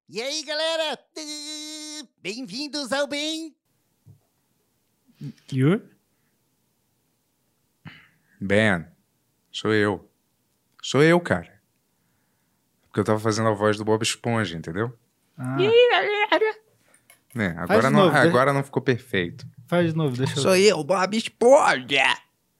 E aí, galera? Bem-vindos ao Bem... Yur? Ben, sou eu. Sou eu, cara. Porque eu tava fazendo a voz do Bob Esponja, entendeu? Ah, Agora, de não, novo, agora não ficou perfeito. faz de novo, deixa eu... Sou eu, Bob Esponja!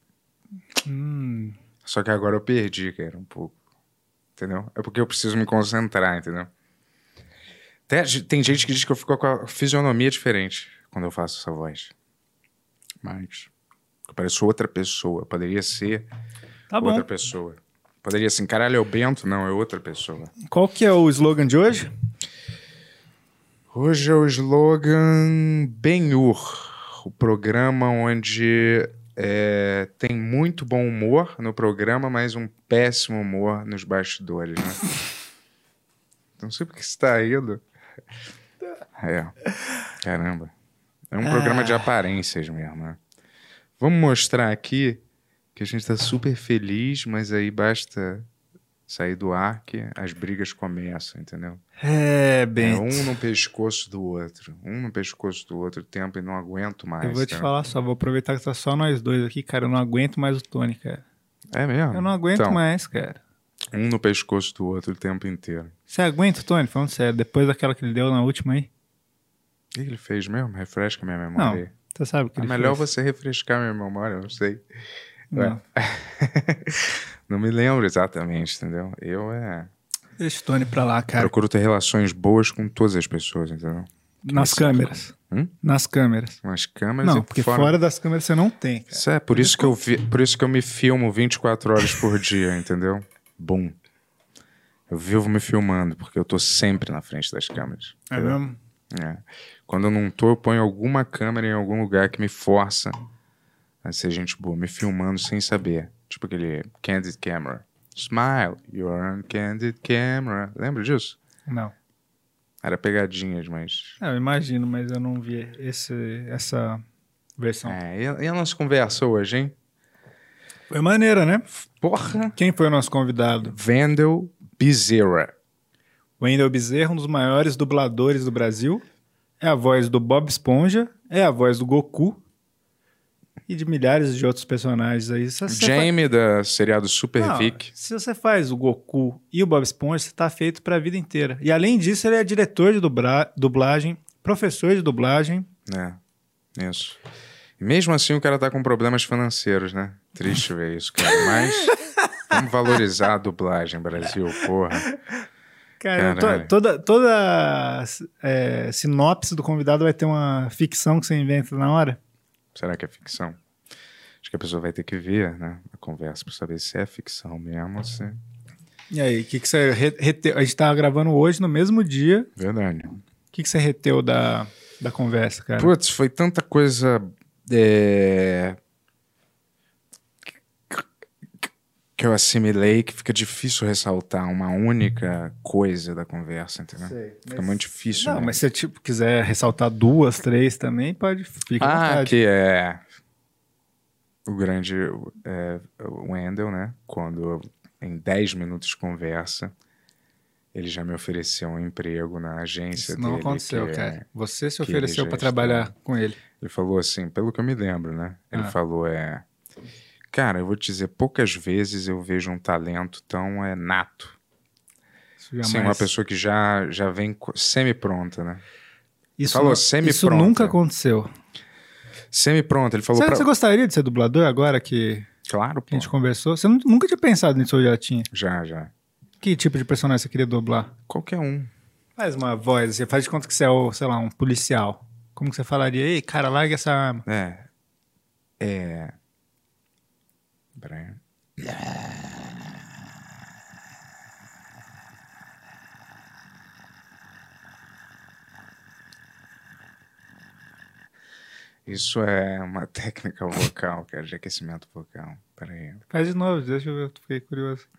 Só que agora eu perdi, cara, um pouco. Entendeu? É porque eu preciso me concentrar, entendeu? Tem gente que diz que eu fico com a fisionomia diferente quando eu faço essa voz. Mas eu pareço outra pessoa. Poderia ser Tá bom. outra pessoa. Poderia assim, caralho, é o Bento? Não, é outra pessoa. Qual que é o slogan de hoje? Hoje é o slogan Ben-Hur, o programa onde tem muito bom humor no programa, mas um péssimo humor nos bastidores, né? Não sei porque você tá rindo. Caramba. É um programa de aparências mesmo, né? Vamos mostrar aqui que a gente tá super feliz, mas aí basta sair do ar que as brigas começam, entendeu? Bento. Um no pescoço do outro. Um no pescoço do outro o tempo e não aguento mais. Eu vou te tá? falar só, vou aproveitar que tá só nós dois aqui, cara. Eu não aguento mais o Tony, cara. É mesmo? Eu não aguento Então, mais, cara. Um no pescoço do outro o tempo inteiro. Você aguenta o Tony? Falando sério, depois daquela que ele deu na última aí? O que ele fez mesmo? Refresca minha memória. Não, você sabe o que É ele melhor fez. você refrescar minha memória, eu não sei. Não. Não me lembro exatamente, entendeu? Deixa o Tony pra lá, cara. Procuro ter relações boas com todas as pessoas, entendeu? Nas câmeras. Hum? Nas câmeras. Com as câmeras Não, e porque fora das câmeras você não tem, cara. Isso é por isso que eu me filmo 24 horas por dia, entendeu? Bum. Eu vivo me filmando, porque eu tô sempre na frente das câmeras. É entendeu? mesmo? É. Quando eu não tô, eu ponho alguma câmera em algum lugar que me força a ser gente boa, me filmando sem saber. Tipo aquele Candid Camera. Smile, you're on Candid Camera. Lembra disso? Não. Era pegadinhas, mas... Eu imagino, mas eu não vi essa versão. E a nossa conversa hoje, hein? Foi maneira, né? Porra! Quem foi o nosso convidado? Wendell Bezerra. Wendell Bezerra, um dos maiores dubladores do Brasil. É a voz do Bob Esponja, é a voz do Goku e de milhares de outros personagens aí. Jamie, da seriado Super Vic. Se você faz o Goku e o Bob Esponja, você tá feito pra vida inteira. E além disso, ele é diretor de dublagem, professor de dublagem. Isso. E mesmo assim o cara tá com problemas financeiros, né? Triste ver isso, cara. Mas vamos valorizar a dublagem, Brasil, porra. Cara, toda sinopse do convidado vai ter uma ficção que você inventa na hora. Será que é ficção? Acho que a pessoa vai ter que ver, né? A conversa pra saber se é ficção mesmo ou se... E aí, o que você reteu? A gente tava gravando hoje, no mesmo dia. Verdade. O que você reteu da conversa, cara? Putz, foi tanta coisa... que eu assimilei que fica difícil ressaltar uma única coisa da conversa, entendeu? Fica muito difícil. Não, mas se você quiser ressaltar 2, 3 também, pode. Fica à vontade. Que é o grande Wendell, né? Quando em 10 minutos de conversa ele já me ofereceu um emprego na agência dele. Isso não aconteceu, cara. Você se que ofereceu ele pra já trabalhar com ele. Ele falou assim, pelo que eu me lembro, né? Ele falou, cara, eu vou te dizer, poucas vezes eu vejo um talento tão nato. Sim, uma pessoa que já vem semi-pronta, né? Isso nunca aconteceu. Semi-pronta, ele falou... Será que você gostaria de ser dublador agora que Claro, pô. a gente conversou? Você nunca tinha pensado nisso ou já tinha? Já. Que tipo de personagem você queria dublar? Qualquer um. Faz uma voz, você faz de conta que você é, sei lá, um policial. Como que você falaria? Ei, cara, larga essa arma. Peraí. Isso é uma técnica vocal, cara, de aquecimento vocal. Peraí. Faz de novo, deixa eu ver, eu fiquei curioso.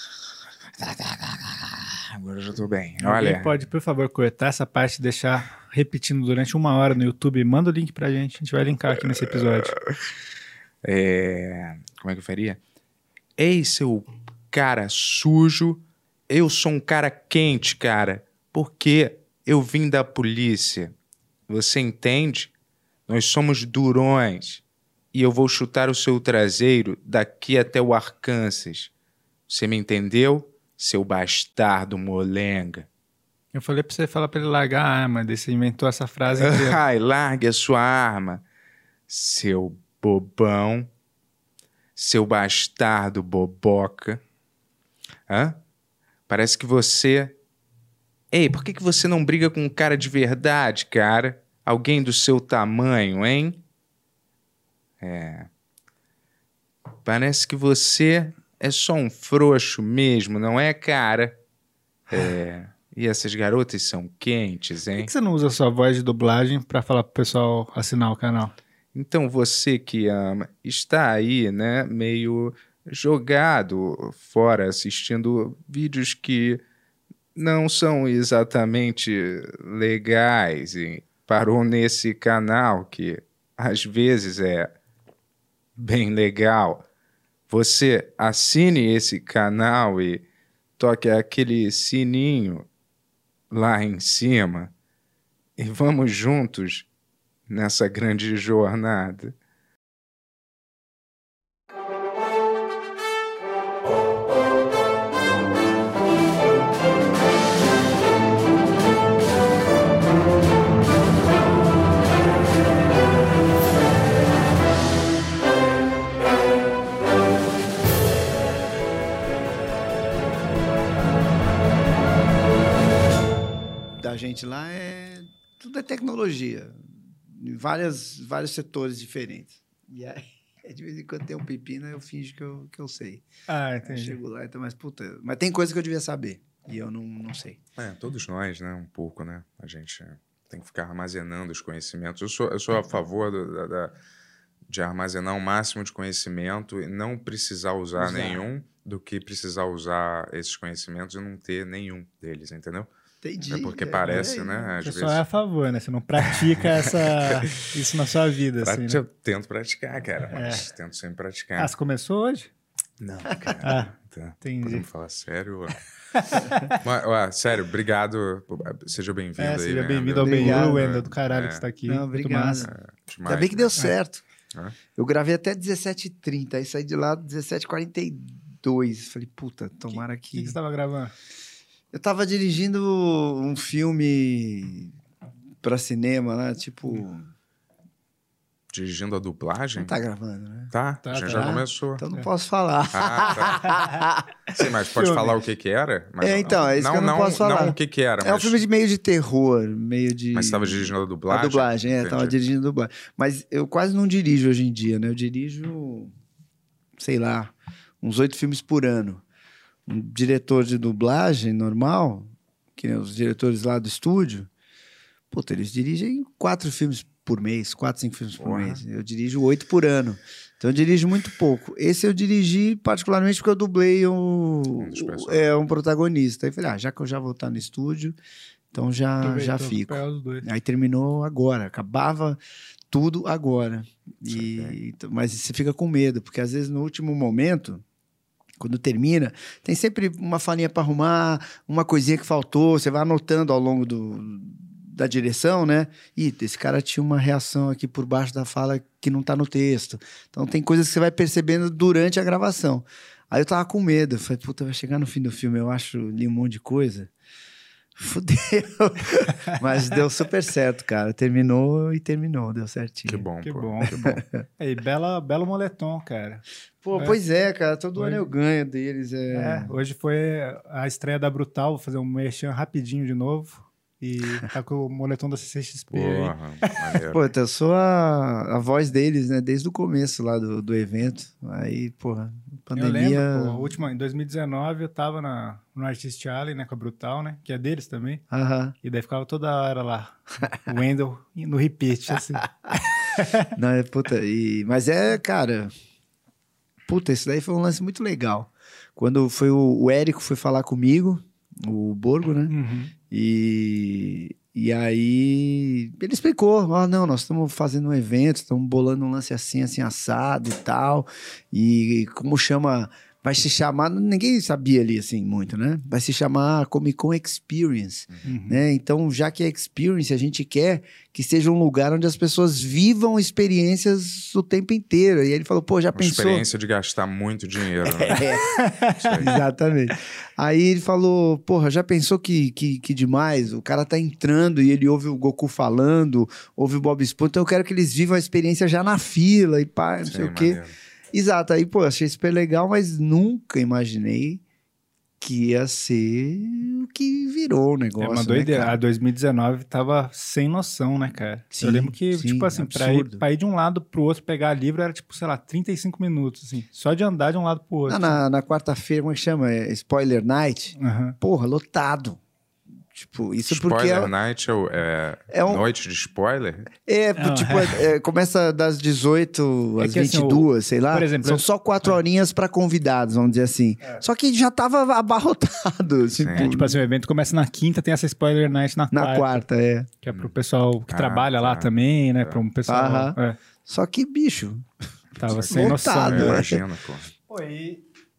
Agora eu já tô bem. Alguém Olha. pode, por favor, cortar essa parte e deixar repetindo durante 1 hora no YouTube, manda o link pra gente. A gente vai linkar aqui nesse episódio. Como é que eu faria? Ei, seu cara sujo, eu sou um cara quente, cara, porque eu vim da polícia. Você entende? Nós somos durões e eu vou chutar o seu traseiro daqui até o Arkansas. Você me entendeu, seu bastardo molenga? Eu falei pra você falar pra ele largar a arma, daí você inventou essa frase inteira. Ai, largue a sua arma, seu bobão, seu bastardo boboca. Hã? Parece que você... Ei, por que você não briga com um cara de verdade, cara? Alguém do seu tamanho, hein? Parece que você é só um frouxo mesmo, não é, cara? E essas garotas são quentes, Por hein? que você não usa a sua voz de dublagem pra falar pro pessoal assinar o canal? Então você que ama está aí, né, meio jogado fora assistindo vídeos que não são exatamente legais e parou nesse canal que às vezes é bem legal. Você assine esse canal e toque aquele sininho lá em cima e vamos juntos nessa grande jornada. Da gente lá tudo é tecnologia, em vários setores diferentes. E aí, de vez em quando tem um pepino, eu finjo que eu sei. Ah, Aí entendi. chego lá, então, mas puta, mas tem coisa que eu devia saber e eu não sei. Todos nós, né, um pouco, né? A gente tem que ficar armazenando os conhecimentos. Eu sou a favor de armazenar o máximo de conhecimento e não precisar usar nenhum do que precisar usar esses conhecimentos e não ter nenhum deles, entendeu? Entendi. É porque parece, né? Às Você vezes. só é a favor, né? Você não pratica isso na sua vida, assim, né? Eu tento praticar, cara, mas tento sempre praticar. Ah, você começou hoje? Não, cara. Tá. entendi. Podemos falar sério? Mas, sério, obrigado. Seja bem-vindo aí. Seja bem-vindo ao Obrigado. Ben Wendel, do caralho que você tá aqui. Não, Muito obrigado. massa. Ainda bem que deu certo. É. Eu gravei até 17h30, aí saí de lá 17h42. Falei, puta, tomara O que que... você tava gravando? Eu tava dirigindo um filme pra cinema, né? Tipo... Dirigindo a dublagem? Não tá gravando, né? Tá, já começou. Então não posso falar. Tá. Sim, mas pode Filme. falar o que era? Mas Então, é isso que eu não posso falar. Não o que era, É um mas... filme meio de terror, meio de... Mas você estava dirigindo a dublagem? A dublagem, Entendi. tava dirigindo a dublagem. Mas eu quase não dirijo hoje em dia, né? Eu dirijo, sei lá, uns 8 filmes por ano. Um diretor de dublagem normal, que nem os diretores lá do estúdio, puta, eles dirigem 4 filmes por mês, 4, 5 filmes por mês. Eu dirijo 8 por ano. Então eu dirijo muito pouco. Esse eu dirigi particularmente porque eu dublei um protagonista. Aí falei, já que eu já vou estar no estúdio, então já fico. Aí terminou agora, acabava tudo agora. Mas você fica com medo, porque às vezes no último momento, quando termina, tem sempre uma falinha para arrumar, uma coisinha que faltou, você vai anotando ao longo da direção, né? Esse cara tinha uma reação aqui por baixo da fala que não tá no texto. Então tem coisas que você vai percebendo durante a gravação. Aí eu tava com medo, eu falei, puta, vai chegar no fim do filme, eu li um monte de coisa. Fudeu. Mas deu super certo, cara. Terminou, deu certinho. Que bom, Que pô. bom. E belo moletom, cara. Pô, pois é, cara. Todo ano eu ganho deles. Hoje foi a estreia da Brutal, vou fazer um merchan rapidinho de novo. E tá com o moletom da CCXP aí. Porra, maneiro. Pô, eu sou a voz deles, né? Desde o começo lá do evento. Aí, porra, pandemia... Eu lembro, pô, em 2019 eu tava no Artist Alley, né, com a Brutal, né? Que é deles também. Aham. E daí ficava toda hora lá, o Wendel no repeat, assim. Não, puta, mas cara... Puta, isso daí foi um lance muito legal. Quando foi o Érico foi falar comigo, o Borgo, né? Uhum. E E aí ele explicou, não, nós estamos fazendo um evento, estamos bolando um lance assim, assim, assado e tal, e como chama, vai se chamar, ninguém sabia ali assim muito, né? Vai se chamar Comic Con Experience, né? Então, já que é Experience, a gente quer que seja um lugar onde as pessoas vivam experiências o tempo inteiro. E ele falou, pô, já Uma pensou... experiência de gastar muito dinheiro, né? Isso aí. Exatamente. Aí ele falou, porra, já pensou que demais? O cara tá entrando e ele ouve o Goku falando, ouve o Bob Esponja, então eu quero que eles vivam a experiência já na fila e pá, não sei o quê. Maneiro. Exato, aí, pô, achei super legal, mas nunca imaginei que ia ser o que virou o negócio, uma doideira. né, cara? A 2019 tava sem noção, né, cara? Sim, eu lembro que, sim, tipo assim, absurdo. pra ir de um lado pro outro pegar livro era, tipo, sei lá, 35 minutos, assim. Só de andar de um lado pro outro. Na quarta-feira, como é que chama? Spoiler Night? Aham. Porra, lotado. Tipo, isso Spoiler porque... Night é um- noite de spoiler? Não, tipo, começa das 18 às que, assim, 22, sei lá. por exemplo, São só 4 horinhas pra convidados, vamos dizer assim. Só que já tava abarrotado. Tipo, Tipo assim, o evento começa na quinta, tem essa spoiler night na na quarta, é. Que é pro pessoal que Ah, trabalha lá tá. também, né? Pra um pessoal... Aham. É, Só que, bicho, tava sem noção. Lotado. Né? Imagina, pô. Pô, e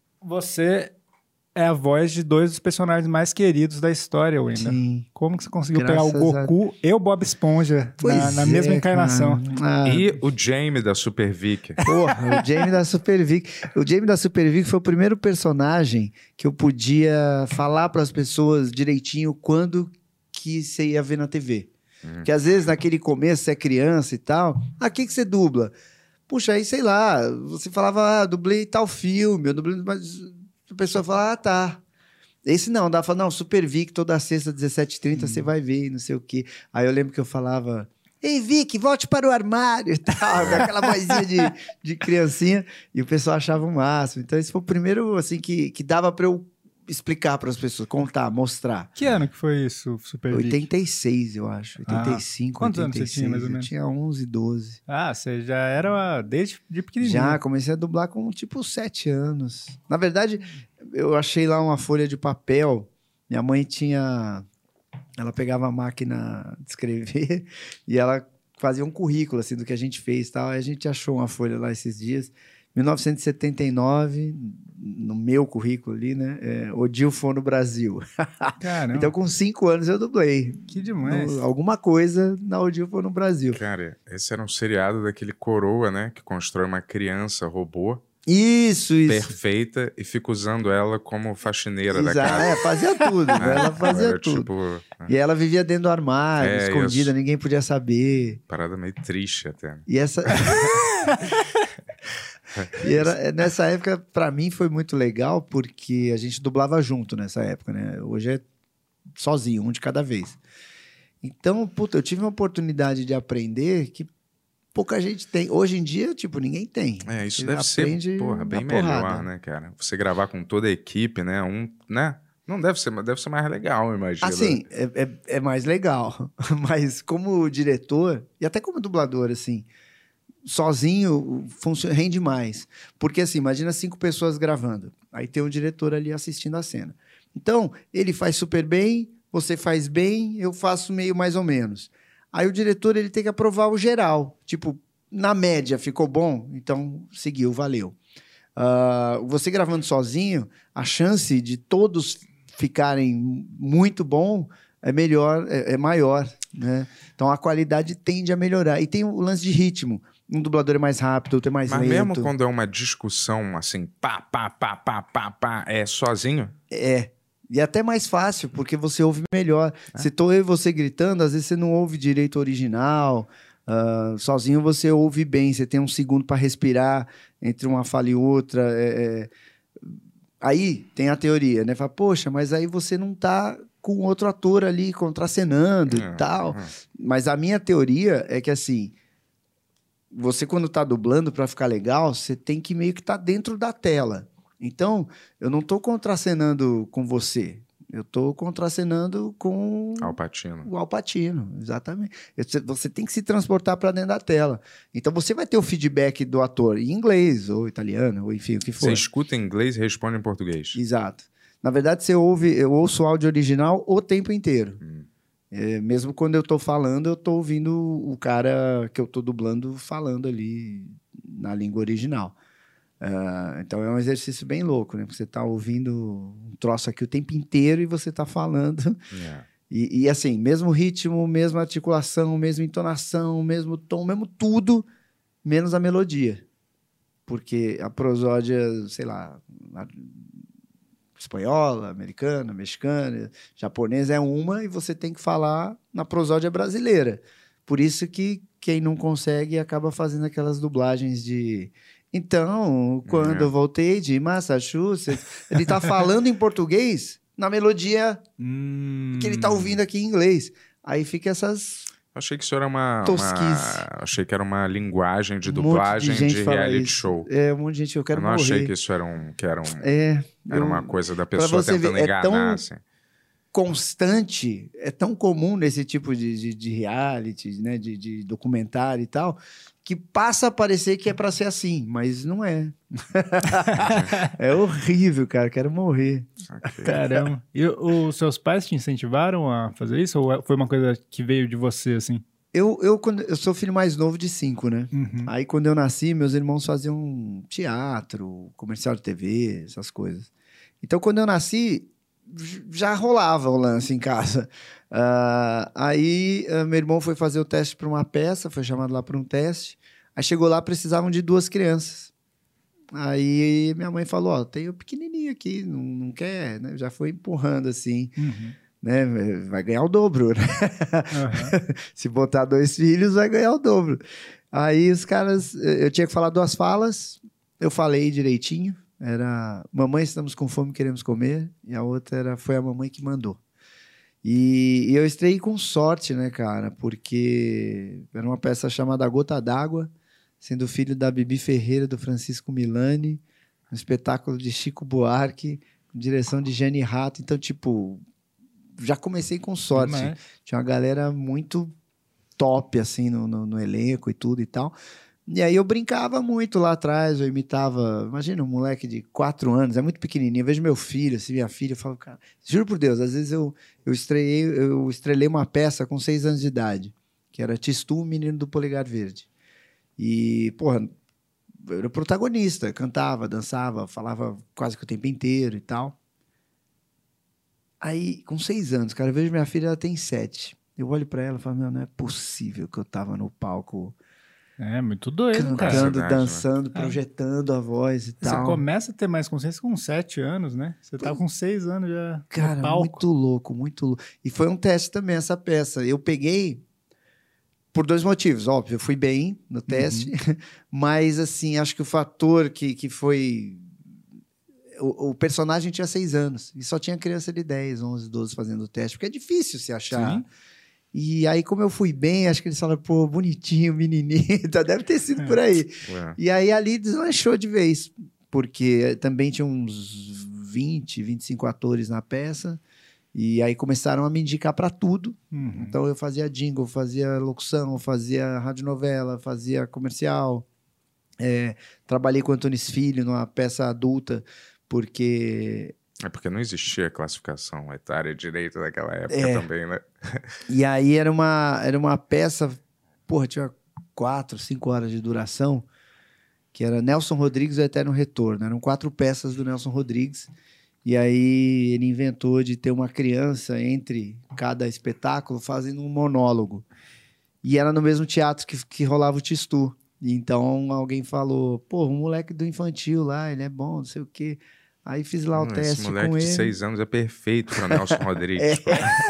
você é a voz de dois dos personagens mais queridos da história, Wendel. sim. Como que você conseguiu Graças pegar o Goku e o Bob Esponja na mesma encarnação? Ah, E o Jamie da Super Vic. porra, o Jamie da Super Vic. O Jamie da Super Vic foi o primeiro personagem que eu podia falar para as pessoas direitinho quando que você ia ver na TV. Porque às vezes naquele começo, você é criança e tal, o que você dubla? Puxa, aí sei lá, você falava, dublei tal filme, eu dublei, mas a pessoa fala, tá. Esse não, dá pra falar, não, Super Vic, toda sexta, 17h30, você vai ver, não sei o quê. Aí eu lembro que eu falava, ei, Vic, volte para o armário e tal, com aquela vozinha de criancinha, e o pessoal achava o máximo. Então esse foi o primeiro, assim, que dava pra eu explicar para as pessoas, contar, mostrar. Que ano que foi isso, Super Vic? 86, eu acho. 85, Quantos 86. anos você tinha, mais ou menos? Eu tinha 11, 12. Ah, você já era desde de pequenininho. Já, comecei a dublar com, tipo, 7 anos. Na verdade, eu achei lá uma folha de papel. Minha mãe tinha... Ela pegava a máquina de escrever e ela fazia um currículo, assim, do que a gente fez e tal. Aí a gente achou uma folha lá esses dias. 1979, no meu currículo ali, né? Odilfo no Brasil. Caramba, Então, com 5 anos, eu dublei. que demais. Alguma coisa na Odilfo no Brasil. Cara, esse era um seriado daquele coroa, né? Que constrói uma criança robô Isso. perfeita e fica usando ela como faxineira da Exato. casa. Fazia tudo. Ela fazia Era tudo. tipo, E ela vivia dentro do armário, escondida, isso. ninguém podia saber. parada meio triste até. E essa... nessa época, pra mim, foi muito legal, porque a gente dublava junto nessa época, né? Hoje é sozinho, um de cada vez. Então, puta, eu tive uma oportunidade de aprender que pouca gente tem. Hoje em dia, tipo, ninguém tem. Isso Você deve aprende ser, porra, bem na porrada. melhor, né, cara? Você gravar com toda a equipe, né? Né? Não deve ser mais legal, eu imagino. Assim, é mais legal. Mas como diretor, e até como dublador, assim, sozinho rende mais. Porque, assim, imagina 5 pessoas gravando. Aí tem um diretor ali assistindo a cena. Então, ele faz super bem, você faz bem, eu faço meio mais ou menos. Aí o diretor, ele tem que aprovar o geral. Tipo, na média, ficou bom? Então, seguiu, valeu. Você gravando sozinho, a chance de todos ficarem muito bom é melhor, é maior, né? Então, a qualidade tende a melhorar. E tem o lance de ritmo. Um dublador é mais rápido, outro é mais Mas lento. mesmo quando é uma discussão, assim, pá, é sozinho? É. E é até mais fácil, porque você ouve melhor. Se tô eu e você gritando, às vezes você não ouve direito o original. Sozinho você ouve bem, você tem um segundo para respirar entre uma fala e outra. Aí tem a teoria, né? Fala, poxa, mas aí você não tá com outro ator ali contracenando e tal. Mas a minha teoria é que, assim, você quando tá dublando para ficar legal, você tem que meio que estar dentro da tela. Então, eu não tô contracenando com você. Eu tô contracenando com Al Pacino. o Al Pacino, exatamente. Você tem que se transportar para dentro da tela. Então, você vai ter o feedback do ator em inglês, ou italiano, ou enfim, o que for. Você escuta em inglês e responde em português. Exato. Na verdade, eu ouço o áudio original o tempo inteiro. Mesmo quando eu tô falando, eu tô ouvindo o cara que eu tô dublando falando ali na língua original. Então é um exercício bem louco, né? Porque você tá ouvindo um troço aqui o tempo inteiro e você tá falando. E assim, mesmo ritmo, mesma articulação, mesma entonação, mesmo tom, mesmo tudo, menos a melodia. Porque a prosódia, sei lá, espanhola, americana, mexicana, japonesa é uma e você tem que falar na prosódia brasileira. Por isso que quem não consegue acaba fazendo aquelas dublagens de... Então, quando eu voltei de Massachusetts, ele tá falando em português na melodia que ele tá ouvindo aqui em inglês. Aí fica essas... Achei que isso era achei que era uma linguagem de Um monte dublagem de fala reality isso. show. Um monte de gente, eu quero Eu não morrer. achei que isso era era uma coisa da pessoa você tentando ver, enganar, tão assim. constante, é tão comum nesse tipo de reality, né, de documentário e tal, que passa a parecer que é pra ser assim, mas não é. É horrível, cara, quero morrer. Okay. Caramba. E os seus pais te incentivaram a fazer isso? Ou foi uma coisa que veio de você, assim? Eu sou filho mais novo de 5, né? Aí, quando eu nasci, meus irmãos faziam teatro, comercial de TV, essas coisas. Então, quando eu nasci, já rolava o lance em casa. Aí, meu irmão foi fazer o teste para uma peça, foi chamado lá para um teste. Aí, chegou lá, precisavam de 2 crianças. Aí, minha mãe falou, ó, tem o pequenininho aqui, não quer, né? Já foi empurrando, assim. Né? Vai ganhar o dobro, né? Se botar 2 filhos, vai ganhar o dobro. Aí os caras... Eu tinha que falar 2 falas, eu falei direitinho. Era, mamãe, estamos com fome, queremos comer. E a outra foi a mamãe que mandou. E eu estreiei com sorte, né, cara? Porque era uma peça chamada Gota d'Água, sendo filho da Bibi Ferreira, do Francisco Milani, um espetáculo de Chico Buarque, com direção de Jane Rato. Então, tipo... Já comecei com sorte. Tinha uma galera muito top, assim, no elenco e tudo e tal. E aí eu brincava muito lá atrás, eu imitava... Imagina, um moleque de 4 anos, é muito pequenininho. Eu vejo meu filho, assim, minha filha, eu falo, cara... Juro por Deus, às vezes eu estrelei uma peça com 6 anos de idade, que era Tistu, o Menino do Polegar Verde. E, porra, eu era o protagonista, cantava, dançava, falava quase que o tempo inteiro e tal. Aí, com 6 anos, cara, eu vejo minha filha, ela tem 7. Eu olho pra ela e falo, meu, não é possível que eu tava no palco... É, muito doido, cantando, cara. dançando, projetando a voz e tal. Você começa a ter mais consciência com 7 anos, né? Você tá com 6 anos já cara, no palco. Muito louco, muito louco. E foi um teste também, essa peça. Eu peguei por 2 motivos. Óbvio, eu fui bem no teste, mas, assim, acho que o fator que foi... O personagem tinha 6 anos e só tinha criança de 10, 11, 12 fazendo o teste, porque é difícil se achar. Sim. E aí, como eu fui bem, acho que eles falaram, pô, bonitinho, menininho, deve ter sido por aí. E aí, ali deslanchou de vez, porque também tinha uns 20, 25 atores na peça, e aí começaram a me indicar para tudo. Então, eu fazia jingle, fazia locução, fazia radionovela, fazia comercial. Trabalhei com Antônio Filho numa peça adulta, porque... É porque não existia classificação etária direito naquela época também, né? E aí era uma peça, porra, tinha 4, 5 horas de duração, que era Nelson Rodrigues, o Eterno Retorno. Eram 4 peças do Nelson Rodrigues. E aí ele inventou de ter uma criança entre cada espetáculo fazendo um monólogo. E era no mesmo teatro que rolava o Tistu. E então alguém falou, pô, um moleque do infantil lá, ele é bom, não sei o quê. Aí fiz lá o teste com ele. Esse moleque de 6 anos é perfeito para Nelson Rodrigues.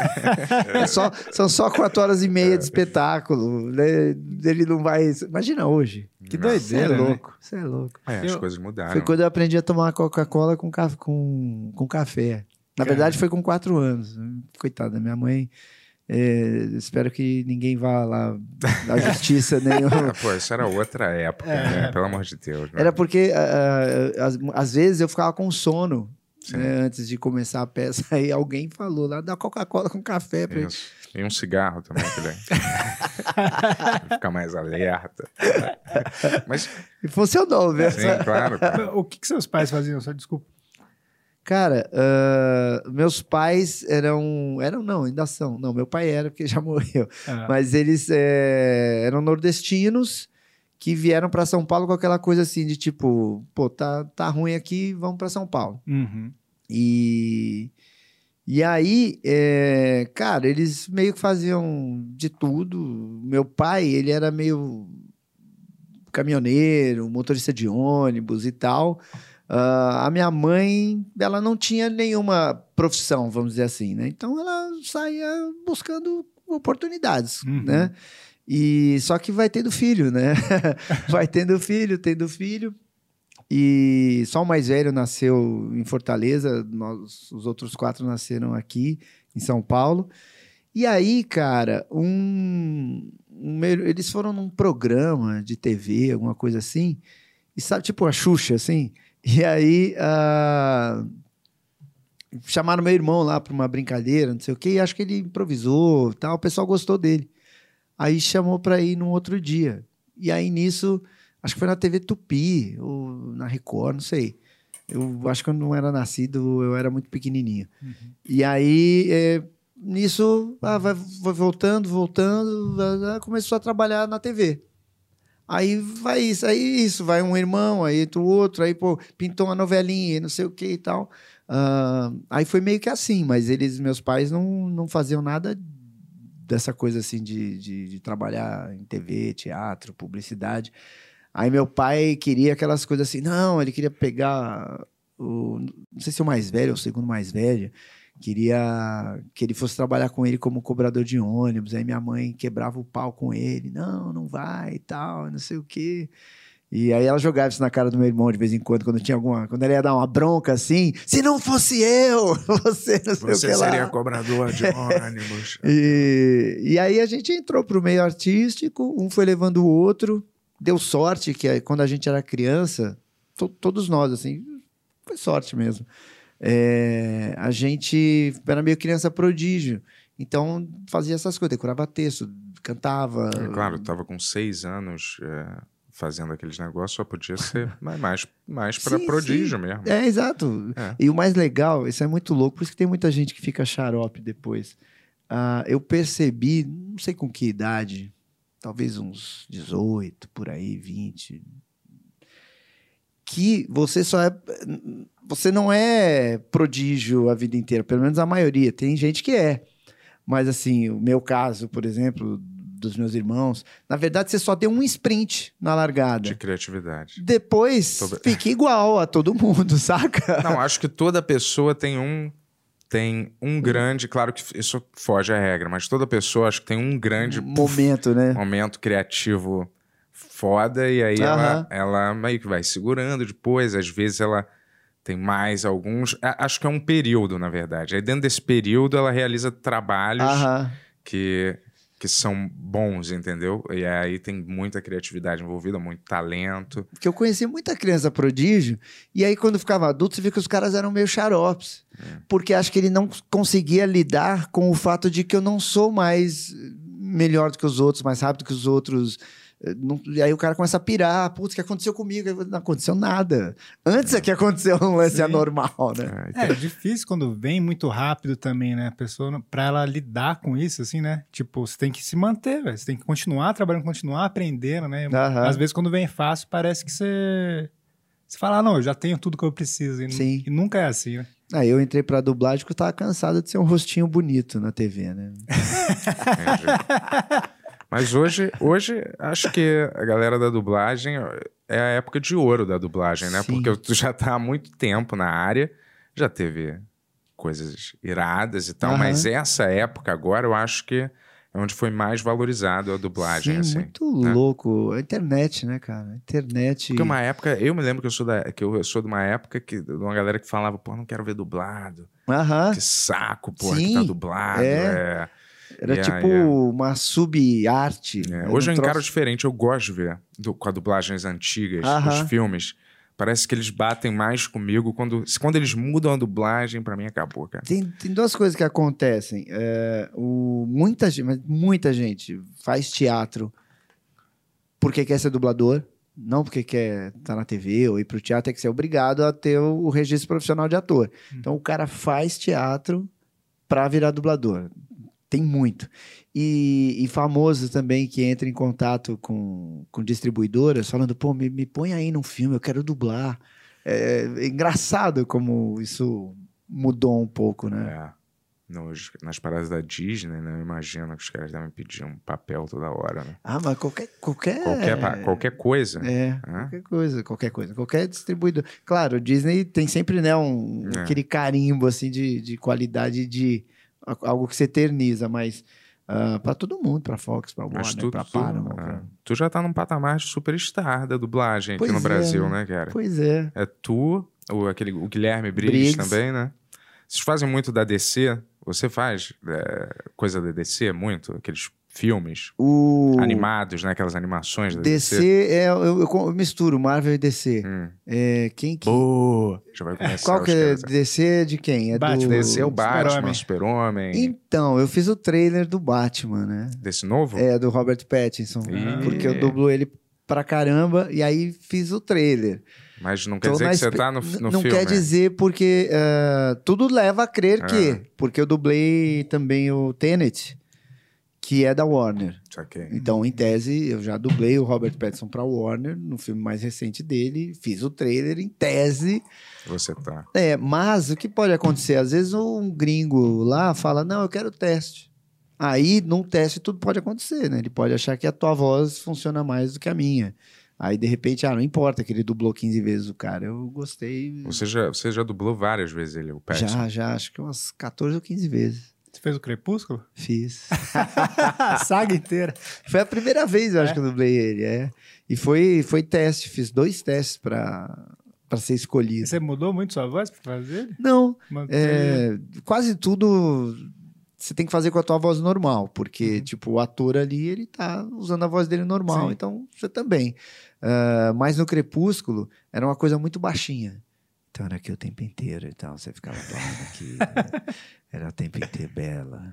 São só 4 horas e meia de espetáculo. Né? Ele não vai... Imagina hoje. Que doideira, Isso é louco. Isso é louco. As coisas mudaram. Foi quando eu aprendi a tomar Coca-Cola com café. Na verdade, foi com 4 anos. Coitada, minha mãe... espero que ninguém vá lá na justiça nenhuma. Pô, isso era outra época, né? Pelo amor de Deus. Né? Era porque às vezes eu ficava com sono, né, antes de começar a peça. Aí alguém falou lá, dá Coca-Cola com café pra isso. E um cigarro também, pra ficar mais alerta. Mas... E funcionou, velho. Sim, claro. O que seus pais faziam? Só desculpa. Cara, meus pais não, ainda são. Não, meu pai era, porque já morreu. Mas eles eram nordestinos que vieram para São Paulo com aquela coisa assim de tipo, pô, tá ruim aqui, vamos para São Paulo. Uhum. E aí, cara, eles meio que faziam de tudo. Meu pai, ele era meio caminhoneiro, motorista de ônibus e tal. A minha mãe, ela não tinha nenhuma profissão, vamos dizer assim, né? Então, ela saía buscando oportunidades, né? E só que vai tendo filho, né? Vai tendo filho. E só o mais velho nasceu em Fortaleza, os outros 4 nasceram aqui, em São Paulo. E aí, cara, eles foram num programa de TV, alguma coisa assim, e sabe, tipo a Xuxa, assim. E aí, chamaram meu irmão lá para uma brincadeira, não sei o quê, e acho que ele improvisou, tal, o pessoal gostou dele. Aí chamou para ir num outro dia. E aí, nisso, acho que foi na TV Tupi, ou na Record, não sei. Eu acho que eu não era nascido, eu era muito pequenininho. E aí, nisso, vai voltando, começou a trabalhar na TV. Aí vai isso, vai um irmão, aí entra o outro, aí pô, pintou uma novelinha, não sei o que e tal. Aí foi meio que assim, mas meus pais não faziam nada dessa coisa assim de trabalhar em TV, teatro, publicidade. Aí meu pai queria aquelas coisas assim, não, ele queria pegar, não sei se o mais velho ou o segundo mais velho, queria que ele fosse trabalhar com ele como cobrador de ônibus. Aí minha mãe quebrava o pau com ele. Não vai e tal, não sei o quê. E aí ela jogava isso na cara do meu irmão de vez em quando, quando ele ia dar uma bronca assim, se não fosse eu, você não sei o que lá. Você seria cobrador de ônibus. E aí a gente entrou pro meio artístico, um foi levando o outro. Deu sorte que quando a gente era criança, todos nós, assim, foi sorte mesmo. A gente era meio criança prodígio, então fazia essas coisas, decorava texto, cantava. Claro, eu estava com 6 anos fazendo aqueles negócios, só podia ser mais para prodígio mesmo. Exato. E o mais legal, isso é muito louco, por isso que tem muita gente que fica xarope depois. Eu percebi, não sei com que idade, talvez uns 18, por aí, 20, que você não é prodígio a vida inteira, pelo menos a maioria. Tem gente que é. Mas, assim, o meu caso, por exemplo, dos meus irmãos, na verdade, você só deu um sprint na largada. De criatividade. Depois, fica igual a todo mundo, saca? Não, acho que toda pessoa tem um grande... Claro que isso foge à regra, mas toda pessoa, acho que tem um grande... momento, né? Momento criativo foda, e aí ela meio que vai segurando depois, às vezes ela tem mais alguns... Acho que é um período, na verdade. Aí dentro desse período ela realiza trabalhos que são bons, entendeu? E aí tem muita criatividade envolvida, muito talento. Porque eu conheci muita criança prodígio, e aí quando ficava adulto, você via que os caras eram meio xaropes. Porque acho que ele não conseguia lidar com o fato de que eu não sou mais melhor do que os outros, mais rápido que os outros. E aí o cara começa a pirar. Putz, o que aconteceu comigo? Não aconteceu nada. Antes é que aconteceu um lance anormal, né? É difícil quando vem muito rápido também, né? A pessoa, pra ela lidar com isso, assim, né? Tipo, você tem que se manter, velho. Você tem que continuar trabalhando, continuar aprendendo, né? Às vezes, quando vem fácil, parece que você fala, não, eu já tenho tudo que eu preciso. E nunca é assim, né? Aí eu entrei pra dublagem porque eu tava cansado de ser um rostinho bonito na TV, né? Mas hoje acho que a galera da dublagem é a época de ouro da dublagem, né? Sim. Porque tu já tá há muito tempo na área, já teve coisas iradas e tal, mas essa época agora eu acho que é onde foi mais valorizado a dublagem. Sim, assim, muito né? louco. A internet, né, cara? A internet... Porque uma época, eu me lembro que eu sou de uma época de uma galera que falava, pô, não quero ver dublado. Que saco, pô, que tá dublado. Era tipo uma sub-arte. Hoje eu encaro diferente, eu gosto de ver com as dublagens antigas, os filmes. Parece que eles batem mais comigo. Quando eles mudam a dublagem, pra mim acabou, cara. Tem duas coisas que acontecem. Muita gente faz teatro porque quer ser dublador. Não porque quer estar na TV ou ir pro teatro, tem que ser obrigado a ter o registro profissional de ator. Então o cara faz teatro para virar dublador. Tem muito. E famoso também que entra em contato com distribuidoras falando, pô, me põe aí num filme, eu quero dublar. É engraçado como isso mudou um pouco, né? Nas paradas da Disney, né? Eu imagino que os caras devem pedir um papel toda hora, né? Mas qualquer coisa. Qualquer coisa. Qualquer distribuidor. Claro, o Disney tem sempre, né, aquele carimbo, assim, de qualidade, de algo que se eterniza, mas pra todo mundo, pra Fox, pra Warner, pra Paramount. Tu já tá num patamar de superstar da dublagem aqui no Brasil, né, cara? Pois é. É tu, o Guilherme Briggs também, né? Vocês fazem muito da DC? Você faz coisa da DC muito? Aqueles filmes animados, né? Aquelas animações da DC. Eu misturo Marvel e DC. Quem que... Boa! Já vai começar. Qual que é? DC é de quem? É Batman. DC é o Batman, Super-Homem. Então, eu fiz o trailer do Batman, né? Desse novo? Do Robert Pattinson. Porque eu dublo ele pra caramba e aí fiz o trailer. Mas não quer dizer que você tá no filme. Não quer dizer porque tudo leva a crer que. Porque eu dublei também o Tenet, que é da Warner. Okay. Então, em tese, eu já dublei o Robert Pattinson pra Warner, no filme mais recente dele. Fiz o trailer, em tese. Você tá. Mas o que pode acontecer? Às vezes um gringo lá fala, não, eu quero teste. Aí, num teste, tudo pode acontecer, né? Ele pode achar que a tua voz funciona mais do que a minha. Aí, de repente, não importa que ele dublou 15 vezes o cara. Eu gostei. Você já dublou várias vezes ele, o Pattinson? Já. Acho que umas 14 ou 15 vezes. Você fez o Crepúsculo? Fiz. A saga inteira. Foi a primeira vez, eu acho, que eu dublei ele, E foi teste. Fiz 2 testes pra ser escolhido. E você mudou muito sua voz pra fazer ele? Não. Quase tudo... Você tem que fazer com a tua voz normal, porque, tipo, o ator ali, ele tá usando a voz dele normal, então você também. Mas no Crepúsculo, era uma coisa muito baixinha. Então era aqui o tempo inteiro e tal, você ficava falando aqui. Era o tempo inteiro, Bela.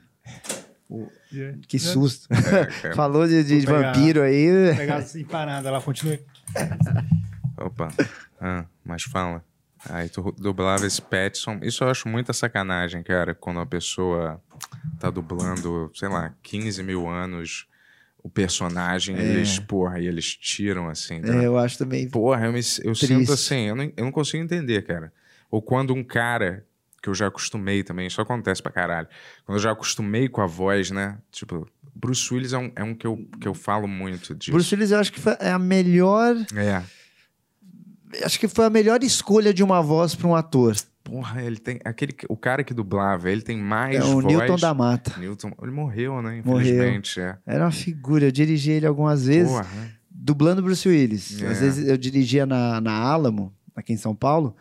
Que susto. Falou de vampiro aí. Vou pegar assim, parada lá, continue. Opa, mas fala. Aí tu dublava esse Pattinson. Isso eu acho muita sacanagem, cara. Quando a pessoa tá dublando, sei lá, 15 mil anos o personagem, eles tiram assim. Tá? Eu acho também. Porra, eu sinto assim, eu não consigo entender, cara. Ou quando um cara, que eu já acostumei também, isso acontece pra caralho. Quando eu já acostumei com a voz, né? Tipo, Bruce Willis é um que eu falo muito disso. Bruce Willis eu acho que é a melhor... Acho que foi a melhor escolha de uma voz para um ator. Porra, ele tem... O cara que dublava, ele tem mais voz... o Newton da Mata. Ele morreu, né? Infelizmente. Era uma figura. Eu dirigi ele algumas vezes, dublando Bruce Willis. Às vezes eu dirigia na Alamo, aqui em São Paulo,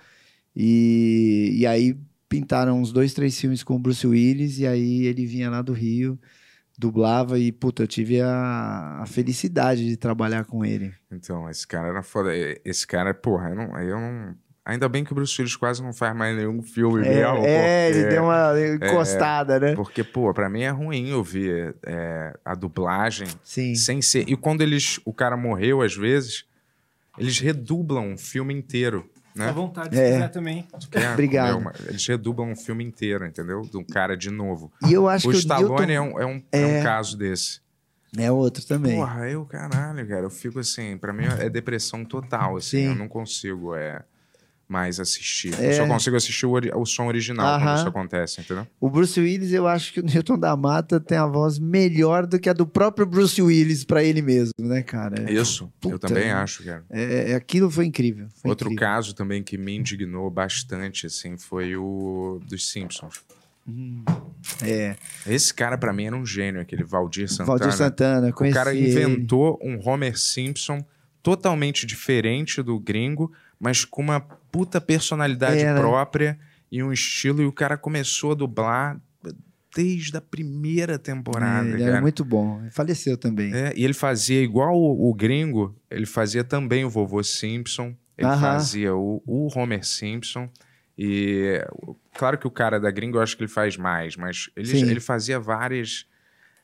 e aí pintaram uns 2, 3 filmes com o Bruce Willis, e aí ele vinha lá do Rio, dublava e, eu tive a felicidade de trabalhar com ele. Então, esse cara era foda. Esse cara, porra, eu não... Ainda bem que o Bruce Willis quase não faz mais nenhum filme mesmo. Ele deu uma encostada, né? Porque, pra mim é ruim ouvir a dublagem sem ser... E quando o cara morreu, às vezes, eles redublam um filme inteiro. Né? À vontade, se quiser também. Obrigado. Eles redublam um filme inteiro, entendeu? De um cara de novo. E eu acho o que Stallone é um caso desse. É outro também. Porra, caralho, cara. Eu fico assim, pra mim é depressão total, assim. Eu não consigo mais assistir. Eu só consigo assistir o som original quando isso acontece, entendeu? O Bruce Willis, eu acho que o Newton da Mata tem a voz melhor do que a do próprio Bruce Willis pra ele mesmo, né, cara? Isso, eu também acho, cara. Aquilo foi incrível. Outro caso também que me indignou bastante, assim, foi o dos Simpsons. Esse cara, pra mim, era um gênio, aquele Valdir Santana. Conheci o cara inventou um Homer Simpson totalmente diferente do gringo, mas com uma puta personalidade própria e um estilo, e o cara começou a dublar desde a primeira temporada. Ele era muito bom, ele faleceu também. E ele fazia igual o gringo, ele fazia também o Vovô Simpson, ele fazia o Homer Simpson, e claro que o cara da gringa eu acho que ele faz mais, mas ele fazia várias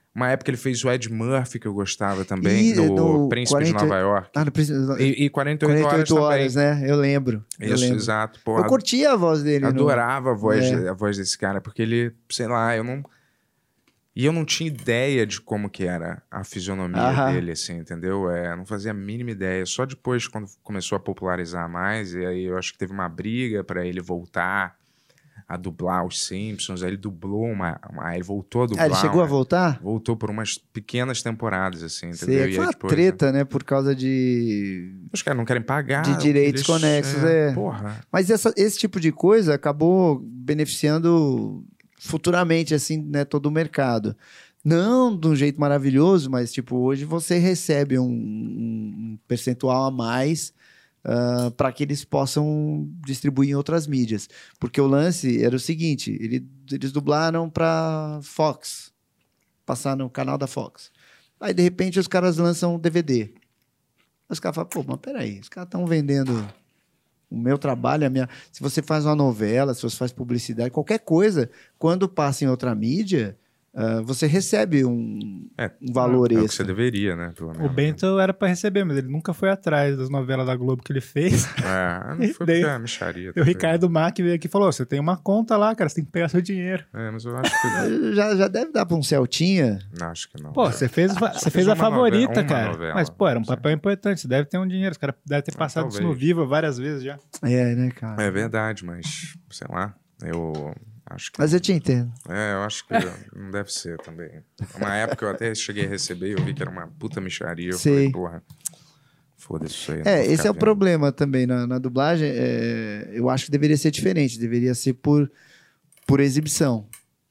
Uma época ele fez o Ed Murphy, que eu gostava também, no Príncipe de Nova York. Ah, no Príncipe... E 48 horas também. Né? Eu lembro. Exato. Porra, eu curtia a voz dele. Adorava a voz desse cara, porque ele, sei lá, eu não tinha ideia de como que era a fisionomia dele, assim, entendeu? Não fazia a mínima ideia. Só depois, quando começou a popularizar mais, e aí eu acho que teve uma briga pra ele voltar a dublar os Simpsons. Aí ele dublou ele voltou a dublar. Ele chegou a voltar? Voltou por umas pequenas temporadas, assim, entendeu? Sei, foi uma treta, né? Por causa de... Os caras não querem pagar. De direitos conexos, Porra. Mas esse tipo de coisa acabou beneficiando futuramente, assim, né, todo o mercado. Não de um jeito maravilhoso, mas, tipo, hoje você recebe um percentual a mais para que eles possam distribuir em outras mídias. Porque o lance era o seguinte, eles dublaram para Fox, passar no canal da Fox. Aí, de repente, os caras lançam um DVD. Os caras falam, pô, mas peraí, os caras estão vendendo... O meu trabalho, se você faz uma novela, se você faz publicidade, qualquer coisa, quando passa em outra mídia, você recebe um valor extra. É o que você deveria, né? O Bento era para receber, mas ele nunca foi atrás das novelas da Globo que ele fez. Não foi porque é micharia. O Ricardo Mack veio aqui e falou, você tem uma conta lá, cara, você tem que pegar seu dinheiro. Mas eu acho que... já deve dar para um Celtinha. Não, acho que não. Pô, você fez a Favorita, cara. Novela, mas, pô, era um papel importante, você deve ter um dinheiro, os caras devem ter passado isso no Viva várias vezes já. Né, cara? É verdade, mas, sei lá, eu... Acho que... Mas eu te entendo. Eu acho que não deve ser também. Uma época eu até cheguei a receber e eu vi que era uma puta micharia. Eu falei, porra, foda-se isso aí. Esse é o problema também na dublagem. Eu acho que deveria ser diferente. Deveria ser por exibição.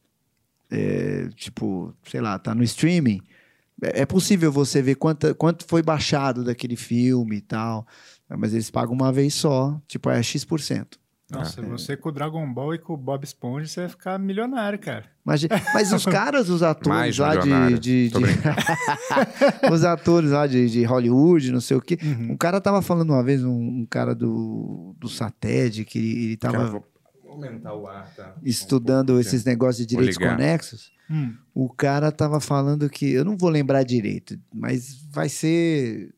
Tipo, sei lá, tá no streaming. É possível você ver quanto foi baixado daquele filme e tal. Mas eles pagam uma vez só. Tipo, X%. Nossa, você com o Dragon Ball e com o Bob Esponja, você vai ficar milionário, cara. Mas os caras, os atores lá os atores lá de Hollywood, não sei o quê. Um cara tava falando uma vez, um cara do Sated, que ele tava vou aumentar o ar, tá? Estudando esses negócios de direitos conexos. O cara tava falando que, eu não vou lembrar direito, mas vai ser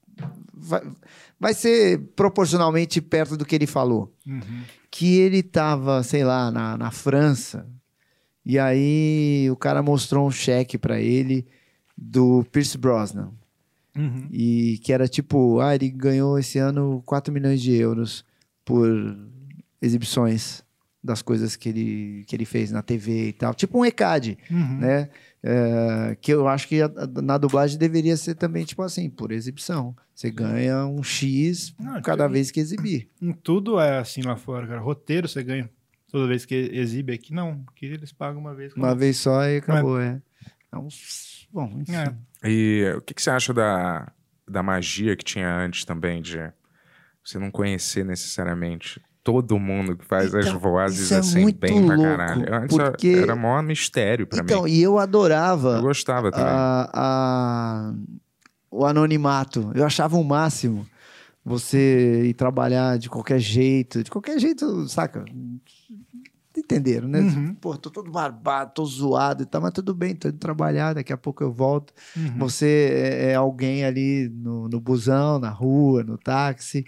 proporcionalmente perto do que ele falou. Que ele estava, sei lá, na França, e aí o cara mostrou um cheque para ele do Pierce Brosnan. E que era tipo, ele ganhou esse ano 4 milhões de euros por exibições das coisas que ele fez na TV e tal. Tipo um ECAD, né? Que eu acho que na dublagem deveria ser também, tipo assim, por exibição. Você ganha um X cada vez que exibir. Em tudo é assim lá fora, cara. Roteiro você ganha toda vez que exibe aqui, não. Aqui eles pagam uma vez. Uma vez só e acabou, Bom, enfim. E o que você acha da magia que tinha antes também, de você não conhecer necessariamente todo mundo que faz as vozes assim, bem pra caralho. Antes era maior mistério pra mim. E eu adorava. Eu gostava também. O anonimato. Eu achava o máximo você ir trabalhar de qualquer jeito, saca? Entenderam, né? Pô, tô todo barbado, tô zoado e tal, mas tudo bem, tô indo trabalhar, daqui a pouco eu volto. Você é alguém ali no busão, na rua, no táxi.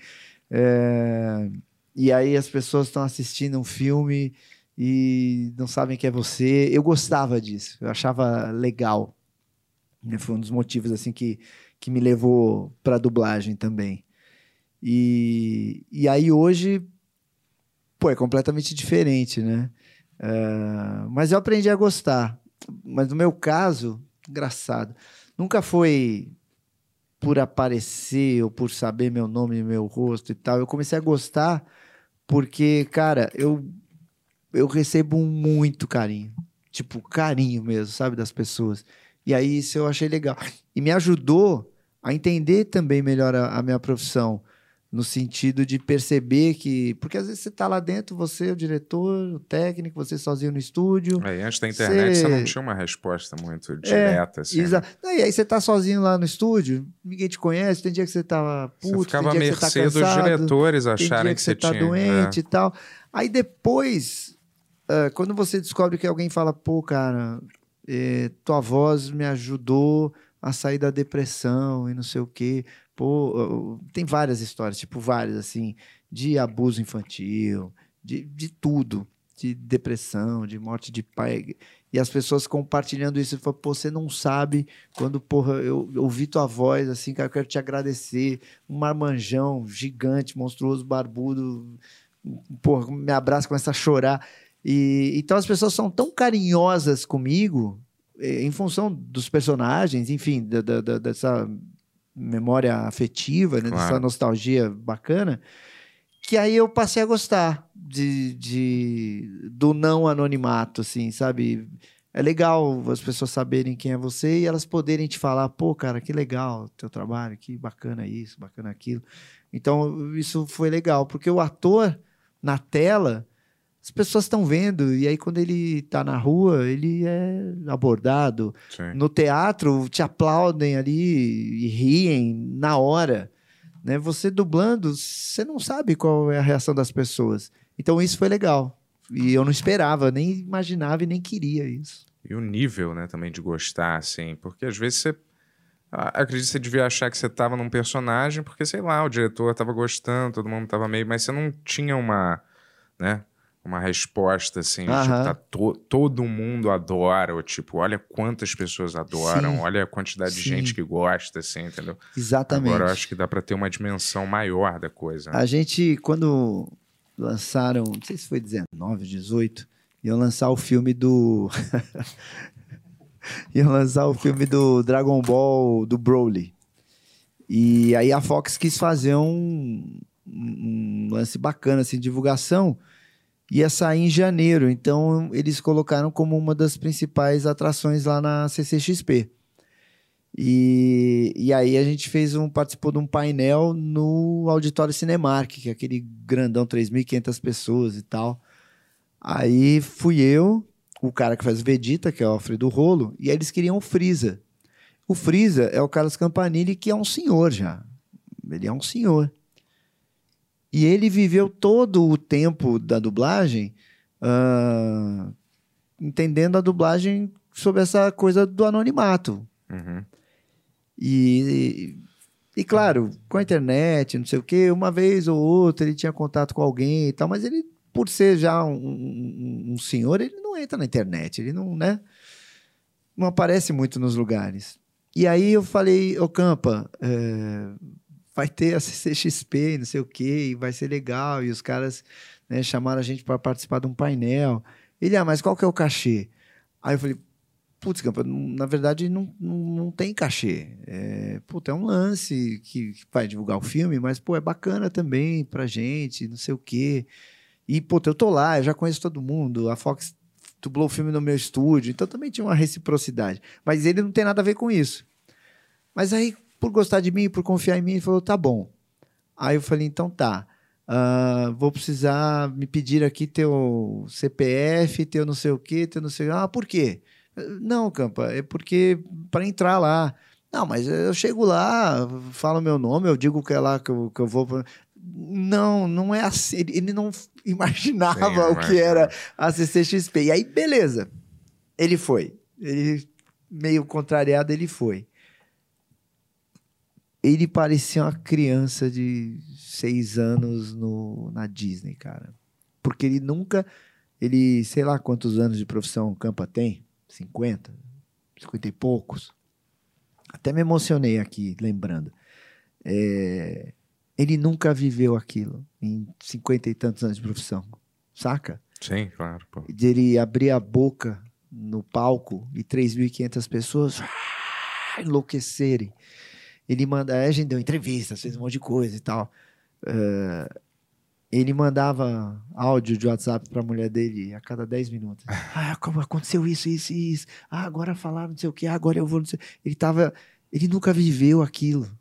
E aí as pessoas estão assistindo um filme e não sabem que é você. Eu gostava disso, eu achava legal. Foi um dos motivos assim que me levou para a dublagem também. E aí hoje, é completamente diferente, né? Mas eu aprendi a gostar. Mas no meu caso, engraçado, nunca foi por aparecer ou por saber meu nome e meu rosto e tal. Eu comecei a gostar porque, cara, eu recebo muito carinho. Tipo, carinho mesmo, sabe? Das pessoas. E aí isso eu achei legal. E me ajudou a entender também melhor a minha profissão. No sentido de perceber que... Porque às vezes você está lá dentro, você, o diretor, o técnico, você sozinho no estúdio. E antes da internet você não tinha uma resposta muito direta. Assim, exato. Né? E aí você está sozinho lá no estúdio, ninguém te conhece, tem dia que você estava puto, você ficava tem dia à que você tá mercê cansado, dos diretores acharem que você tá tinha. Doente e tal. Aí depois, quando você descobre que alguém fala, pô, cara, tua voz me ajudou a sair da depressão e não sei o quê. Pô, tem várias histórias, tipo várias, assim, de abuso infantil, de tudo, de depressão, de morte de pai. E as pessoas compartilhando isso, falam, pô, você não sabe quando, porra, eu ouvi tua voz, assim, cara, eu quero te agradecer. Um marmanjão gigante, monstruoso, barbudo, porra, me abraça, começa a chorar. Então as pessoas são tão carinhosas comigo, em função dos personagens, enfim, dessa memória afetiva, né, dessa nostalgia bacana, que aí eu passei a gostar do não anonimato, assim, sabe? É legal as pessoas saberem quem é você e elas poderem te falar, pô, cara, que legal teu trabalho, que bacana isso, bacana aquilo. Então, isso foi legal, porque o ator, na tela, as pessoas estão vendo, e aí quando ele tá na rua, ele é abordado. Sim. No teatro, te aplaudem ali e riem na hora. Né? Você dublando, você não sabe qual é a reação das pessoas. Então isso foi legal. E eu não esperava, nem imaginava e nem queria isso. E o nível, né, também de gostar, assim, porque às vezes você... Acredito que você devia achar que você estava num personagem, porque, sei lá, o diretor estava gostando, todo mundo estava meio... Mas você não tinha uma, né, uma resposta, assim, de, tipo, todo mundo adora, ou tipo, olha quantas pessoas adoram, Sim. olha a quantidade de gente que gosta, assim, entendeu? Exatamente. Agora eu acho que dá para ter uma dimensão maior da coisa. Né? A gente, quando lançaram, não sei se foi 19, 18, iam lançar o filme do... iam lançar o filme do Dragon Ball, do Broly. E aí a Fox quis fazer um lance bacana, assim, divulgação. Ia sair em janeiro, então eles colocaram como uma das principais atrações lá na CCXP. E aí a gente participou de um painel no Auditório Cinemark, que é aquele grandão, 3.500 pessoas e tal. Aí fui eu, o cara que faz o Vegeta, que é o Alfredo Rolo, e aí eles queriam o Freeza. O Freeza é o Carlos Campanile, que é um senhor já. Ele é um senhor. E ele viveu todo o tempo da dublagem entendendo a dublagem sobre essa coisa do anonimato. Uhum. E claro, com a internet, não sei o quê, uma vez ou outra ele tinha contato com alguém e tal, mas ele, por ser já um senhor, ele não entra na internet, ele não, né, não aparece muito nos lugares. E aí eu falei, ô Campa, vai ter a CCXP, não sei o quê, e vai ser legal, e os caras, né, chamaram a gente para participar de um painel. Ele, mas qual que é o cachê? Aí eu falei, putz, Campa, na verdade não tem cachê. É um lance que vai divulgar o filme, mas, pô, é bacana também pra gente, não sei o quê. E, eu tô lá, eu já conheço todo mundo, a Fox dublou o filme no meu estúdio, então também tinha uma reciprocidade. Mas ele não tem nada a ver com isso. Mas aí, por gostar de mim, por confiar em mim, ele falou, tá bom. Aí eu falei, então tá. Vou precisar me pedir aqui teu CPF, teu não sei o quê, teu não sei... por quê? Não, Campa, é porque para entrar lá. Não, mas eu chego lá, falo meu nome, eu digo que é lá que eu vou... Não é assim. Ele não imaginava o que era a CCXP. E aí, beleza. Ele foi. Ele, meio contrariado, ele foi. Ele parecia uma criança de 6 anos na Disney, cara. Porque ele nunca... sei lá quantos anos de profissão o Campa tem. 50 e poucos. Até me emocionei aqui, lembrando. Ele nunca viveu aquilo em 50 e tantos anos de profissão. Saca? Sim, claro. Pô. De ele abrir a boca no palco e 3.500 pessoas enlouquecerem. Ele a gente deu entrevistas, fez um monte de coisa e tal. Ele mandava áudio de WhatsApp para a mulher dele a cada 10 minutos. Como aconteceu isso, isso e isso. Agora falaram não sei o quê, agora eu vou... Não sei... Ele nunca viveu aquilo.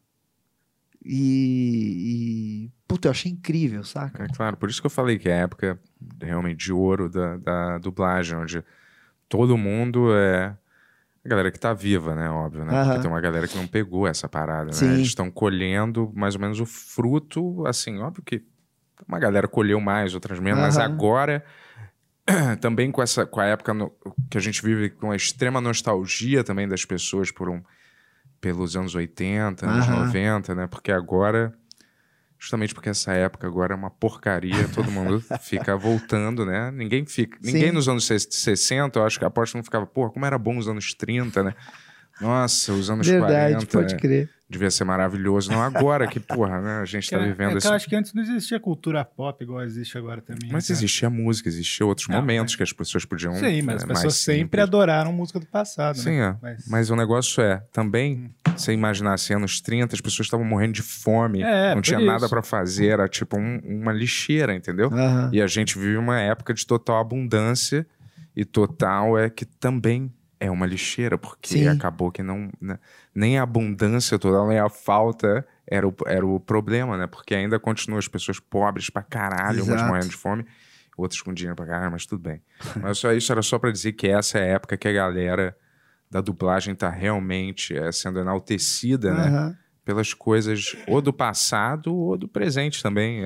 Puta, eu achei incrível, saca? É claro, por isso que eu falei que é a época realmente de ouro da dublagem, onde todo mundo é... A galera que tá viva, né? Óbvio, né? Porque tem uma galera que não pegou essa parada, né? Eles estão colhendo mais ou menos o fruto, assim, óbvio que uma galera colheu mais, outras menos, mas agora também com a época que a gente vive com a extrema nostalgia também das pessoas pelos anos 80, anos 90, né? Porque agora, justamente porque essa época agora é uma porcaria, todo mundo fica voltando, né? Ninguém nos anos 60, eu acho que aposto que não ficava, porra, como era bom os anos 30, né? Nossa, os anos 40, pode crer. Devia ser maravilhoso. Não, agora que, porra, né? A gente tá vivendo eu acho que antes não existia cultura pop igual existe agora também. Mas existia música, existia outros momentos que as pessoas podiam... Sim, mas as pessoas sempre adoraram música do passado, sim, né? Mas o negócio também, você imaginar assim, anos 30, as pessoas estavam morrendo de fome, não tinha nada pra fazer, era tipo uma lixeira, entendeu? E a gente vive uma época de total abundância, e total que também é uma lixeira, porque acabou que não... Né, nem a abundância total, nem a falta era o problema, né? Porque ainda continuam as pessoas pobres pra caralho, umas morrendo de fome, outras com dinheiro pra caralho, mas tudo bem. Mas isso era só pra dizer que essa é a época que a galera da dublagem tá realmente sendo enaltecida, né? Pelas coisas ou do passado ou do presente também.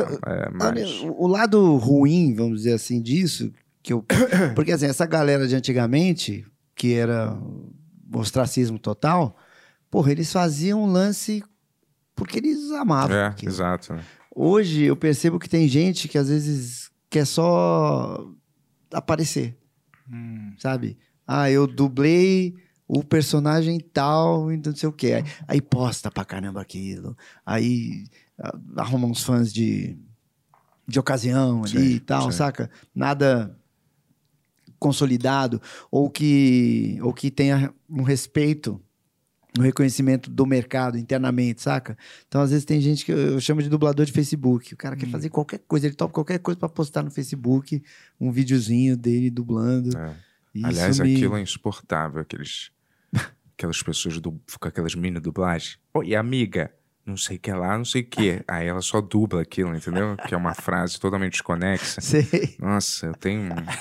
O lado ruim, vamos dizer assim, disso, porque assim, essa galera de antigamente, que era o ostracismo total, porra, eles faziam um lance porque eles amavam aquilo. Exato. Né? Hoje eu percebo que tem gente que às vezes quer só aparecer, sabe? Eu dublei o personagem tal, então não sei o quê. Aí posta pra caramba aquilo. Aí arruma uns fãs de ocasião ali e tal, saca? Nada consolidado, ou que tenha um respeito, um reconhecimento do mercado internamente, saca? Então, às vezes, tem gente que eu chamo de dublador de Facebook. O cara quer fazer qualquer coisa, ele topa qualquer coisa pra postar no Facebook, um videozinho dele dublando. Aliás, aquilo é insuportável, aquelas pessoas com aquelas mini dublagens. Oi, amiga, não sei o que lá, não sei o que. Aí ela só dubla aquilo, entendeu? Que é uma frase totalmente desconexa. Sei. Nossa, eu tenho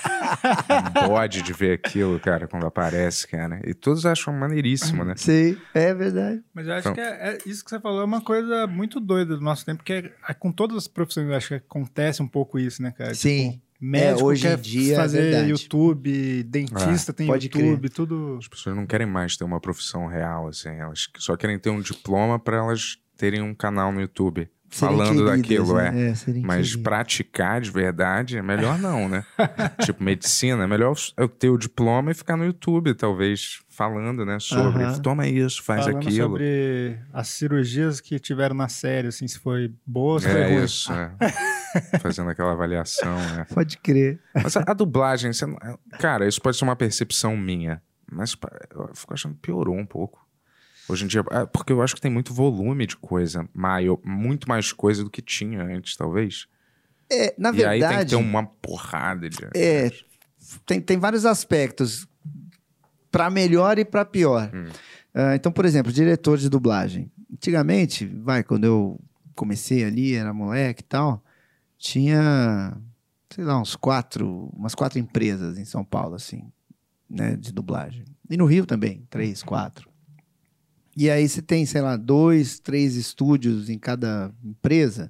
um bode de ver aquilo, cara, quando aparece, cara. E todos acham maneiríssimo, né? Sei, é verdade. Mas eu acho que isso que você falou é uma coisa muito doida do nosso tempo, porque com todas as profissões eu acho que acontece um pouco isso, né, cara? Sim. Tipo, médico hoje quer em dia fazer YouTube, dentista tem YouTube, crer. Tudo... As pessoas não querem mais ter uma profissão real, assim. Elas só querem ter um diploma para elas terem um canal no YouTube falando daquilo, mas praticar de verdade é melhor não, né? Tipo, medicina, é melhor eu ter o diploma e ficar no YouTube, talvez, falando, né? Sobre, toma isso, faz falando aquilo. Sobre as cirurgias que tiveram na série, assim, se foi boa, se foi ruim. Isso, fazendo aquela avaliação, né? Pode crer. Mas a dublagem, cara, isso pode ser uma percepção minha, mas eu fico achando que piorou um pouco. Hoje em dia, porque eu acho que tem muito volume de coisa, muito mais coisa do que tinha antes, talvez. Na verdade... E aí tem que ter uma porrada de... Tem vários aspectos, para melhor e para pior. Então, por exemplo, diretor de dublagem. Antigamente, quando eu comecei ali, era moleque e tal, tinha, sei lá, umas quatro empresas em São Paulo, assim, né, de dublagem. E no Rio também, 3, 4. E aí você tem, sei lá, 2, 3 estúdios em cada empresa.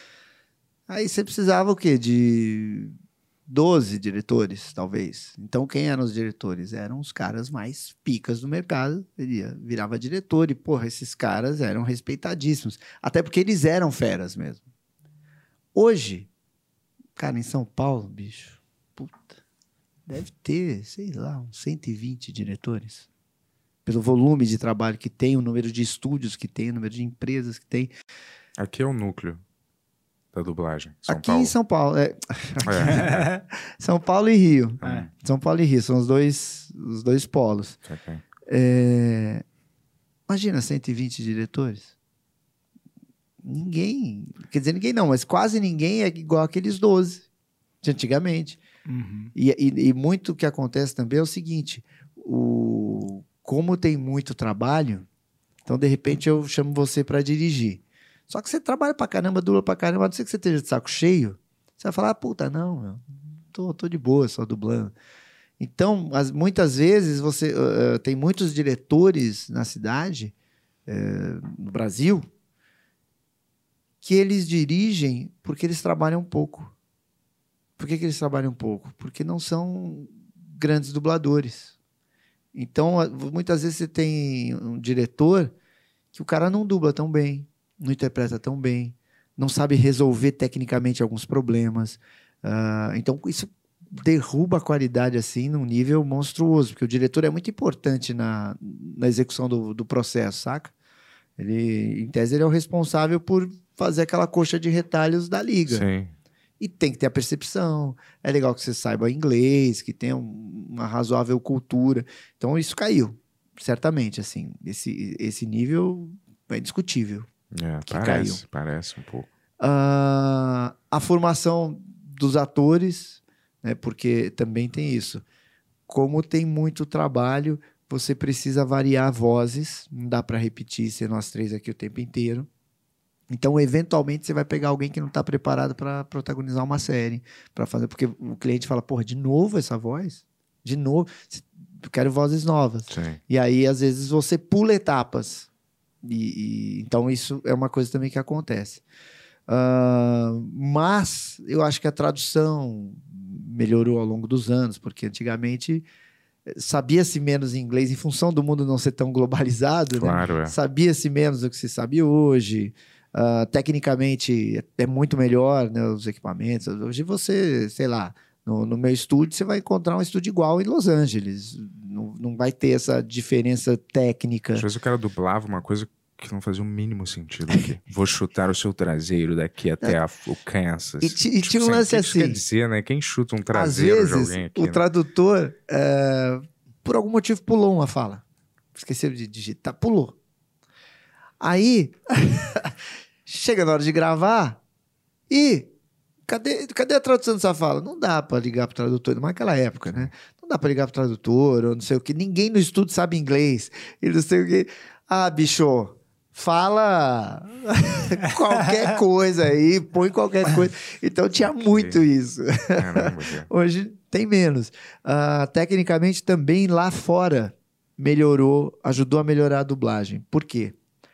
Aí você precisava o quê? De 12 diretores, talvez. Então, quem eram os diretores? Eram os caras mais picas do mercado. Ele virava diretor e, porra, esses caras eram respeitadíssimos. Até porque eles eram feras mesmo. Hoje, cara, em São Paulo, bicho, puta, deve ter, sei lá, uns 120 diretores. Pelo volume de trabalho que tem, o número de estúdios que tem, o número de empresas que tem. Aqui é o núcleo da dublagem. Aqui em São Paulo. São Paulo e Rio. São Paulo e Rio, são os dois polos. Imagina 120 diretores. Ninguém, quer dizer, ninguém não, mas quase ninguém é igual aqueles 12 de antigamente. E muito que acontece também é o seguinte, como tem muito trabalho, então, de repente, eu chamo você para dirigir. Só que você trabalha pra caramba, dubla pra caramba, a não ser que você esteja de saco cheio, você vai falar, puta, não, meu, tô de boa, só dublando. Então, muitas vezes, você tem muitos diretores na cidade, no Brasil, que eles dirigem porque eles trabalham pouco. Por que eles trabalham pouco? Porque não são grandes dubladores. Então, muitas vezes você tem um diretor que o cara não dubla tão bem, não interpreta tão bem, não sabe resolver tecnicamente alguns problemas. Então, isso derruba a qualidade assim num nível monstruoso, porque o diretor é muito importante na execução do processo, saca? Ele, em tese, ele é o responsável por fazer aquela coxa de retalhos da liga. Sim. E tem que ter a percepção. É legal que você saiba inglês, que tenha uma razoável cultura. Então, isso caiu, certamente. Assim, esse nível é indiscutível. Parece um pouco. A formação dos atores, né, porque também tem isso. Como tem muito trabalho, você precisa variar vozes. Não dá para repetir ser nós três aqui o tempo inteiro. Então, eventualmente, você vai pegar alguém que não está preparado para protagonizar uma série, para fazer, porque o cliente fala, porra, de novo essa voz? De novo? Eu quero vozes novas. Sim. E aí, às vezes, você pula etapas. Então, isso é uma coisa também que acontece. Mas, eu acho que a tradução melhorou ao longo dos anos, porque antigamente sabia-se menos inglês em função do mundo não ser tão globalizado, claro, né? Sabia-se menos do que se sabe hoje. Tecnicamente é muito melhor, né, os equipamentos. Hoje você, sei lá, no meu estúdio você vai encontrar um estúdio igual em Los Angeles. Não vai ter essa diferença técnica. Às vezes o cara dublava uma coisa que não fazia o mínimo sentido aqui. Vou chutar o seu traseiro daqui até o Kansas. E tinha um lance assim. Quer dizer, né? Quem chuta um traseiro às vezes, de alguém aqui? O tradutor, por algum motivo, pulou uma fala. Esqueceu de digitar, pulou. Aí, chega na hora de gravar e cadê a tradução dessa fala? Não dá pra ligar pro tradutor, não é naquela época, né? Não dá pra ligar pro tradutor ou não sei o que. Ninguém no estúdio sabe inglês e não sei o que. Ah, bicho, fala qualquer coisa aí, põe qualquer coisa. Então tinha muito isso. Hoje tem menos. Tecnicamente também lá fora melhorou, ajudou a melhorar a dublagem. Por quê?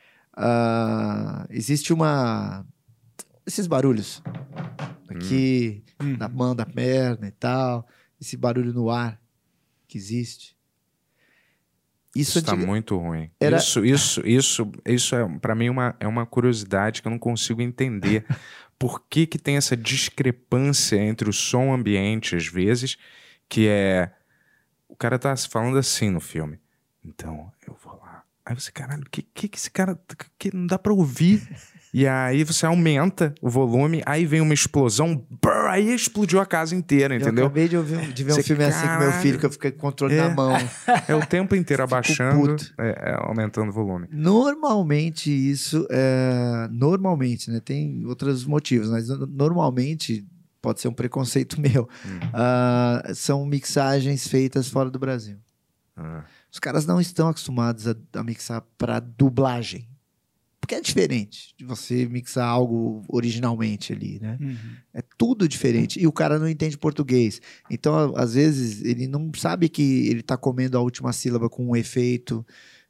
Existe esses barulhos aqui na mão, da perna e tal, esse barulho no que existe. Isso está muito ruim. Isso é para mim é uma curiosidade que eu não consigo entender. Por que tem essa discrepância entre o som ambiente às vezes, que é o cara tá falando assim no filme. Então, eu vou lá. Aí você, caralho, que esse cara... que não dá pra ouvir. E aí você aumenta o volume, aí vem uma explosão, aí explodiu a casa inteira, entendeu? Eu acabei de ver um filme assim com meu filho, que eu fiquei com o controle na mão. É o tempo inteiro abaixando, aumentando o volume. Normalmente isso... Normalmente, né? Tem outros motivos, mas normalmente... Pode ser um preconceito meu. São mixagens feitas fora do Brasil. Os caras não estão acostumados a mixar para dublagem. Porque é diferente de você mixar algo originalmente ali, né? É tudo diferente. E o cara não entende português. Então, às vezes, ele não sabe que ele está comendo a última sílaba com um efeito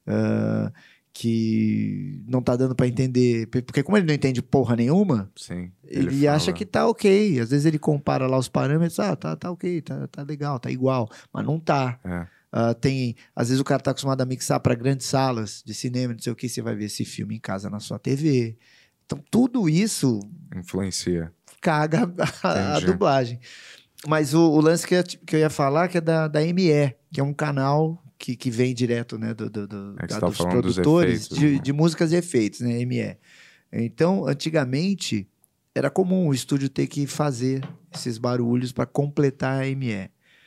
que não tá dando para entender. Porque como ele não entende porra nenhuma, sim, ele acha que tá ok. Às vezes ele compara lá os parâmetros, tá ok, tá legal, tá igual. Mas não tá. Às vezes o cara tá acostumado a mixar para grandes salas de cinema, não sei o que, você vai ver esse filme em casa na sua TV. Então tudo isso influencia, caga a dublagem. Mas o lance que eu ia falar que é da ME, que é um canal que vem direto, né, dos produtores de músicas e efeitos, né, ME. Então, antigamente, era comum o estúdio ter que fazer esses barulhos para completar a ME.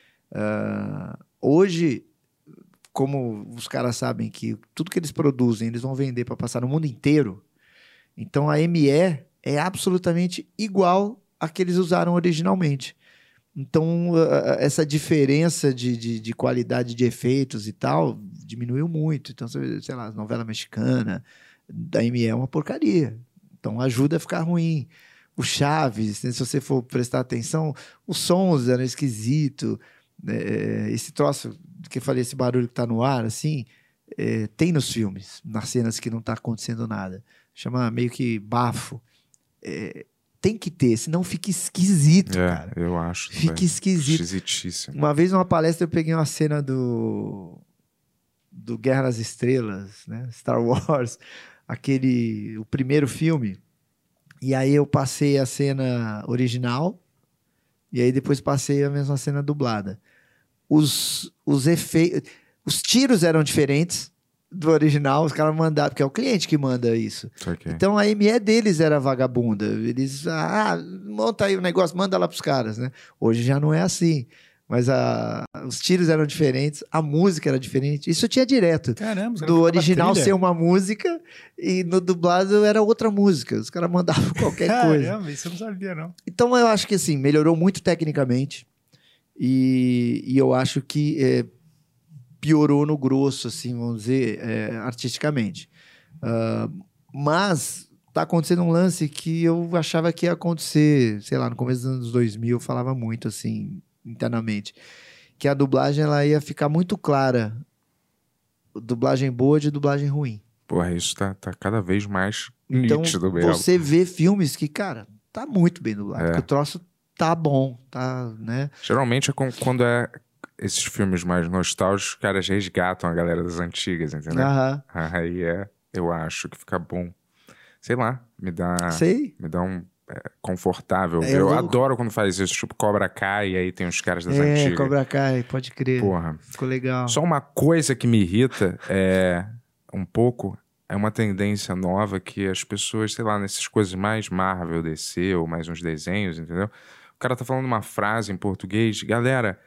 Hoje, como os caras sabem que tudo que eles produzem, eles vão vender para passar no mundo inteiro, então a ME é absolutamente igual a que eles usaram originalmente. Então, essa diferença de qualidade de efeitos e tal diminuiu muito. Então, sei lá, a novela mexicana da ME é uma porcaria. Então, ajuda a ficar ruim. O Chaves, se você for prestar atenção, os sons eram esquisitos. Esse troço, que eu falei, esse barulho que está no ar, assim, tem nos filmes, nas cenas que não está acontecendo nada. Chama meio que bafo. tem que ter, senão fica esquisito, cara. Eu acho. Fica esquisito. Esquisitíssimo. Uma vez numa palestra eu peguei uma cena do Guerra nas Estrelas, né? Star Wars, o primeiro filme. E aí eu passei a cena original e aí depois passei a mesma cena dublada. Os efeitos, os tiros eram diferentes do original, os caras mandaram, porque é o cliente que manda isso. Okay. Então a ME deles era vagabunda. Eles, monta aí o negócio, manda lá pros caras, né? Hoje já não é assim. Mas os tiros eram diferentes, a música era diferente. Isso tinha direto. Caramba, do original ser uma música e no dublado era outra música. Os caras mandavam qualquer coisa. Caramba, isso eu não sabia, não. Então eu acho que assim, melhorou muito tecnicamente e eu acho que piorou no grosso, assim, vamos dizer, artisticamente. Mas tá acontecendo um lance que eu achava que ia acontecer, sei lá, no começo dos anos 2000, eu falava muito assim, internamente, que a dublagem ela ia ficar muito clara. Dublagem boa de dublagem ruim. Porra, isso tá cada vez mais então, nítido mesmo. Você vê filmes que, cara, tá muito bem dublado. Que o troço tá bom, tá, né? Geralmente é quando é esses filmes mais nostálgicos, os caras resgatam a galera das antigas, entendeu? Aí eu acho que fica bom. Sei lá, me dá um confortável. Eu adoro quando faz isso, tipo Cobra Kai, e aí tem os caras das antigas. Cobra Kai, pode crer. Porra. Ficou legal. Só uma coisa que me irrita um pouco, é uma tendência nova que as pessoas, sei lá, nessas coisas mais Marvel, DC, ou mais uns desenhos, entendeu? O cara tá falando uma frase em português, galera,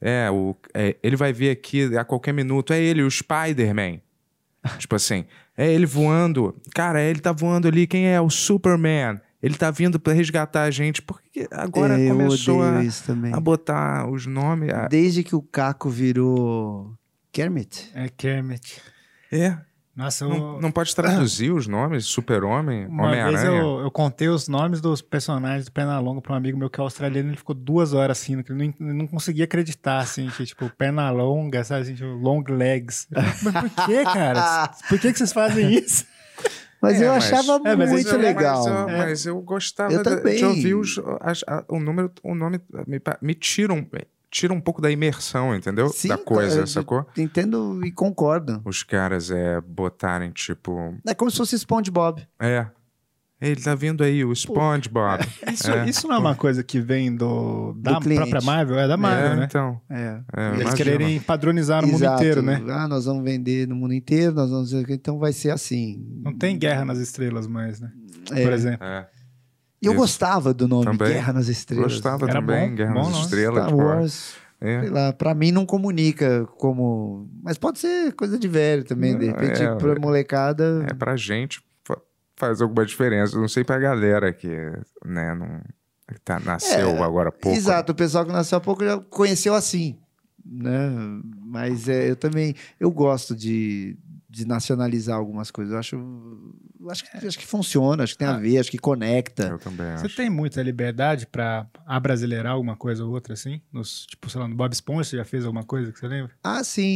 ele vai vir aqui a qualquer minuto, é ele, o Spider-Man. Tipo assim, é ele voando, cara, ele tá voando ali, quem é? O Superman. Ele tá vindo pra resgatar a gente, porque agora começou a botar os nomes. Desde que o Caco virou Kermit. Kermit. Nossa, não pode traduzir os nomes? Super-Homem, Homem-Aranha? Uma vez eu contei os nomes dos personagens do Pernalonga para um amigo meu que é australiano, ele ficou 2 horas assim, ele não conseguia acreditar, assim, que tipo, Pernalonga, sabe, assim, tipo, long legs. Mas por que, cara? Por que vocês fazem isso? Mas eu achava muito legal. Mas eu gostava de ouvir o nome me tira um pouco da imersão, entendeu? Sim, da coisa, sacou? Entendo e concordo. Os caras botarem, tipo... É como se fosse SpongeBob. Ele tá vindo aí, o SpongeBob. Isso não é uma coisa que vem da própria Marvel? É da Marvel, né? Então. Eles quererem padronizar no mundo inteiro, né? Nós vamos vender no mundo inteiro, então vai ser assim. Não tem Guerra nas Estrelas mais, né? Por exemplo. E eu gostava do nome também. Guerra nas Estrelas. Gostava também, Guerra nas Estrelas. Star Wars, sei lá, pra mim não comunica como... Mas pode ser coisa de velho também, de repente, pra molecada... Pra gente faz alguma diferença. Não sei pra galera que, né, nasceu agora há pouco. Exato, o pessoal que nasceu há pouco já conheceu assim, né? Mas eu gosto de nacionalizar algumas coisas. Eu acho que funciona, acho que tem a ver, acho que conecta. Eu também acho. Você tem muita liberdade pra abrasileirar alguma coisa ou outra, assim? Tipo, sei lá, no Bob Esponja você já fez alguma coisa que você lembra? Sim.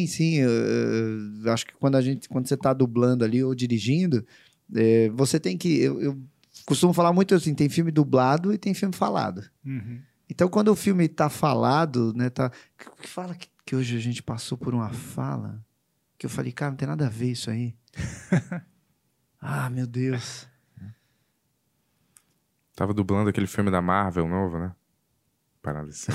Eu acho que quando você tá dublando ali ou dirigindo, você tem que... Eu costumo falar muito assim, tem filme dublado e tem filme falado. Uhum. Então, quando o filme tá falado, né, que fala que hoje a gente passou por uma fala que eu falei, cara, não tem nada a ver isso aí. Meu Deus. Tava dublando aquele filme da Marvel novo, né? Parada assim.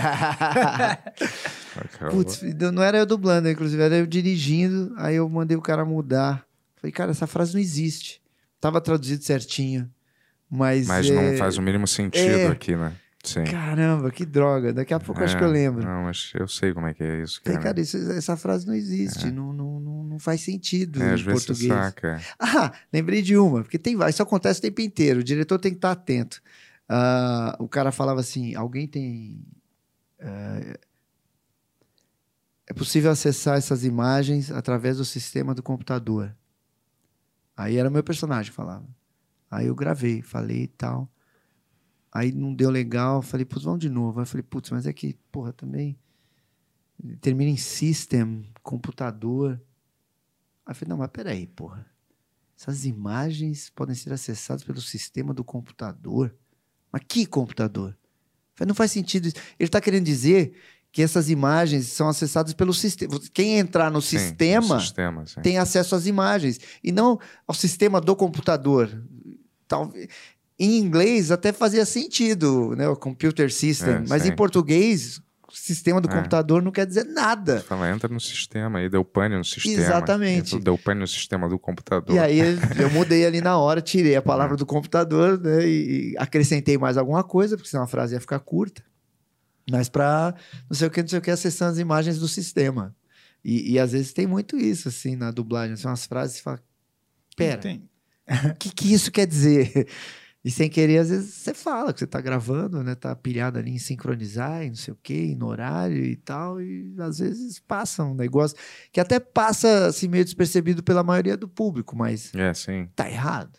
Putz, não era eu dublando, inclusive, era eu dirigindo, aí eu mandei o cara mudar. Falei, cara, essa frase não existe. Tava traduzido certinho, mas não faz o mínimo sentido aqui, né? Sim. Caramba, que droga. Daqui a pouco acho que eu lembro. Não, mas eu sei como é que é isso. Cara, essa frase não existe. Não faz sentido às em vezes português. Você saca. Lembrei de uma. Porque isso acontece o tempo inteiro. O diretor tem que estar atento. O cara falava assim, alguém tem... É possível acessar essas imagens através do sistema do computador. Aí era o meu personagem que falava. Aí eu gravei, falei e tal. Aí não deu legal, falei, putz, vamos de novo. Aí eu falei, putz, mas é que, porra, também termina em system, computador. Aí eu falei, não, mas peraí, porra. Essas imagens podem ser acessadas pelo sistema do computador. Mas que computador? Não faz sentido isso. Ele está querendo dizer que essas imagens são acessadas pelo sistema. Quem entrar no sistema tem acesso às imagens, e não ao sistema do computador. Talvez, em inglês até fazia sentido, né? O computer system, mas em português, o sistema do computador não quer dizer nada. Você fala, entra no sistema, aí deu pane no sistema. Exatamente. Deu pane no sistema do computador. E aí eu mudei ali na hora, tirei a palavra do computador, né? E acrescentei mais alguma coisa, porque senão a frase ia ficar curta. Mas para não sei o que, acessando as imagens do sistema. E às vezes tem muito isso, assim, na dublagem. São umas frases que você fala, pera, o que isso quer dizer? E sem querer, às vezes, você fala que você tá gravando, né? Tá pilhado ali em sincronizar e não sei o quê, no horário e tal. E às vezes passa um negócio que até passa, assim, meio despercebido pela maioria do público, mas sim. tá errado.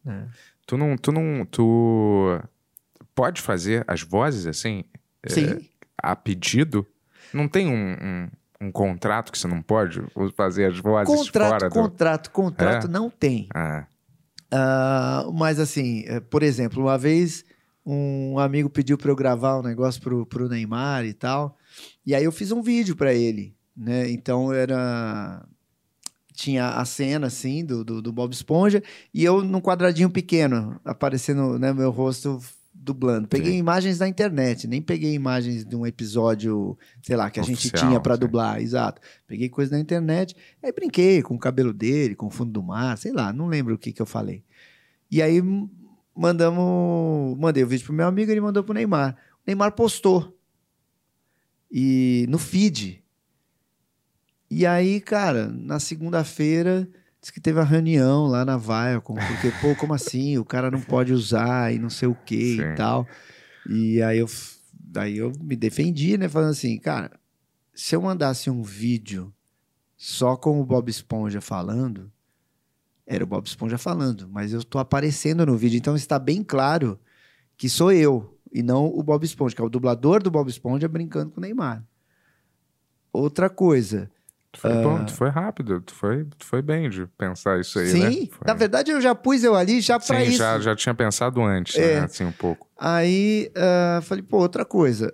Tu pode fazer as vozes, assim... Sim. A pedido? Não tem um contrato que você não pode fazer as vozes fora do... Contrato não tem. Mas assim, por exemplo, uma vez um amigo pediu para eu gravar um negócio pro Neymar e tal, e aí eu fiz um vídeo para ele, né? Então tinha a cena assim do Bob Esponja e eu num quadradinho pequeno aparecendo, né, meu rosto dublando. Peguei imagens da internet, nem peguei imagens de um episódio, sei lá, que a gente tinha para dublar, exato. Peguei coisa da internet, aí brinquei com o cabelo dele, com o fundo do mar, sei lá, não lembro o que eu falei. E aí mandei o vídeo pro meu amigo, ele mandou pro Neymar. O Neymar postou. E no feed. E aí, cara, na segunda-feira, disse que teve uma reunião lá na Viacom, porque, pô, como assim? O cara não pode usar e não sei o quê e tal. E aí eu me defendi, né? Falando assim, cara, se eu mandasse um vídeo só com o Bob Esponja falando, era o Bob Esponja falando, mas eu tô aparecendo no vídeo, então está bem claro que sou eu, e não o Bob Esponja, que é o dublador do Bob Esponja brincando com o Neymar. Outra coisa... Foi bom, tu foi rápido, tu foi bem de pensar isso aí, né? Sim, na verdade eu já pus eu ali já pra isso. Sim, já tinha pensado antes, né? Assim, um pouco. Aí, falei, pô, outra coisa,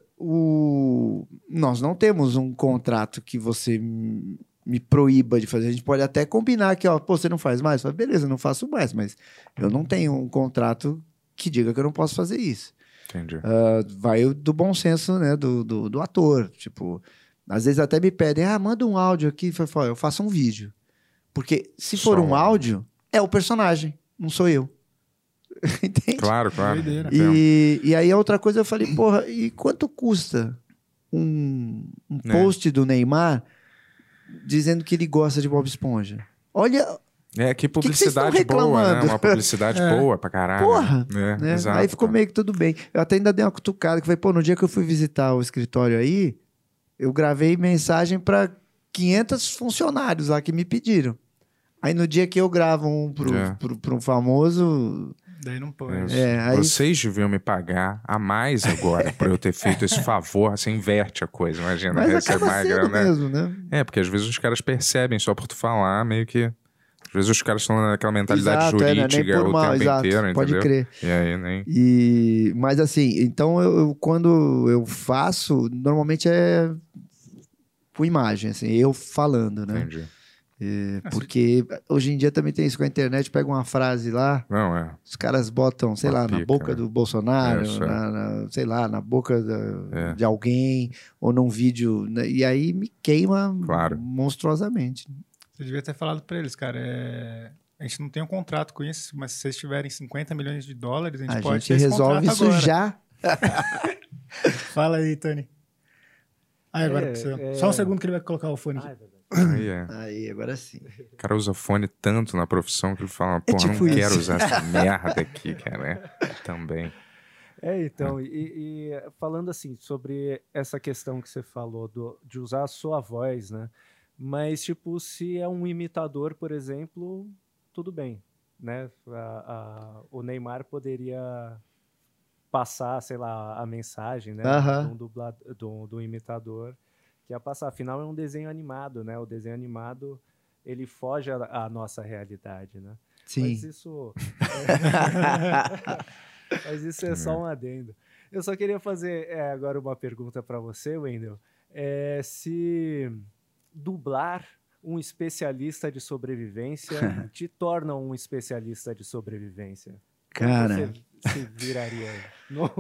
nós não temos um contrato que você me proíba de fazer, a gente pode até combinar que, ó, pô, você não faz mais? Eu falei, beleza, não faço mais, mas eu não tenho um contrato que diga que eu não posso fazer isso. Entendi. Vai do bom senso, né, do ator, tipo... Às vezes até me pedem, manda um áudio aqui. Eu faço um vídeo. Porque se for um áudio, é o personagem, não sou eu. Entende? Claro. E aí a outra coisa eu falei, porra, e quanto custa um post do Neymar dizendo que ele gosta de Bob Esponja? Olha... que publicidade boa, né? Uma publicidade boa pra caralho. Porra! Né? Exato, aí ficou meio que tudo bem. Eu até ainda dei uma cutucada, que falei, pô, no dia que eu fui visitar o escritório aí, eu gravei mensagem para 500 funcionários lá que me pediram. Aí no dia que eu gravo um pro um famoso... Daí não pode. Aí... Vocês deviam me pagar a mais agora por eu ter feito esse favor. Você inverte a coisa, imagina. Mas acaba mais sendo grana, mesmo, né? Porque às vezes os caras percebem só por tu falar, meio que... Às vezes os caras estão naquela mentalidade jurídica o tempo inteiro, pode entendeu? Crer. E aí nem... Mas assim, então eu quando eu faço, normalmente é com imagem, assim, eu falando, né? Entendi. Porque hoje em dia também tem isso, com a internet, pega uma frase lá, os caras botam, sei lá, na boca do Bolsonaro, sei lá, na boca de alguém, ou num vídeo, né? E aí me queima monstruosamente. Você devia ter falado pra eles, cara, a gente não tem um contrato com isso, mas se vocês tiverem 50 milhões de dólares, a gente pode ter esse contrato resolve isso agora. já. Fala aí, Tony. Agora só um segundo que ele vai colocar o fone aqui. Aí, agora sim. O cara usa fone tanto na profissão que ele fala, porra, tipo não quero usar essa merda aqui, cara, também. Então, e falando assim, sobre essa questão que você falou de usar a sua voz, né? Mas, tipo, se é um imitador, por exemplo, tudo bem, né? O Neymar poderia passar, sei lá, a mensagem, né? Do imitador que ia passar. Afinal, é um desenho animado, né? O desenho animado, ele foge à nossa realidade, né? Sim. Mas isso... Mas isso é só um adendo. Eu só queria fazer agora uma pergunta para você, Wendel. Se dublar um especialista de sobrevivência te torna um especialista de sobrevivência? Cara... Você se viraria? Não.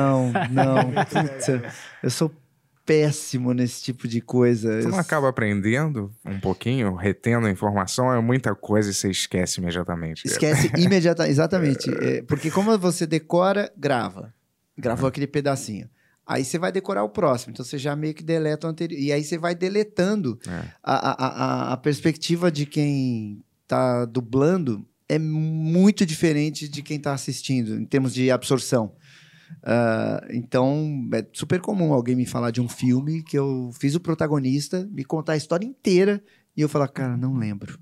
Puta, eu sou péssimo nesse tipo de coisa. Você não acaba aprendendo um pouquinho, retendo a informação, é muita coisa e você esquece imediatamente. Esquece imediatamente, exatamente. Porque como você decora, gravou aquele pedacinho. Aí você vai decorar o próximo, então você já meio que deleta o anterior. E aí você vai deletando. A perspectiva de quem tá dublando é muito diferente de quem tá assistindo, em termos de absorção. Então, é super comum alguém me falar de um filme que eu fiz o protagonista, me contar a história inteira, e eu falar, cara, não lembro.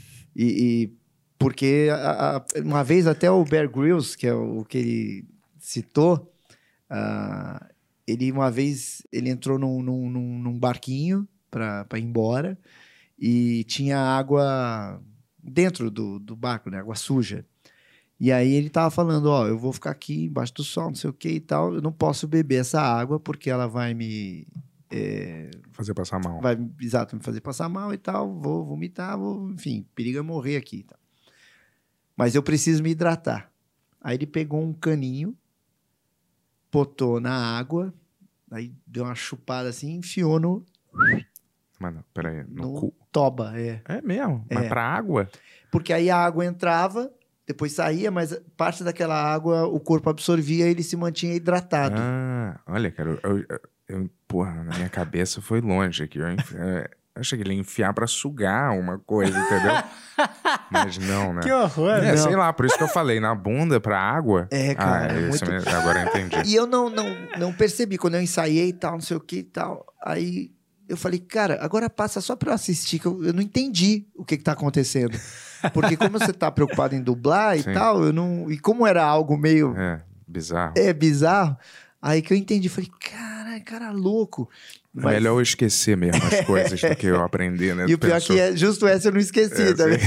Porque uma vez até o Bear Grylls, que é o que ele citou, ele uma vez ele entrou num barquinho para ir embora, e tinha água dentro do barco, né? Água suja. E aí ele tava falando, eu vou ficar aqui embaixo do sol, não sei o que e tal, eu não posso beber essa água porque ela vai me... fazer passar mal. Exato, me fazer passar mal e tal, vou vomitar, enfim, perigo é morrer aqui e tal. Mas eu preciso me hidratar. Aí ele pegou um caninho, botou na água, aí deu uma chupada assim, enfiou no... Mano, peraí, no cu? Toba, É mesmo? Mas pra água? Porque aí a água entrava, depois saía, mas parte daquela água o corpo absorvia e ele se mantinha hidratado. Olha, cara, porra, na minha cabeça foi longe aqui. Eu achei que ele ia enfiar pra sugar uma coisa, entendeu? Mas não, né? Que horror! Sei lá, por isso que eu falei, na bunda pra água. Cara. Agora eu entendi. E eu não percebi, quando eu ensaiei e tal, não sei o que e tal, aí... Eu falei, cara, agora passa só pra eu assistir, que eu não entendi o que tá acontecendo. Porque como você tá preocupado em dublar e tal, eu não... E como era algo meio... bizarro. Bizarro. Aí que eu entendi, falei, cara louco. Mas... Melhor eu esquecer mesmo as coisas do que eu aprender, né? E o pior que justo essa eu não esqueci também.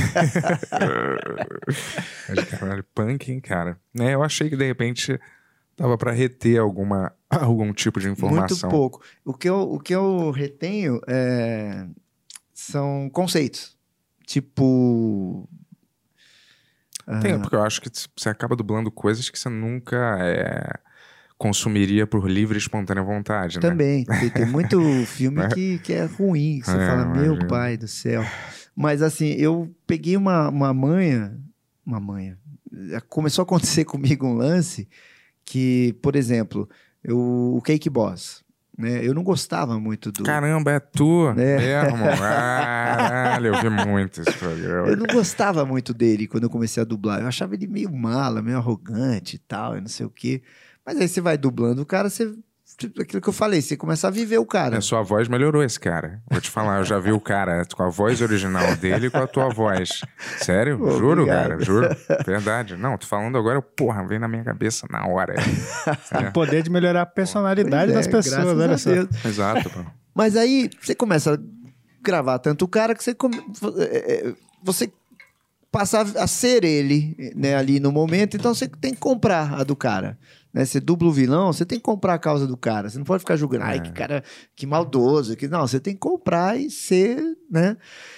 Caralho, punk, hein, cara. Eu achei que de repente... Dava para reter algum tipo de informação. Muito pouco. O que eu retenho são conceitos. Tipo... Porque eu acho que você acaba dublando coisas que você nunca consumiria por livre e espontânea vontade, né? Também. Tem muito filme que é ruim. Que você fala, meu pai do céu. Mas assim, eu peguei uma manha... Começou a acontecer comigo um lance... Que, por exemplo, o Cake Boss, né? Eu não gostava muito do... Caramba, é tu mesmo? Caralho, eu vi muito esse programa. Eu não gostava muito dele quando eu comecei a dublar. Eu achava ele meio mala, meio arrogante e tal, e não sei o quê. Mas aí você vai dublando o cara, aquilo que eu falei, você começa a viver o cara. A sua voz melhorou esse cara. Vou te falar, eu já vi o cara com a voz original dele e com a tua voz. Sério? Juro, cara, juro. Verdade. Não, tô falando agora, porra, vem na minha cabeça na hora. O poder de melhorar a personalidade das pessoas, olha só. Exato, pô. Mas aí você começa a gravar tanto o cara que você passa a ser ele, né, ali no momento, então você tem que comprar a do cara. Né? Você dubla o vilão, você tem que comprar a causa do cara. Você não pode ficar julgando, ai, que cara, que maldoso. Não, você tem que comprar e ser, né?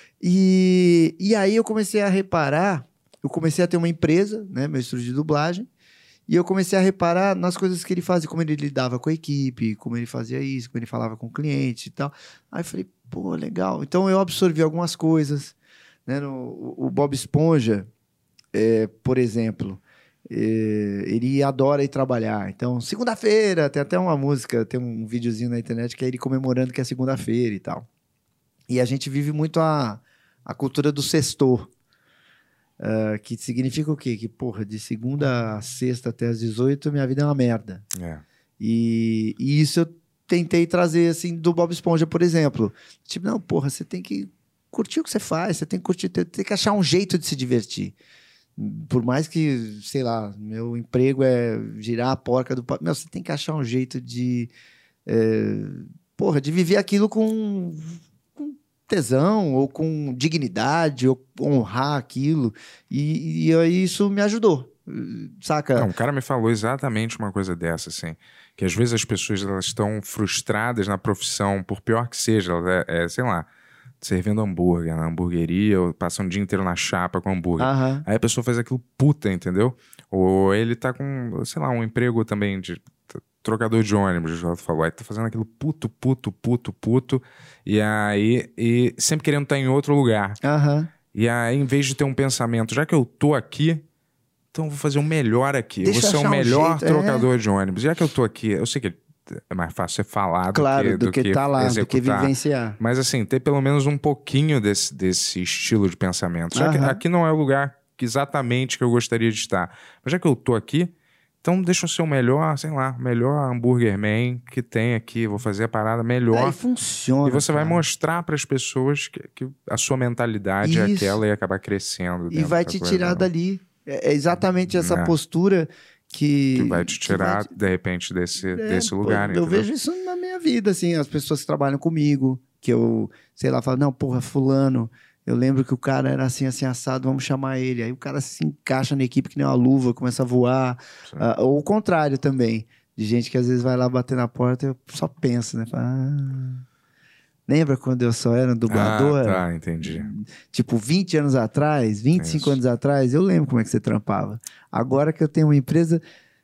E aí eu comecei a reparar, eu comecei a ter uma empresa, né, meu estúdio de dublagem, e eu comecei a reparar nas coisas que ele fazia, como ele lidava com a equipe, como ele fazia isso, como ele falava com o cliente e tal. Aí eu falei, pô, legal. Então eu absorvi algumas coisas, né? O Bob Esponja, por exemplo... ele adora ir trabalhar. Então, segunda-feira, tem até uma música, tem um videozinho na internet que é ele comemorando que é segunda-feira e tal. E a gente vive muito a cultura do sextor, que significa o quê? Que, porra, de segunda a sexta até às 18, minha vida é uma merda. E isso eu tentei trazer, assim, do Bob Esponja, por exemplo. Tipo, não, porra, você tem que curtir o que você faz, você tem que curtir, tem que achar um jeito de se divertir. Por mais que, sei lá, meu emprego é girar a porca do... Meu, você tem que achar um jeito de... de viver aquilo com tesão, ou com dignidade, ou honrar aquilo. E aí isso me ajudou. saca? Não, um cara me falou exatamente uma coisa dessa, assim, que às vezes as pessoas elas estão frustradas na profissão, por pior que seja, sei lá, servindo hambúrguer na hamburgueria, ou passando o dia inteiro na chapa com hambúrguer. Aí a pessoa faz aquilo puta, entendeu? Ou ele tá com, sei lá, um emprego também de trocador de ônibus, o falou, aí tá fazendo aquilo puto, e aí sempre querendo estar em outro lugar. E aí, em vez de ter um pensamento, já que eu tô aqui, então eu vou fazer o melhor aqui. Eu vou ser o melhor trocador de ônibus. Já que eu tô aqui, eu sei que é mais fácil ser falar do que tá lá, executar. do que vivenciar. Mas assim, ter pelo menos um pouquinho desse estilo de pensamento. Já que aqui não é o lugar exatamente que eu gostaria de estar. Mas já que eu tô aqui, então deixa eu ser o melhor, sei lá, o melhor hambúrguer man que tem aqui. Vou fazer a parada melhor. Aí funciona. E você vai mostrar para as pessoas que a sua mentalidade é aquela e acabar crescendo. E vai te tirar dali. É exatamente essa postura que vai te tirar, de repente, desse lugar. Eu vejo isso na minha vida, assim, as pessoas que trabalham comigo, que eu, sei lá, falo, não, porra, fulano, eu lembro que o cara era assim, assim, assado, vamos chamar ele. Aí o cara se encaixa na equipe que nem uma luva, começa a voar. Ou o contrário também, de gente que às vezes vai lá bater na porta e eu só penso, né? Fala, lembra quando eu só era um dublador? Tá, entendi. Tipo, 20 anos atrás, 25 anos atrás, eu lembro como é que você trampava. Agora que eu tenho uma empresa...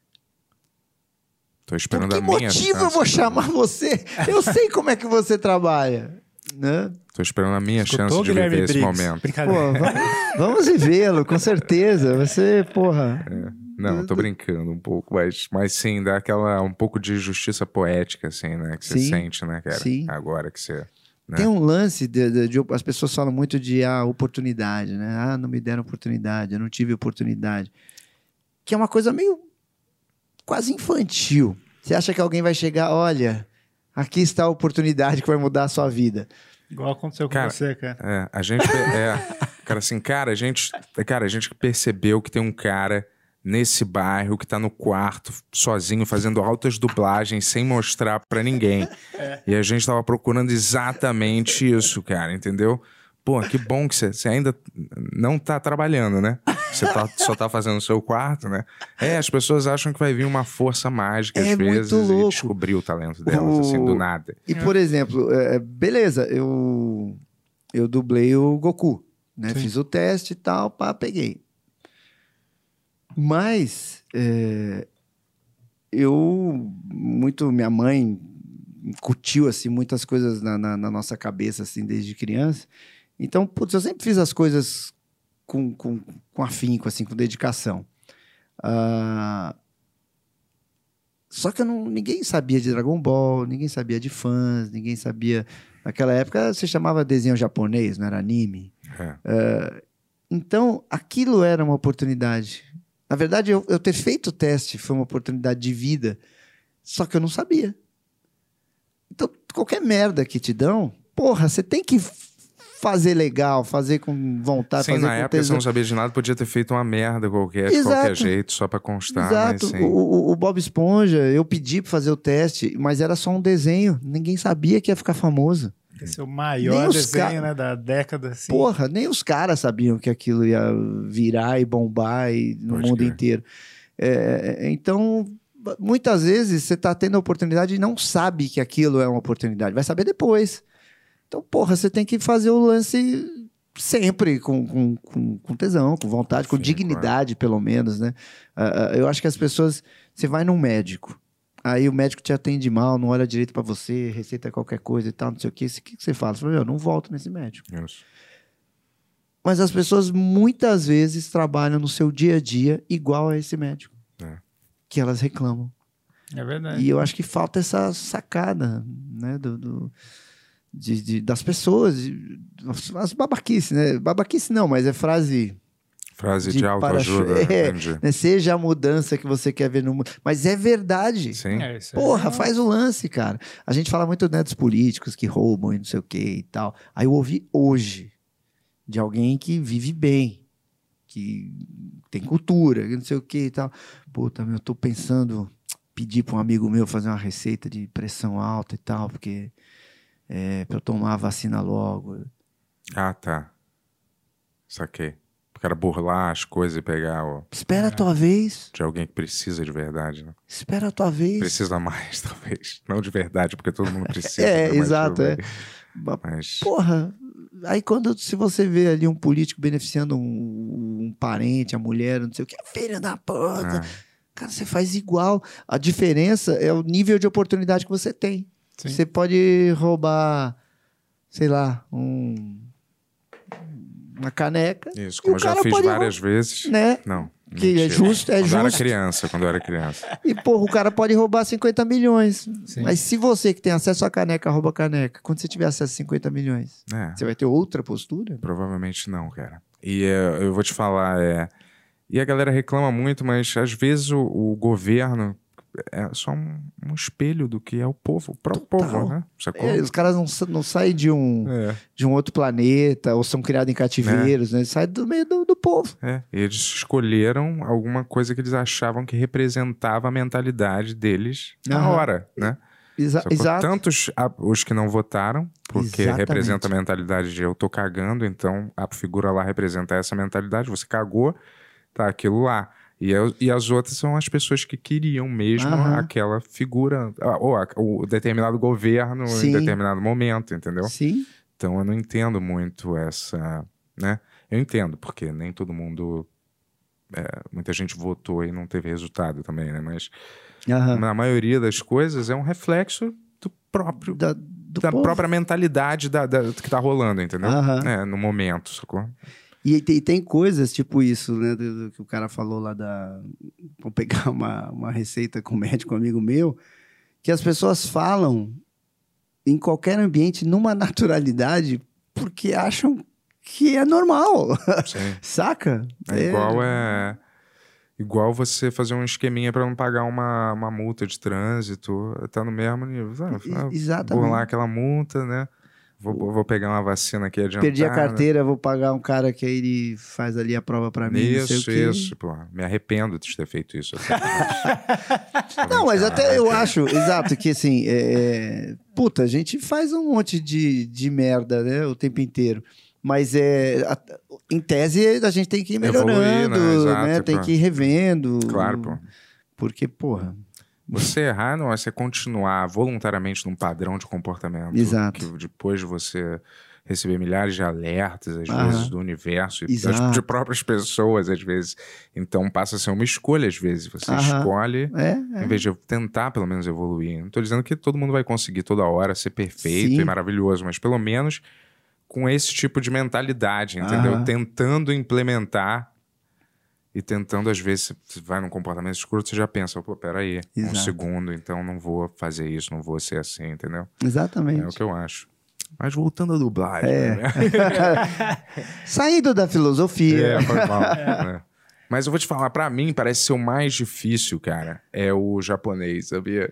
Tô esperando a minha. Por que motivo eu vou chamar você? Eu sei como é que você trabalha. Né? Tô esperando a minha chance de viver esse momento. Pô, vamos vivê-lo, com certeza. Você, porra... Não, tô brincando um pouco, mas sim, dá um pouco de justiça poética, assim, né? Que você sente, né, cara? Sim. Agora que você... Né? Tem um lance as pessoas falam muito de oportunidade, né? Não me deram oportunidade, eu não tive oportunidade. Que é uma coisa meio quase infantil. Você acha que alguém vai chegar, olha, aqui está a oportunidade que vai mudar a sua vida. Igual aconteceu com você, cara. A gente... cara, assim, a gente percebeu que tem um cara nesse bairro que tá no quarto, sozinho, fazendo altas dublagens, sem mostrar pra ninguém. E a gente tava procurando exatamente isso, cara, entendeu? Pô, que bom que você ainda não tá trabalhando, né? Você só tá fazendo o seu quarto, né? As pessoas acham que vai vir uma força mágica, às vezes, e descobrir o talento delas, assim, do nada. E, por exemplo, beleza, eu dublei o Goku, né? Fiz o teste e tal, peguei. Mas minha mãe incutiu assim, muitas coisas na nossa cabeça assim, desde criança. Então, putz, eu sempre fiz as coisas com afinco, assim, com dedicação. Só que ninguém sabia de Dragon Ball, ninguém sabia de fãs, ninguém sabia... Naquela época se chamava desenho japonês, não era anime. Então, aquilo era uma oportunidade. Na verdade, eu ter feito o teste foi uma oportunidade de vida, só que eu não sabia. Então, qualquer merda que te dão, porra, você tem que fazer legal, fazer com vontade, sim, fazer na com época tesão. você não sabia de nada, podia ter feito uma merda qualquer, de qualquer jeito, só pra constar. Exato. Mas, sim. O Bob Esponja, eu pedi pra fazer o teste, mas era só um desenho. Ninguém sabia que ia ficar famoso. Esse é o maior desenho, né, da década. Assim. Porra, nem os caras sabiam que aquilo ia virar e bombar no mundo inteiro. Então, muitas vezes você tá tendo a oportunidade e não sabe que aquilo é uma oportunidade. Vai saber depois. Então, porra, você tem que fazer o lance sempre com tesão, com vontade, com dignidade, pelo menos, né? Eu acho que as pessoas... Você vai num médico, aí o médico te atende mal, não olha direito pra você, receita qualquer coisa e tal, não sei o quê. O que você fala? Você fala, eu não volto nesse médico. Isso. Mas as pessoas muitas vezes trabalham no seu dia a dia igual a esse médico. Que elas reclamam. É verdade. E eu acho que falta essa sacada, né? Das pessoas, as babaquices, né? Babaquice não, mas é frase de autoajuda. Né? Seja a mudança que você quer ver no mundo. Mas é verdade. Sim. Porra, faz o lance, cara. A gente fala muito, né, dos políticos que roubam e não sei o que e tal. Aí eu ouvi hoje de alguém que vive bem, que tem cultura, que não sei o que e tal. Puta, eu tô pensando pedir para um amigo meu fazer uma receita de pressão alta e tal, porque pra eu tomar a vacina logo. Ah, tá. Saquei. O cara burlar as coisas e pegar Espera a tua vez. de alguém que precisa de verdade, né? Espera a tua vez. Precisa mais, talvez. Não de verdade, porque todo mundo precisa. É, né? exato. Mas... Porra, aí se você vê ali um político beneficiando um parente, a mulher, não sei o que, filha da puta. Cara, você faz igual. A diferença é o nível de oportunidade que você tem. Sim. Você pode roubar, sei lá, uma caneca. Isso, como eu já fiz várias vezes. Né? Não. Que mentira. É justo. Quando eu era criança. E, porra, o cara pode roubar 50 milhões. Sim. Mas se você que tem acesso à caneca rouba a caneca, quando você tiver acesso a 50 milhões, você vai ter outra postura? Provavelmente não, cara. E eu vou te falar, e a galera reclama muito, mas às vezes o governo é só um espelho do que é o povo, o próprio povo, né? Os caras não saem de um outro planeta ou são criados em cativeiros, né? Eles saem do meio do povo. Eles escolheram alguma coisa que eles achavam que representava a mentalidade deles na hora, né? Exato. Tanto os que não votaram, porque representa a mentalidade de eu tô cagando, então a figura lá representa essa mentalidade, você cagou, tá aquilo lá. E as outras são as pessoas que queriam mesmo aquela figura, ou o determinado governo em determinado momento, entendeu? Sim. Então eu não entendo muito essa, né? Eu entendo, porque nem todo mundo... muita gente votou e não teve resultado também, né? Mas na maioria das coisas é um reflexo do próprio... da própria mentalidade que tá rolando, entendeu? No momento, sacou? E tem coisas tipo isso, né? Do que o cara falou lá vou pegar uma receita com um médico amigo meu, que as pessoas falam em qualquer ambiente numa naturalidade porque acham que é normal. Sim. Saca? Igual você fazer um esqueminha para não pagar uma multa de trânsito. Tá no mesmo nível. Exatamente. Burlar aquela multa, né? Vou pegar uma vacina aqui adiantada. Perdi a carteira, vou pagar um cara que aí ele faz ali a prova pra mim. Isso, pô. Me arrependo de ter feito isso. Não, mas até eu acho, exato, que assim, puta, a gente faz um monte de merda, né, o tempo inteiro. Mas em tese a gente tem que ir melhorando, evoluir, né? Exato, né? Tem que ir revendo. Claro, pô. Porque, porra... Você errar não é você continuar voluntariamente num padrão de comportamento. Exato. Que depois de você receber milhares de alertas, às vezes, do universo e de próprias pessoas, às vezes. Então passa a ser uma escolha, às vezes. Você escolhe, em vez de tentar, pelo menos, evoluir. Não estou dizendo que todo mundo vai conseguir toda hora ser perfeito e maravilhoso, mas pelo menos com esse tipo de mentalidade, entendeu? Tentando implementar. E tentando, às vezes, você vai num comportamento escuro, você já pensa, pô, peraí, um segundo, então não vou fazer isso, não vou ser assim, entendeu? Exatamente. É o que eu acho. Mas voltando à dublagem, né? Saindo da filosofia. Foi mal. Né? Mas eu vou te falar, pra mim, parece ser o mais difícil, cara, é o japonês, sabia?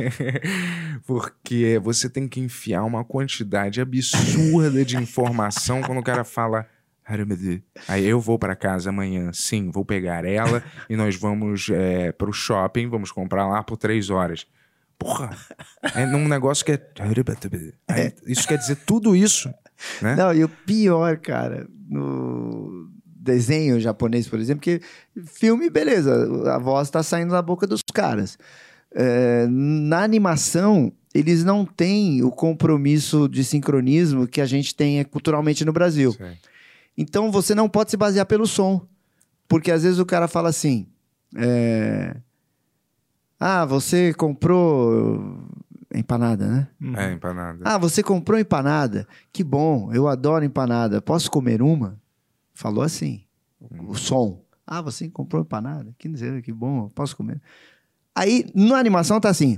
Porque você tem que enfiar uma quantidade absurda de informação quando o cara fala... Aí eu vou para casa amanhã, sim, vou pegar ela e nós vamos pro shopping, vamos comprar lá por 3 horas. Porra, é num negócio que isso quer dizer tudo isso, né? Não, e o pior, cara, no desenho japonês, por exemplo, que filme, beleza, a voz tá saindo da boca dos caras. Na animação, eles não têm o compromisso de sincronismo que a gente tem culturalmente no Brasil. Sim. Então, você não pode se basear pelo som. Porque, às vezes, o cara fala assim... você comprou... Empanada, né? Empanada. Você comprou empanada? Que bom, eu adoro empanada. Posso comer uma? Falou assim. O som. Você comprou empanada? Que dizer, que bom, posso comer. Aí, na animação, tá assim...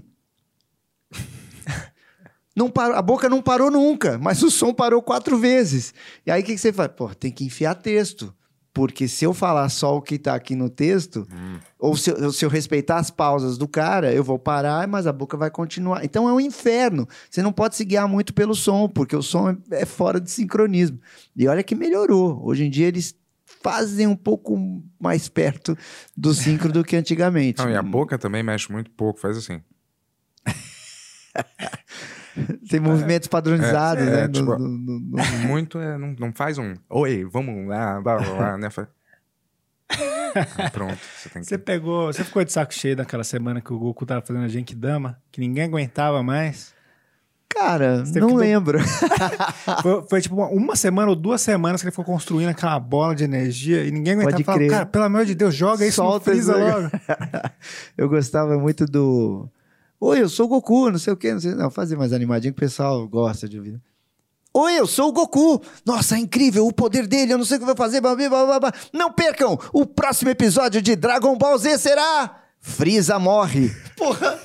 Não parou, a boca não parou nunca, mas o som parou 4 vezes. E aí o que você faz? Tem que enfiar texto. Porque se eu falar só o que tá aqui no texto, ou se eu respeitar as pausas do cara, eu vou parar, mas a boca vai continuar. Então é um inferno. Você não pode se guiar muito pelo som, porque o som é fora de sincronismo. E olha que melhorou. Hoje em dia eles fazem um pouco mais perto do sincro do que antigamente. Não, e a boca também mexe muito pouco, faz assim. Tem movimentos padronizados, né? Tipo, muito não faz um... Oi, vamos lá, blá, blá, blá, né? Pronto, Você ficou de saco cheio daquela semana que o Goku tava fazendo a Genkidama, que ninguém aguentava mais? Cara, não lembro. Foi tipo uma semana ou 2 semanas que ele ficou construindo aquela bola de energia e ninguém aguentava. Pode crer. Cara, pelo amor de Deus, joga isso no Freeza logo. Eu gostava muito do... Oi, eu sou o Goku, não sei o quê. Não, fazer mais animadinho que o pessoal gosta de ouvir. Oi, eu sou o Goku. Nossa, é incrível o poder dele, eu não sei o que vai fazer. Blá, blá, blá, blá. Não percam, o próximo episódio de Dragon Ball Z será... Freeza morre. Porra.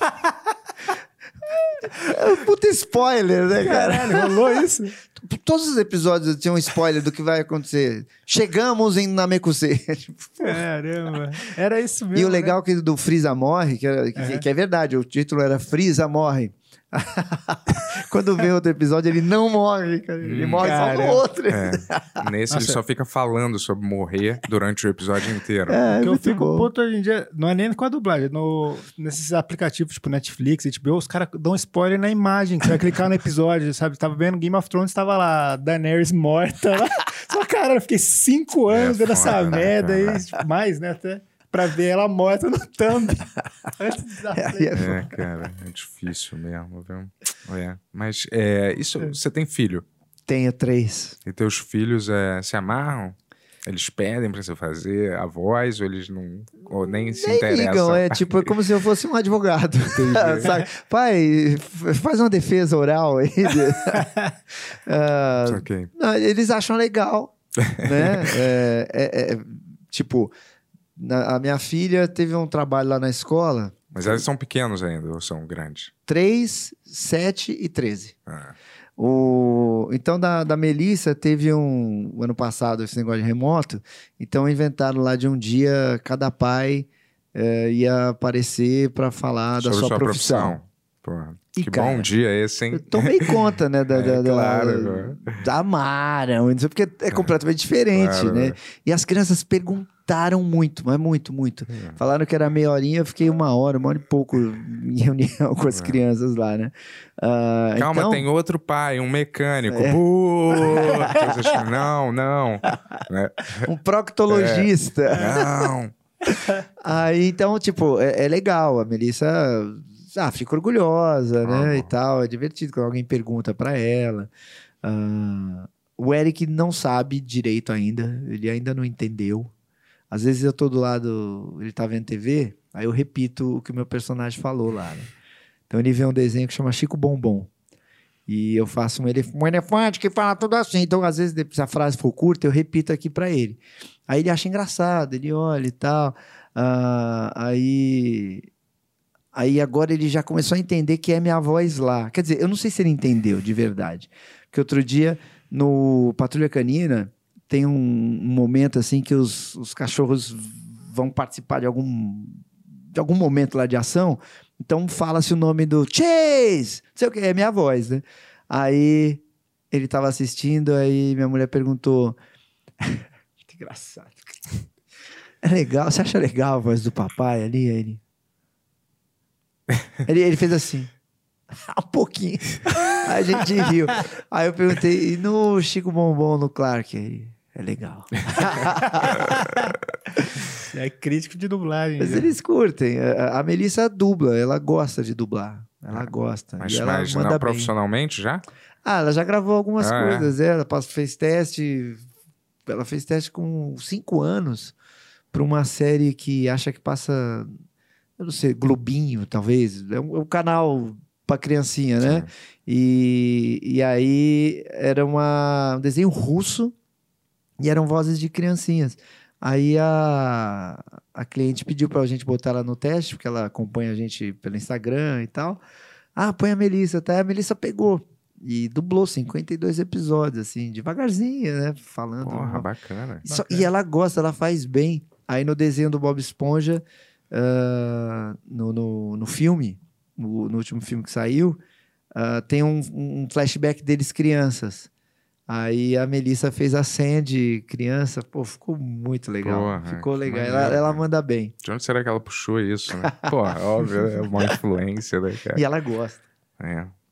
Puta spoiler, né, cara? Caralho, rolou isso? Todos os episódios tinham um spoiler do que vai acontecer. Chegamos em Namekusei. Caramba, era isso mesmo. E o legal que do Freeza morre, que é verdade, o título era Freeza morre. Quando vem outro episódio, ele não morre, cara. Ele morre só no outro. Nesse ele só fica falando sobre morrer durante o episódio inteiro. O que eu fico puto hoje em dia, não é nem com a dublagem, nesses aplicativos tipo Netflix e HBO, os caras dão spoiler na imagem, que você vai clicar no episódio, sabe? Tava vendo Game of Thrones, tava lá, Daenerys morta lá. Só, cara, eu fiquei 5 anos vendo essa merda aí, mais, né, até... Pra ver ela morta no thumb. Cara, é difícil mesmo, viu? Mas isso, você tem filho? Tenho 3. E teus filhos se amarram? Eles pedem pra você fazer a voz ou eles não... Ou nem se interessam? Ligam, é como se eu fosse um advogado. Sabe? Pai, faz uma defesa oral aí. Não, eles acham legal, né? Tipo... A minha filha teve um trabalho lá na escola. Mas elas são pequenos ainda ou são grandes? 3, 7 e 13. Então, da Melissa, teve o ano passado esse negócio de remoto. Então, inventaram lá de um dia, cada pai ia aparecer para falar da sua profissão. Porra, que cara, bom dia esse, hein? Eu tomei conta, né? Claro. Amaram, porque é completamente diferente, claro, né? E as crianças perguntaram muito, mas muito. Falaram que era meia horinha, eu fiquei 1 hora e pouco em reunião com as crianças lá, né? Calma, então... tem outro pai, um mecânico. Não. Né? Um proctologista. Não. Aí, então, tipo, é legal. A Melissa... fica orgulhosa, né, e tal. É divertido quando alguém pergunta pra ela. O Eric não sabe direito ainda. Ele ainda não entendeu. Às vezes eu tô do lado... Ele tá vendo TV, aí eu repito o que o meu personagem falou lá, né? Então ele vê um desenho que chama Chico Bombom. E eu faço um elefante que fala tudo assim. Então, às vezes, se a frase for curta, eu repito aqui pra ele. Aí ele acha engraçado, ele olha e tal. Aí agora ele já começou a entender que é minha voz lá. Quer dizer, eu não sei se ele entendeu de verdade. Porque outro dia, no Patrulha Canina, tem um momento assim que os cachorros vão participar de algum momento lá de ação. Então fala-se o nome do Chase! Não sei o que, é minha voz, né? Aí ele estava assistindo, aí minha mulher perguntou... Que engraçado. É legal, você acha legal a voz do papai ali? Aí ele fez assim, um pouquinho. Aí a gente riu. Aí eu perguntei, e no Chico Bombom, no Clark? Aí, é legal. É crítico de dublagem. Mas eles curtem. A Melissa dubla, ela gosta de dublar. Ela gosta. Mas não profissionalmente já? Ela já gravou algumas coisas. Ela fez teste. Ela fez teste com 5 anos para uma série que acha que passa... Eu não sei, Globinho, talvez. É um canal para criancinha, né? E aí era um desenho russo e eram vozes de criancinhas. Aí a cliente pediu para a gente botar ela no teste, porque ela acompanha a gente pelo Instagram e tal. Põe a Melissa, tá? A Melissa pegou e dublou 52 episódios, assim, devagarzinho, né? Falando. Porra, bacana. E ela gosta, ela faz bem. Aí no desenho do Bob Esponja... no filme, no último filme que saiu, tem um flashback deles crianças. Aí a Melissa fez a Sandy criança. Pô, ficou muito legal. Porra, ficou legal. Ela manda bem. De onde será que ela puxou isso, né? Pô, óbvio, é uma influência, né, cara? E ela gosta.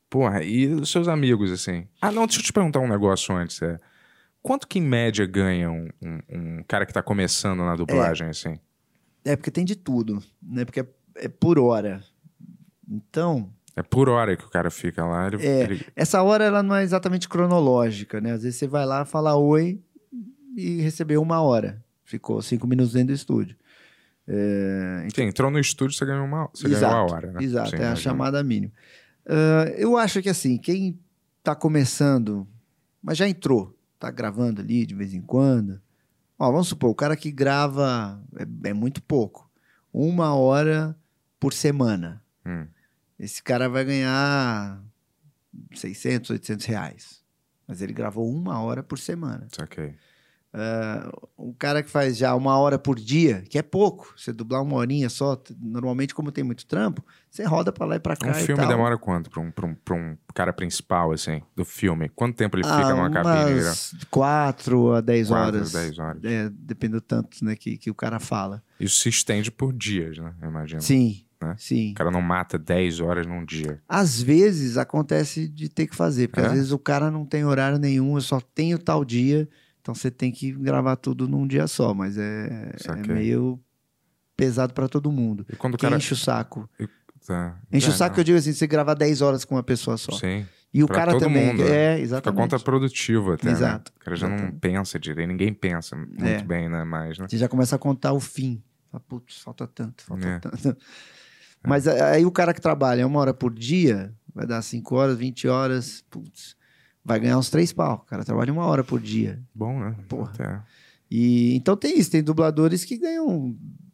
Porra, e os seus amigos, assim? Ah, não, deixa eu te perguntar um negócio antes. Quanto que em média ganha um cara que tá começando na dublagem, assim? Porque tem de tudo, né? Porque é por hora. Então... É por hora que o cara fica lá. Essa hora ela não é exatamente cronológica, né? Às vezes você vai lá, fala oi e recebeu 1 hora. Ficou 5 minutos dentro do estúdio. Então... entrou no estúdio, você ganhou uma hora, né? Exato, Sim, a chamada mínima. Eu acho que assim, quem tá começando, mas já entrou, tá gravando ali de vez em quando. Ó, vamos supor, o cara que grava é muito pouco. 1 hora por semana. Esse cara vai ganhar 600, 800 reais. Mas ele gravou 1 hora por semana. Ok. Um cara que faz já 1 hora por dia, que é pouco. Você dublar 1 horinha só, normalmente como tem muito trampo, você roda pra lá e pra cá. Um filme demora quanto pra um cara principal, assim, do filme? Quanto tempo ele fica numa cabine? 4 a 10 horas. 10 horas. Depende do tanto, né, que o cara fala. Isso se estende por dias, né? Eu imagino. Sim. Né? Sim. O cara não mata 10 horas num dia. Às vezes acontece de ter que fazer, porque às vezes o cara não tem horário nenhum, eu só tenho tal dia, então você tem que gravar tudo num dia só, mas é meio pesado pra todo mundo. E quando Quem o cara... enche o saco. Enche o saco que eu digo assim, você gravar 10 horas com uma pessoa só. Sim. E o cara também. Mundo, exatamente. Fica contraprodutivo até, Exato. Né? O cara já não pensa direito, ninguém pensa muito bem, né? Mais, né? Você já começa a contar o fim. Putz, falta tanto. Mas aí o cara que trabalha 1 hora por dia, vai dar 5 horas, 20 horas, putz, vai ganhar uns 3 pau. O cara trabalha 1 hora por dia. Bom, né? Porra. Até. E, então tem isso, tem dubladores que ganham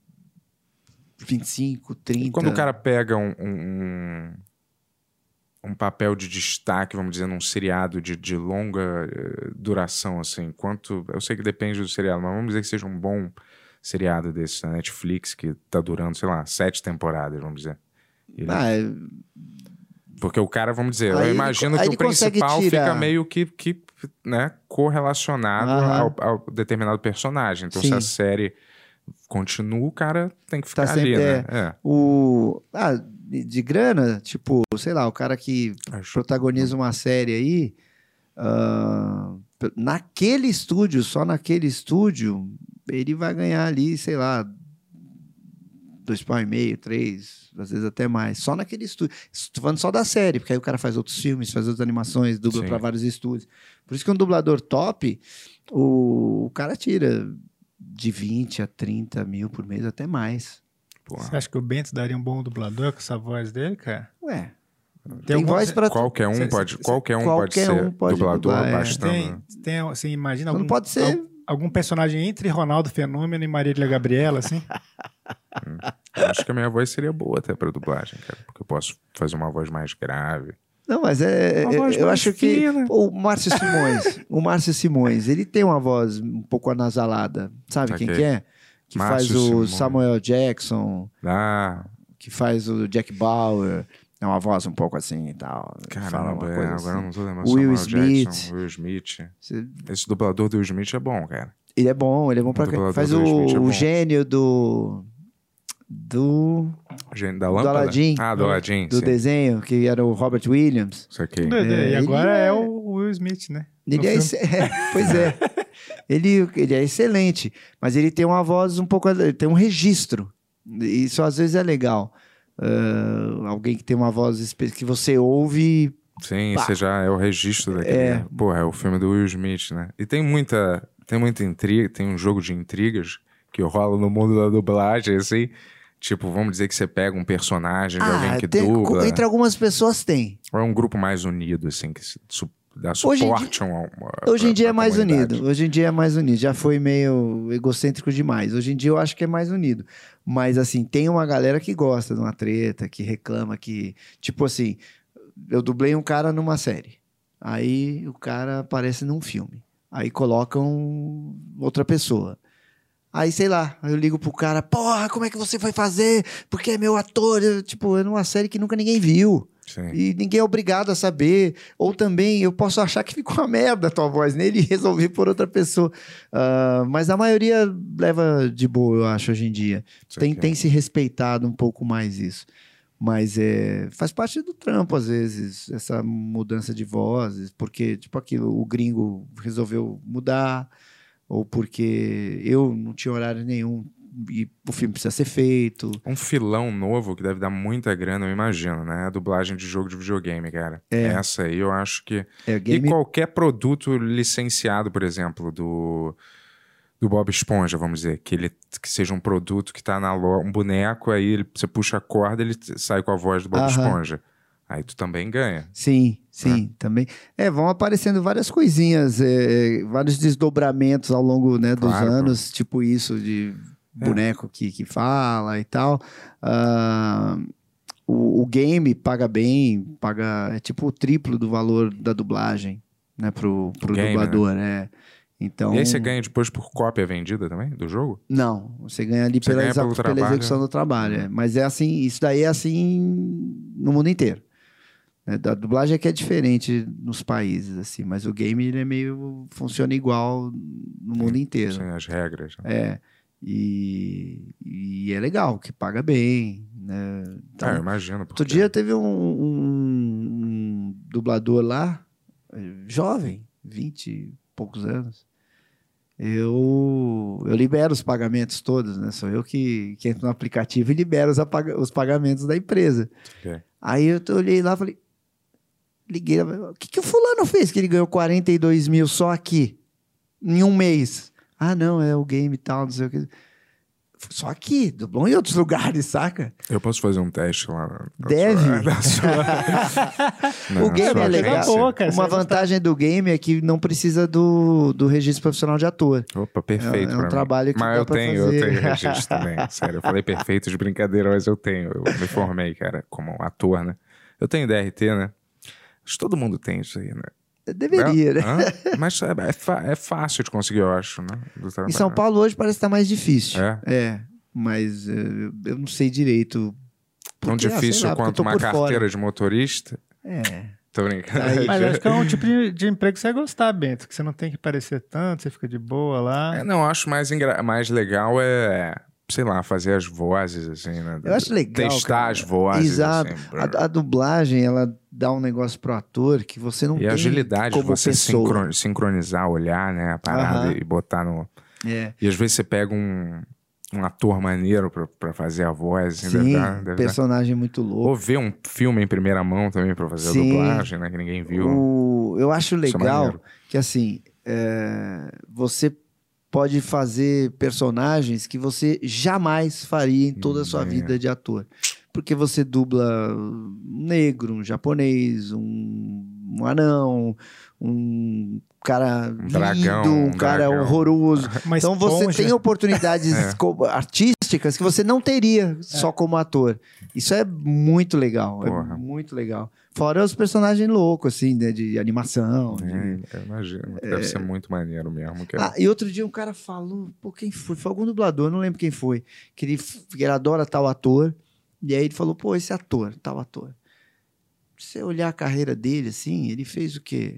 25, 30... E quando o cara pega um papel de destaque, vamos dizer, num seriado de longa duração, assim, quanto... Eu sei que depende do seriado, mas vamos dizer que seja um bom seriado desse da Netflix, que tá durando, sei lá, 7 temporadas, vamos dizer. Porque o cara, vamos dizer, eu imagino que o principal fica meio que né, correlacionado ao determinado personagem. Então, se a série continua, o cara tem que ficar ali, né? De grana, tipo, sei lá, o cara que protagoniza uma série aí, naquele estúdio, só naquele estúdio, ele vai ganhar ali, sei lá, 2,5 pau, 3, às vezes até mais. Só naquele estúdio. Estou falando só da série, porque aí o cara faz outros filmes, faz outras animações, dubla para vários estúdios. Por isso que um dublador top, o cara tira de 20 a 30 mil por mês, até mais. Porra. Você acha que o Bento daria um bom dublador com essa voz dele, cara? Ué. Tem voz para qualquer um pode ser dublador bastante. Você imagina não pode ser algum personagem entre Ronaldo Fenômeno e Marília Gabriela, assim? Acho que a minha voz seria boa até para dublagem, cara, porque eu posso fazer uma voz mais grave. Não, mas eu acho fina. Que o Márcio Simões, ele tem uma voz um pouco anasalada. Sabe quem que é? Que faz o Simões. Samuel Jackson, que faz o Jack Bauer. É uma voz um pouco assim e tal. Caramba, agora assim. Eu não tô lembrando. Will Smith. Esse dublador do Will Smith é bom, cara. Ele é bom pra cá. Faz o gênio do da lâmpada? Do Aladdin. Do Aladdin, do desenho, que era o Robert Williams. Isso aqui. E agora é o Will Smith, né? Ele pois é. Ele é excelente, mas ele tem uma voz um pouco... Ele tem um registro. Isso às vezes é legal. Alguém que tem uma voz que você ouve... Sim, você já é o registro daquele... Porra, é o filme do Will Smith, né? E tem muita intriga, tem um jogo de intrigas que rola no mundo da dublagem, assim. Tipo, vamos dizer que você pega um personagem de alguém que dubla. Entre algumas pessoas tem. Ou é um grupo mais unido, assim, que dá suporte hoje em dia é mais unido. Hoje em dia é mais unido. Já foi meio egocêntrico demais. Hoje em dia eu acho que é mais unido. Mas, assim, tem uma galera que gosta de uma treta, que reclama, que... Tipo assim, eu dublei um cara numa série. Aí o cara aparece num filme. Aí colocam outra pessoa. Aí, sei lá, eu ligo pro cara, porra, como é que você foi fazer? Porque é meu ator. É numa série que nunca ninguém viu. Sim. E ninguém é obrigado a saber. Ou também eu posso achar que ficou uma merda a tua voz nele e resolver por outra pessoa. Mas a maioria leva de boa, eu acho, hoje em dia. Tem se respeitado um pouco mais isso. Mas faz parte do trampo, às vezes, essa mudança de vozes, porque, tipo, o gringo resolveu mudar, ou porque eu não tinha horário nenhum e o filme precisa ser feito. Um filão novo que deve dar muita grana, eu imagino, né? A dublagem de jogo de videogame, cara. Essa aí eu acho que... game... E qualquer produto licenciado, por exemplo, do Bob Esponja, vamos dizer, que seja um produto que tá um boneco, aí você puxa a corda, ele sai com a voz do Bob Esponja. Aí tu também ganha. Sim, também. Vão aparecendo várias coisinhas, vários desdobramentos ao longo, né, dos anos, tipo isso de boneco que fala e tal. O game paga bem, é tipo o triplo do valor da dublagem, né, pro dublador, né? Então... E aí você ganha depois por cópia vendida também, do jogo? Não, você ganha ali pela execução do trabalho. Mas é assim, isso daí é assim no mundo inteiro. Da dublagem é que é diferente nos países, assim, mas o game ele funciona igual no mundo inteiro. Sim, as regras. Né? E é legal, que paga bem, né? Então, eu imagino. Outro dia teve um dublador lá, jovem, 20 e poucos anos. Eu libero os pagamentos todos, né? Sou eu que entro no aplicativo e libero os pagamentos da empresa. Aí eu olhei lá e falei, liguei, o que o fulano fez que ele ganhou 42 mil só aqui, em um mês? Ah, não, é o game e tal, não sei o que. Só aqui, dublou em outros lugares, saca? Eu posso fazer um teste lá? Deve. O game é legal. Uma vantagem do game é que não precisa do registro profissional de ator. Opa, perfeito. É um trabalho que mas dá pra fazer. Eu tenho registro também. Sério, eu falei perfeito de brincadeira, mas eu tenho. Eu me formei, cara, como ator, né? Eu tenho DRT, né? Acho que todo mundo tem isso aí, né? Deveria, né? Mas é fácil de conseguir, eu acho, né? Em São Paulo hoje parece estar mais difícil. Mas eu não sei direito. Tão difícil quanto uma carteira de motorista? Tô brincando. Mas acho que é um tipo de emprego que você vai gostar, Bento, que você não tem que parecer tanto, você fica de boa lá. Não, acho mais legal sei lá, fazer as vozes, assim, né? Eu acho legal, testar as vozes. Exato. Assim, a dublagem, ela dá um negócio pro ator que você não tem. E a agilidade de você sincronizar, olhar, né, a parada e botar no... E às vezes você pega um ator maneiro pra fazer a voz. Assim, sim, personagem muito louco. Ou ver um filme em primeira mão também pra fazer a dublagem, né, que ninguém viu. Eu acho legal que, assim, você pode fazer personagens que você jamais faria em toda a sua vida de ator. Porque você dubla um negro, um japonês, um anão, um cara lindo, um cara horroroso. Então você tem oportunidades artísticas que você não teria só como ator. Isso é muito legal, muito legal. Fora os personagens loucos, assim, né, de animação. Eu imagino, deve ser muito maneiro mesmo. E outro dia um cara falou, quem foi? Foi algum dublador, não lembro quem foi, que ele adora tal ator, e aí ele falou, esse ator, tal ator. Se você olhar a carreira dele, assim, ele fez o quê?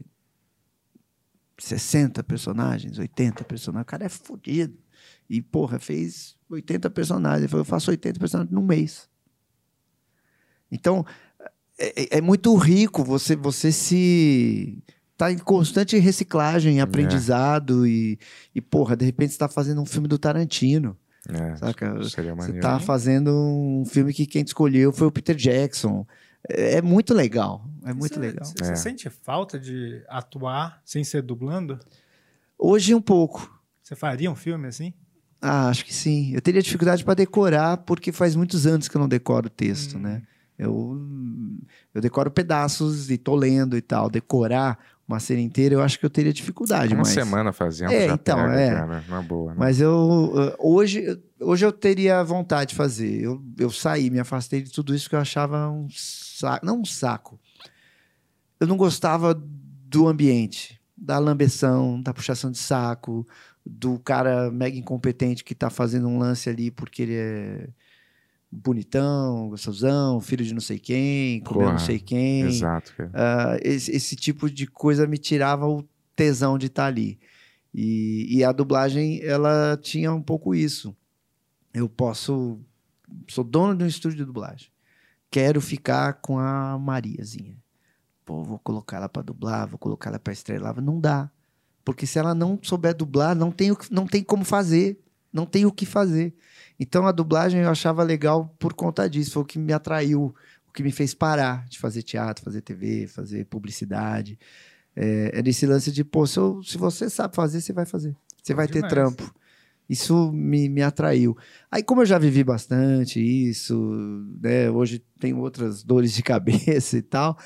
60 personagens, 80 personagens. O cara é fodido. E, fez 80 personagens. Ele falou, eu faço 80 personagens num mês. Então, é muito rico você se... Tá em constante reciclagem, aprendizado e de repente você tá fazendo um filme do Tarantino. Saca? Seria maneiro. Você tá fazendo um filme que quem te escolheu foi o Peter Jackson. É muito legal. É muito legal. Você sente falta de atuar sem ser dublando? Hoje um pouco. Você faria um filme assim? Acho que sim. Eu teria dificuldade para decorar, porque faz muitos anos que eu não decoro o texto, né? Eu decoro pedaços e tô lendo e tal. Decorar uma cena inteira, eu acho que eu teria dificuldade. Uma semana fazendo, cara, uma boa. Né? Mas hoje eu teria vontade de fazer. Eu saí, me afastei de tudo isso que eu achava um saco. Não um saco. Eu não gostava do ambiente, da lambeção, da puxação de saco, do cara mega incompetente que tá fazendo um lance ali porque ele é bonitão, gostosão, filho de não sei quem, comeu não sei quem. Exato. Esse tipo de coisa me tirava o tesão de estar ali. E a dublagem, ela tinha um pouco isso. Sou dono de um estúdio de dublagem. quero ficar com a Mariazinha. Pô, vou colocar ela pra dublar, vou colocar ela pra estrelar. Não dá. Porque se ela não souber dublar, não tem como fazer. Não tem o que fazer. Então, a dublagem eu achava legal por conta disso. Foi o que me atraiu, o que me fez parar de fazer teatro, fazer TV, fazer publicidade. É desse lance de, pô, se você sabe fazer, você vai fazer. Você vai ter trampo. Isso me atraiu. Aí, como eu já vivi bastante isso, né, hoje tenho outras dores de cabeça e tal,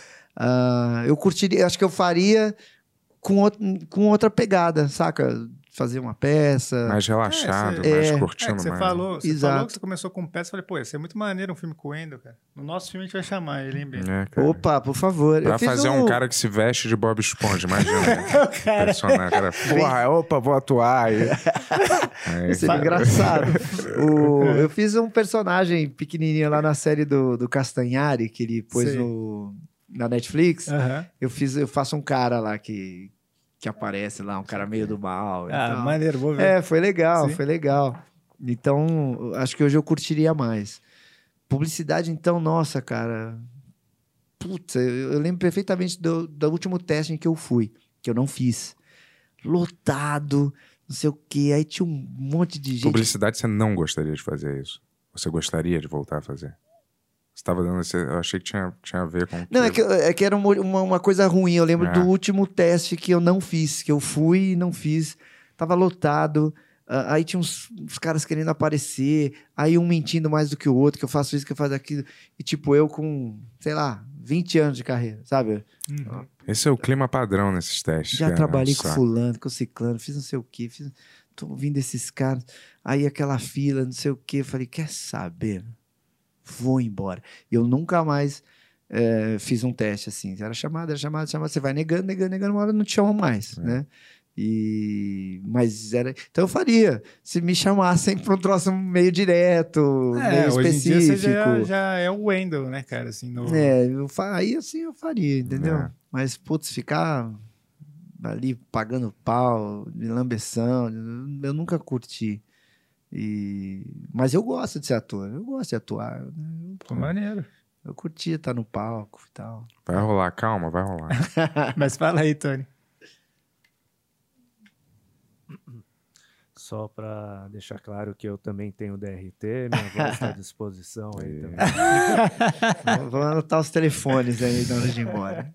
eu curtiria, acho que eu faria com outra pegada, saca? Fazer uma peça. Mais relaxado, mais curtindo mais. Você falou que você começou com peça, eu falei, pô, ia ser muito maneiro um filme com o Wendel, cara. No nosso filme a gente vai chamar ele, hein, Ben? Opa, por favor. Pra fazer um cara que se veste de Bob Esponja, imagina. Personagem, cara. Porra, opa, vou atuar. Isso é engraçado. Eu fiz um personagem pequenininho lá na série do Castanhari, que ele pôs na Netflix. Eu faço um cara lá que aparece lá, um cara meio do mal. Então. Maneiro, vou ver. Foi legal. Então, acho que hoje eu curtiria mais. Publicidade, então, nossa, cara. Putz, eu lembro perfeitamente do último teste em que eu fui, que eu não fiz. Lotado, não sei o quê. Aí tinha um monte de gente. Publicidade, você não gostaria de fazer isso? Você gostaria de voltar a fazer? Você tava dando eu achei que tinha a ver com... Não, é que era uma coisa ruim. Eu lembro do último teste que eu não fiz, que eu fui e não fiz. Tava lotado. Aí tinha uns caras querendo aparecer. Aí um mentindo mais do que o outro, que eu faço isso, que eu faço aquilo. E tipo, eu com, sei lá, 20 anos de carreira, sabe? Esse é o clima padrão nesses testes. Já trabalhei com fulano, com ciclano, fiz não sei o quê. Tô ouvindo esses caras. Aí aquela fila, não sei o quê. Eu falei, quer saber? Vou embora. Eu nunca mais fiz um teste assim. Era chamada. Você vai negando, uma hora não te chamam mais, né? Mas era... Então eu faria. Se me chamassem para um troço meio direto, meio específico. Hoje em dia você já é o Wendel, né, cara? Assim, aí assim eu faria, entendeu? Mas, putz, ficar ali pagando pau, de lambeção, eu nunca curti. Mas eu gosto de ser ator, eu gosto de atuar. Pô, maneiro. Eu curtia estar no palco e tal. Vai rolar, calma, vai rolar. Mas fala aí, Tony. Só para deixar claro que eu também tenho DRT, minha voz está à disposição aí também. Vamos anotar os telefones aí na hora de ir embora.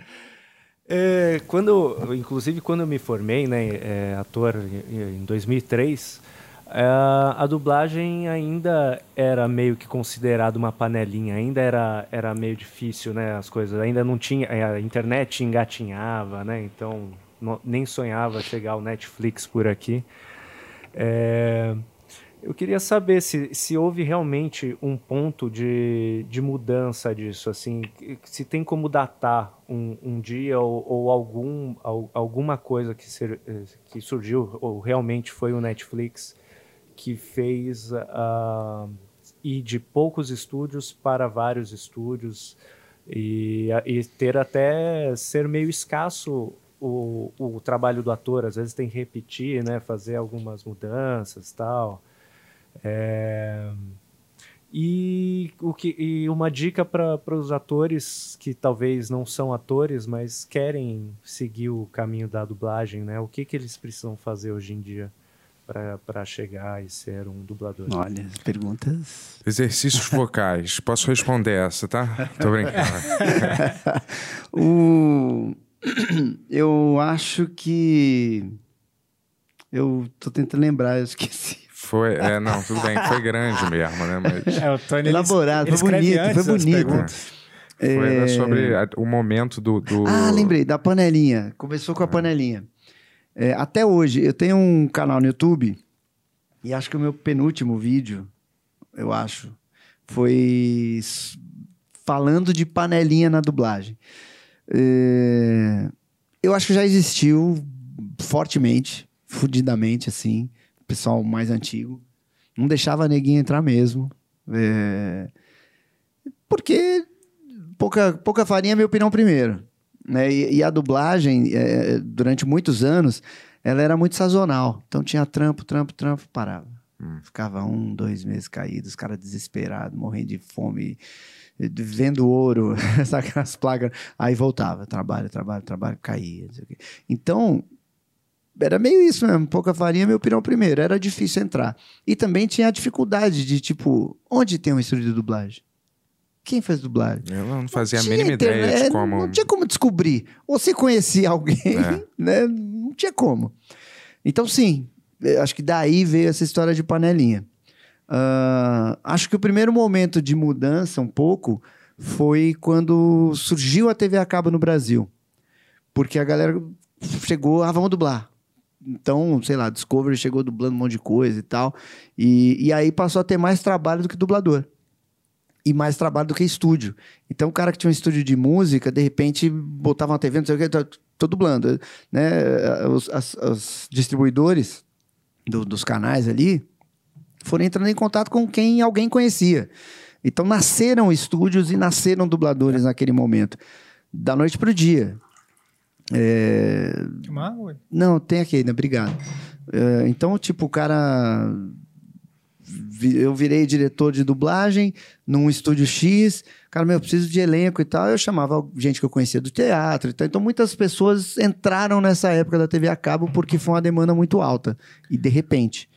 Inclusive, quando eu me formei, né, ator em 2003, a dublagem ainda era meio que considerada uma panelinha, ainda era meio difícil, né, as coisas, ainda não tinha, a internet engatinhava, né, então nem sonhava chegar o Netflix por aqui. Eu queria saber se houve realmente um ponto de mudança disso, assim, se tem como datar um dia ou alguma coisa que surgiu, ou realmente foi o Netflix que fez ir de poucos estúdios para vários estúdios e ter até ser meio escasso o trabalho do ator. Às vezes tem que repetir, né, fazer algumas mudanças e tal. E uma dica para os atores que talvez não são atores, mas querem seguir o caminho da dublagem, né? O que eles precisam fazer hoje em dia para chegar e ser um dublador? Olha, perguntas... Exercícios vocais. Posso responder essa, tá? Tô brincando. Eu acho que... Eu tô tentando lembrar, eu esqueci. Não, tudo bem, foi grande mesmo, né? Mas... o Tony, elaborado, foi bonito. Foi sobre o momento do... lembrei, da panelinha. Começou com a panelinha. Até hoje, eu tenho um canal no YouTube e acho que o meu penúltimo vídeo, eu acho, foi falando de panelinha na dublagem. Eu acho que já existiu fortemente, fudidamente, assim, o pessoal mais antigo. Não deixava neguinho entrar mesmo. Porque pouca farinha, minha opinião, primeiro. Né? E a dublagem, durante muitos anos, ela era muito sazonal. Então tinha trampo, parava. Ficava 1, 2 meses caídos, os caras desesperados, morrendo de fome, vendo ouro, sabe, aquelas placas. Aí voltava, trabalho, caía. Não sei o quê. Então, era meio isso mesmo, pouca farinha, meu pirão primeiro. Era difícil entrar. E também tinha a dificuldade de, tipo, onde tem um estúdio de dublagem? Quem faz dublagem? Eu não fazia a mínima ideia de como... Não tinha como descobrir. Ou você conhecia alguém, né? Não tinha como. Então, sim, acho que daí veio essa história de panelinha. Acho que o primeiro momento de mudança, um pouco, foi quando surgiu a TV a cabo no Brasil. Porque a galera chegou, vamos dublar. Então, sei lá, Discovery chegou dublando um monte de coisa e tal. E aí passou a ter mais trabalho do que dublador. E mais trabalho do que estúdio. Então, o cara que tinha um estúdio de música, de repente, botava uma TV, não sei o que, tô dublando. Né? Os distribuidores dos canais ali foram entrando em contato com quem alguém conhecia. Então, nasceram estúdios e nasceram dubladores naquele momento. Da noite pro dia. Não, tem aqui ainda, obrigado. Então, tipo, o cara... Eu virei diretor de dublagem num estúdio X. Cara, eu preciso de elenco e tal. Eu chamava gente que eu conhecia do teatro e tal. Então, muitas pessoas entraram nessa época da TV a cabo porque foi uma demanda muito alta. E, de repente...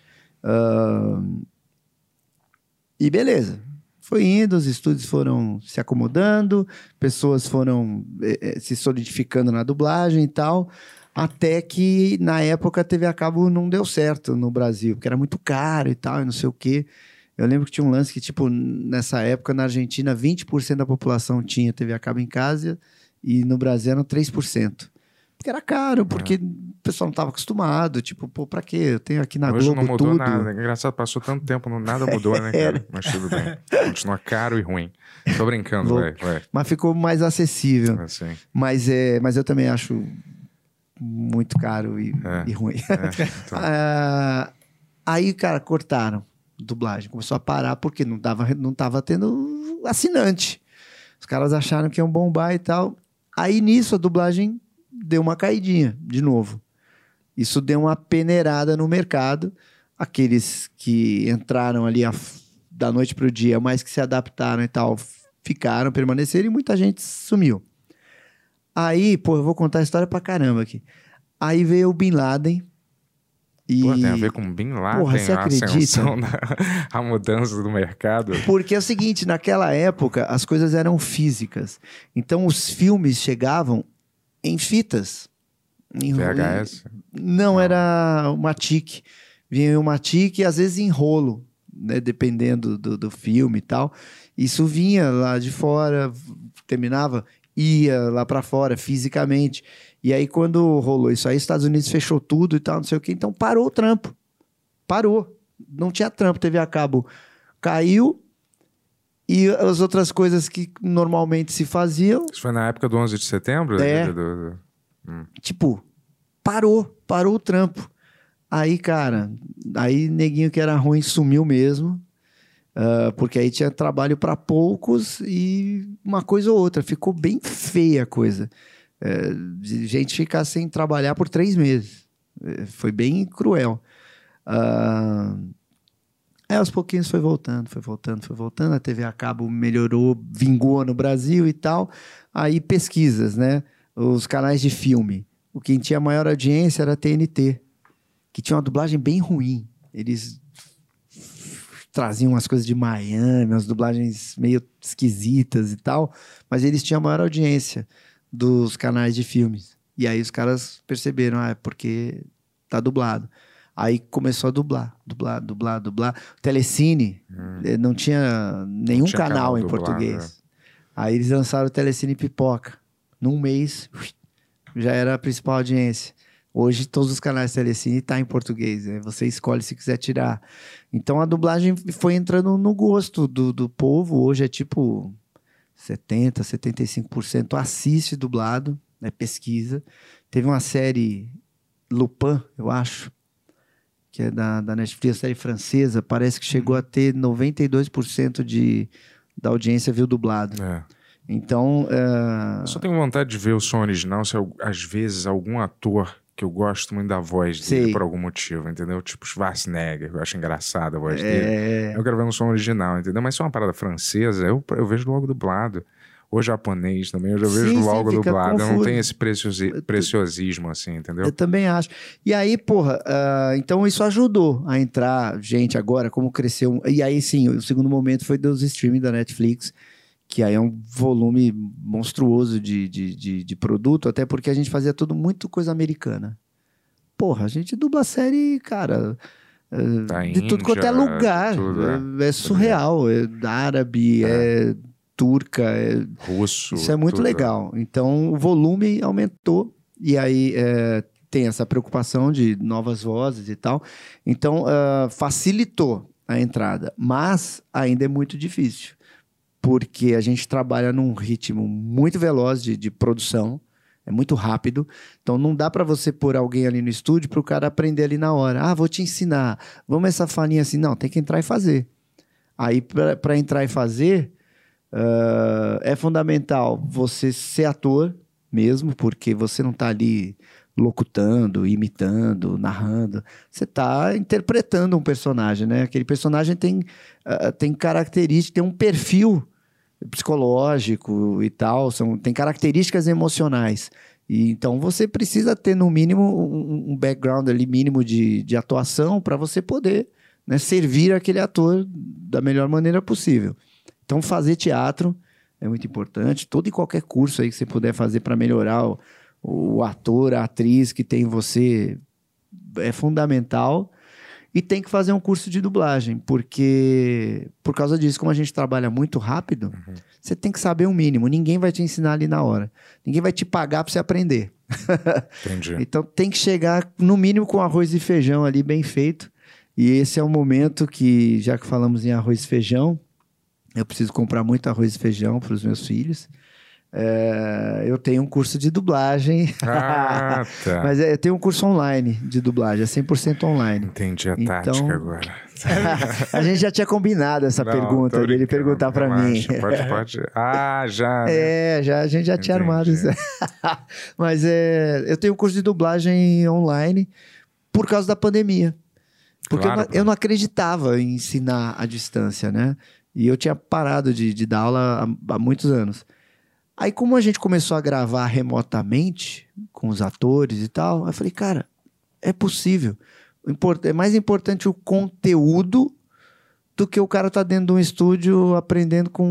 E beleza. Foi indo, os estúdios foram se acomodando, pessoas foram se solidificando na dublagem e tal... Até que, na época, a TV a cabo não deu certo no Brasil, porque era muito caro e tal, e não sei o quê. Eu lembro que tinha um lance que, tipo, nessa época, na Argentina, 20% da população tinha TV a cabo em casa, e no Brasil eram 3%. Porque era caro, porque o pessoal não estava acostumado. Tipo, pô, pra quê? Eu tenho aqui na Globo tudo. Hoje não mudou nada. Engraçado, passou tanto tempo, nada mudou, né, cara? Mas tudo bem. Continua caro e ruim. Tô brincando, velho. Mas ficou mais acessível. Assim. Mas eu também acho... muito caro e ruim. Então. Aí, cara, cortaram dublagem. Começou a parar porque não tava tendo assinante. Os caras acharam que iam bombar e tal. Aí, nisso, a dublagem deu uma caidinha, de novo. Isso deu uma peneirada no mercado. Aqueles que entraram ali da noite pro dia, mas que se adaptaram e tal, ficaram, permaneceram e muita gente sumiu. Aí, pô, eu vou contar a história pra caramba aqui. Aí veio o Bin Laden. Pô, tem a ver com Bin Laden, porra, você acredita? A mudança do mercado. Porque é o seguinte, naquela época, as coisas eram físicas. Então, os filmes chegavam em fitas. VHS? Não, era uma TIC. Vinha uma TIC e, às vezes, em rolo, né? Dependendo do filme e tal. Isso vinha lá de fora, terminava... ia lá pra fora, fisicamente. E aí, quando rolou isso aí, os Estados Unidos fechou tudo e tal, não sei o quê. Então, parou o trampo. Parou. Não tinha trampo. TV a cabo caiu. E as outras coisas que normalmente se faziam... Isso foi na época do 11 de setembro? Tipo, parou o trampo. Aí, cara, aí neguinho que era ruim sumiu mesmo. Porque aí tinha trabalho para poucos e uma coisa ou outra. Ficou bem feia a coisa. De gente ficar sem trabalhar por 3 meses. Foi bem cruel. Aos pouquinhos foi voltando. A TV a cabo melhorou, vingou no Brasil e tal. Aí pesquisas, né? Os canais de filme. Quem tinha maior audiência era a TNT, que tinha uma dublagem bem ruim. Eles... traziam umas coisas de Miami, umas dublagens meio esquisitas e tal, mas eles tinham a maior audiência dos canais de filmes. E aí os caras perceberam, é porque tá dublado. Aí começou a dublar. Telecine, não tinha nenhum canal em português. Aí eles lançaram o Telecine Pipoca. Num mês, já era a principal audiência. Hoje, todos os canais de Telecine estão em português. Né? Você escolhe se quiser tirar. Então, a dublagem foi entrando no gosto do povo. Hoje é tipo 70%, 75% assiste dublado. Né? Pesquisa. Teve uma série Lupin, eu acho, que é da Netflix, série francesa. Parece que chegou a ter 92% da audiência viu dublado. Então... Eu só tenho vontade de ver o som original, se às vezes algum ator que eu gosto muito da voz dele por algum motivo, entendeu? Tipo Schwarzenegger, eu acho engraçada a voz dele. Eu quero ver no som original, entendeu? Mas se é uma parada francesa, eu vejo logo dublado. Ou japonês também, eu já vejo logo dublado. Confuso. Eu não tenho esse preciosismo, assim, entendeu? Eu também acho. E aí, porra, então isso ajudou a entrar gente agora, como cresceu. E aí, sim, o segundo momento foi dos streaming da Netflix, que aí é um volume monstruoso de produto, até porque a gente fazia tudo muito coisa americana. Porra, a gente dubla série, cara, de tudo quanto é lugar. É surreal. É árabe, é turca, russo. Isso é muito legal. Então, o volume aumentou. E aí, tem essa preocupação de novas vozes e tal. Então, facilitou a entrada. Mas ainda é muito difícil. Porque a gente trabalha num ritmo muito veloz de produção, é muito rápido, então não dá para você pôr alguém ali no estúdio para o cara aprender ali na hora. Vou te ensinar, vamos essa falinha assim. Não, tem que entrar e fazer. Aí, para entrar e fazer, é fundamental você ser ator mesmo, porque você não está ali locutando, imitando, narrando. Você está interpretando um personagem, né? Aquele personagem tem características, tem um perfil psicológico e tal, tem características emocionais. E, então, você precisa ter, no mínimo, um background ali mínimo de atuação para você poder, né, servir aquele ator da melhor maneira possível. Então, fazer teatro é muito importante. Todo e qualquer curso aí que você puder fazer para melhorar o ator, a atriz que tem em você é fundamental. E tem que fazer um curso de dublagem, porque por causa disso, como a gente trabalha muito rápido, você tem que saber o mínimo. Ninguém vai te ensinar ali na hora. Ninguém vai te pagar para você aprender. Entendi. Então tem que chegar no mínimo com arroz e feijão ali bem feito. E esse é o momento que, já que falamos em arroz e feijão, eu preciso comprar muito arroz e feijão para os meus filhos. Eu tenho um curso de dublagem. Tá. Mas eu tenho um curso online de dublagem, é 100% online. Entendi a tática agora. A gente já tinha combinado essa pergunta dele perguntar para mim. Pode. Já. Né? A gente já tinha armado isso. Mas eu tenho um curso de dublagem online por causa da pandemia. Porque eu não acreditava em ensinar à distância, né? E eu tinha parado de dar aula há muitos anos. Aí, como a gente começou a gravar remotamente com os atores e tal, eu falei, cara, é possível. É mais importante o conteúdo do que o cara tá dentro de um estúdio aprendendo com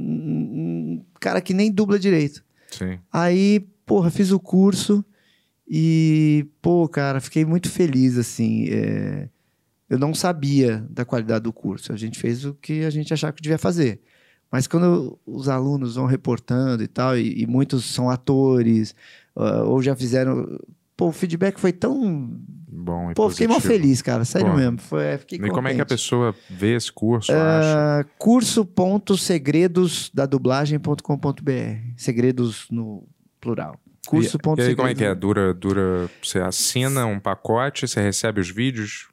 um cara que nem dubla direito. Sim. Aí, porra, fiz o curso e, cara, fiquei muito feliz, assim. Eu não sabia da qualidade do curso. A gente fez o que a gente achava que devia fazer. Mas quando os alunos vão reportando e tal, e muitos são atores, ou já fizeram... o feedback foi tão... bom e fiquei mal feliz, cara. Sério mesmo. Fiquei contente. E como é que a pessoa vê esse curso, acha? Curso.segredosdadublagem.com.br. Segredos no plural. E aí como é que é? Dura... Você assina um pacote, você recebe os vídeos?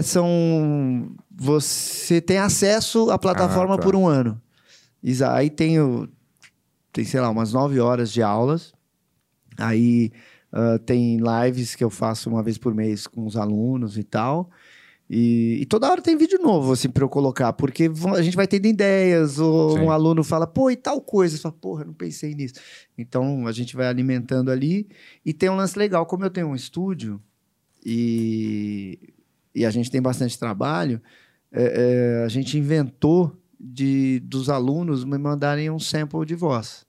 Você tem acesso à plataforma por um ano. Aí tem, sei lá, umas 9 horas de aulas. Aí tem lives que eu faço uma vez por mês com os alunos e tal. E toda hora tem vídeo novo, assim, para eu colocar. Porque a gente vai tendo ideias. Ou um aluno fala, e tal coisa. Você fala, eu não pensei nisso. Então, a gente vai alimentando ali. E tem um lance legal. Como eu tenho um estúdio e a gente tem bastante trabalho, a gente inventou dos alunos me mandarem um sample de voz.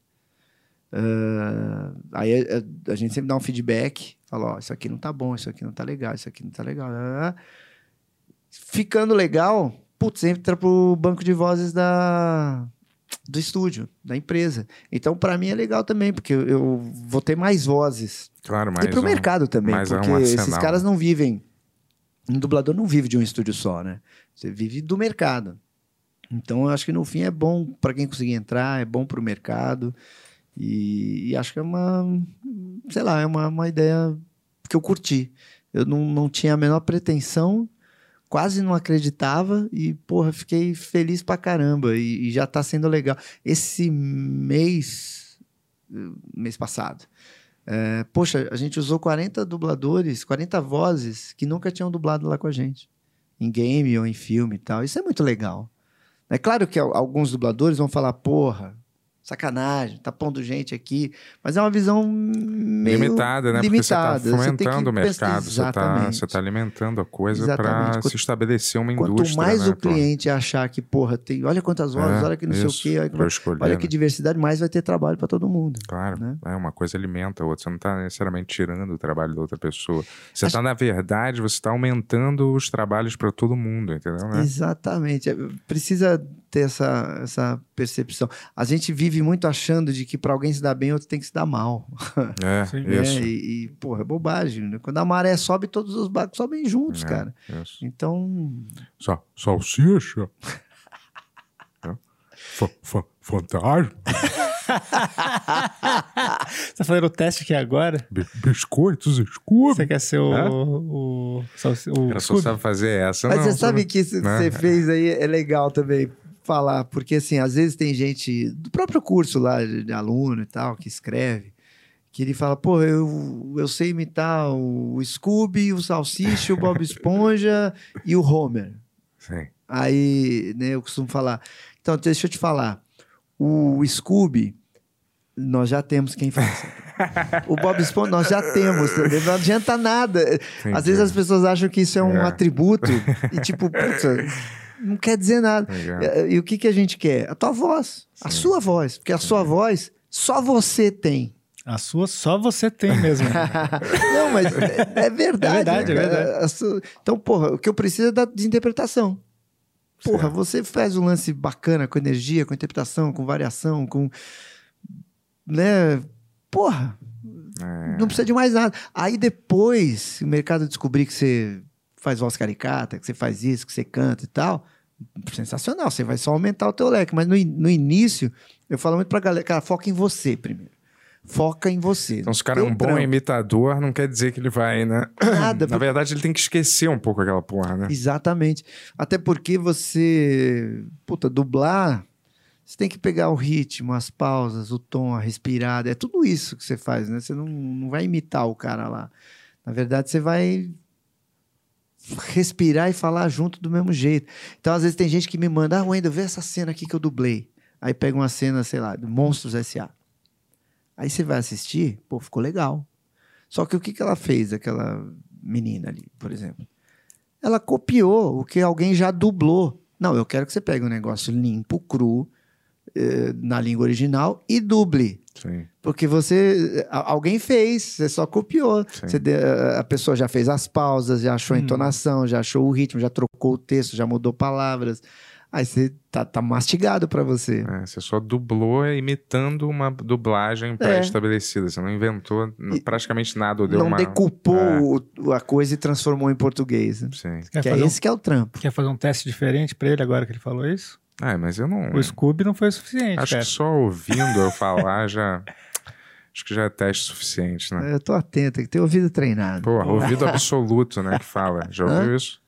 Aí a gente sempre dá um feedback, fala, isso aqui não tá bom, isso aqui não tá legal, isso aqui não tá legal. Ficando legal, entra pro banco de vozes do estúdio, da empresa. Então, para mim é legal também, porque eu vou ter mais vozes. Claro, mais e pro mercado também, porque esses caras não vivem... Um dublador não vive de um estúdio só, né? Você vive do mercado. Então, eu acho que no fim é bom para quem conseguir entrar, é bom para o mercado. E acho que é uma ideia que eu curti. Eu não tinha a menor pretensão, quase não acreditava e, fiquei feliz pra caramba. E já tá sendo legal. Esse mês passado, Poxa, a gente usou 40 dubladores, 40 vozes que nunca tinham dublado lá com a gente. Em game ou em filme e tal. Isso é muito legal. É claro que alguns dubladores vão falar, porra, sacanagem, tá pondo gente aqui. Mas é uma visão meio limitada, né? Limitada. Porque você tá fomentando o mercado, exatamente. você tá alimentando a coisa para se estabelecer uma indústria. Quanto mais né, o cliente achar que, porra, olha quantas vozes, olha que não sei o quê, olha que diversidade, mais vai ter trabalho para todo mundo. Claro, né? Uma coisa alimenta a outra. Você não tá necessariamente tirando o trabalho da outra pessoa. Você tá, na verdade, você tá aumentando os trabalhos para todo mundo, entendeu? Né? Exatamente. Precisa ter essa percepção. A gente vive muito achando de que para alguém se dar bem, outro tem que se dar mal. Isso. Porra, é bobagem. Né? Quando a maré sobe, todos os barcos sobem juntos, cara. Isso. Então... Salsicha? Fantasma? Você tá fazendo o teste aqui agora? Biscoitos Scooby? Você quer ser o Ela só sabe fazer essa. Mas você sabe que isso que você fez aí é legal também falar, porque assim, às vezes tem gente do próprio curso lá, de aluno e tal, que escreve, que ele fala, pô, eu sei imitar o Scooby, o Salsicha, o Bob Esponja e o Homer. Sim. Aí, né, eu costumo falar, então, deixa eu te falar, o Scooby, nós já temos quem faz. O Bob Esponja, nós já temos, não adianta nada. Entendi. Às vezes as pessoas acham que isso é um atributo e tipo, putz, não quer dizer nada. E o que a gente quer? A tua voz, a sua voz, porque a sua voz só você tem. A sua só você tem mesmo. Não, mas é verdade. É verdade. Então, porra, o que eu preciso é de interpretação. Porra, você faz um lance bacana com energia, com interpretação, com variação, com... né? Porra, não precisa de mais nada. Aí depois, se o mercado descobrir que você faz voz caricata, que você faz isso, que você canta e tal, sensacional, você vai só aumentar o teu leque. Mas no início, eu falo muito pra galera, cara, foca em você primeiro. Foca em você. Então, se o cara é um bom imitador, não quer dizer que ele vai, né? Nada. Na verdade, ele tem que esquecer um pouco aquela porra, né? Exatamente. Até porque você... dublar... Você tem que pegar o ritmo, as pausas, o tom, a respirada. É tudo isso que você faz, né? Você não vai imitar o cara lá. Na verdade, você vai respirar e falar junto do mesmo jeito. Então, às vezes, tem gente que me manda... Wendel, vê essa cena aqui que eu dublei. Aí pega uma cena, sei lá, do Monstros S.A. Aí você vai assistir, pô, ficou legal. Só que o que ela fez, aquela menina ali, por exemplo? Ela copiou o que alguém já dublou. Não, eu quero que você pegue um negócio limpo, cru, na língua original e duble. Sim. Porque alguém fez, você só copiou. A pessoa já fez as pausas, já achou a entonação, já achou o ritmo, já trocou o texto, já mudou palavras. Aí você tá mastigado pra você. Você só dublou imitando uma dublagem pré-estabelecida. Você não inventou praticamente nada. Não decupou a coisa e transformou em português. Sim. Esse que é o trampo. Quer fazer um teste diferente pra ele agora que ele falou isso? Mas eu não... O Scooby não foi o suficiente, Acho que só ouvindo eu falar já... Acho que já é teste suficiente, né? Eu tô atento, tem que ter ouvido treinado. Ouvido absoluto, né, que fala. Já ouviu isso?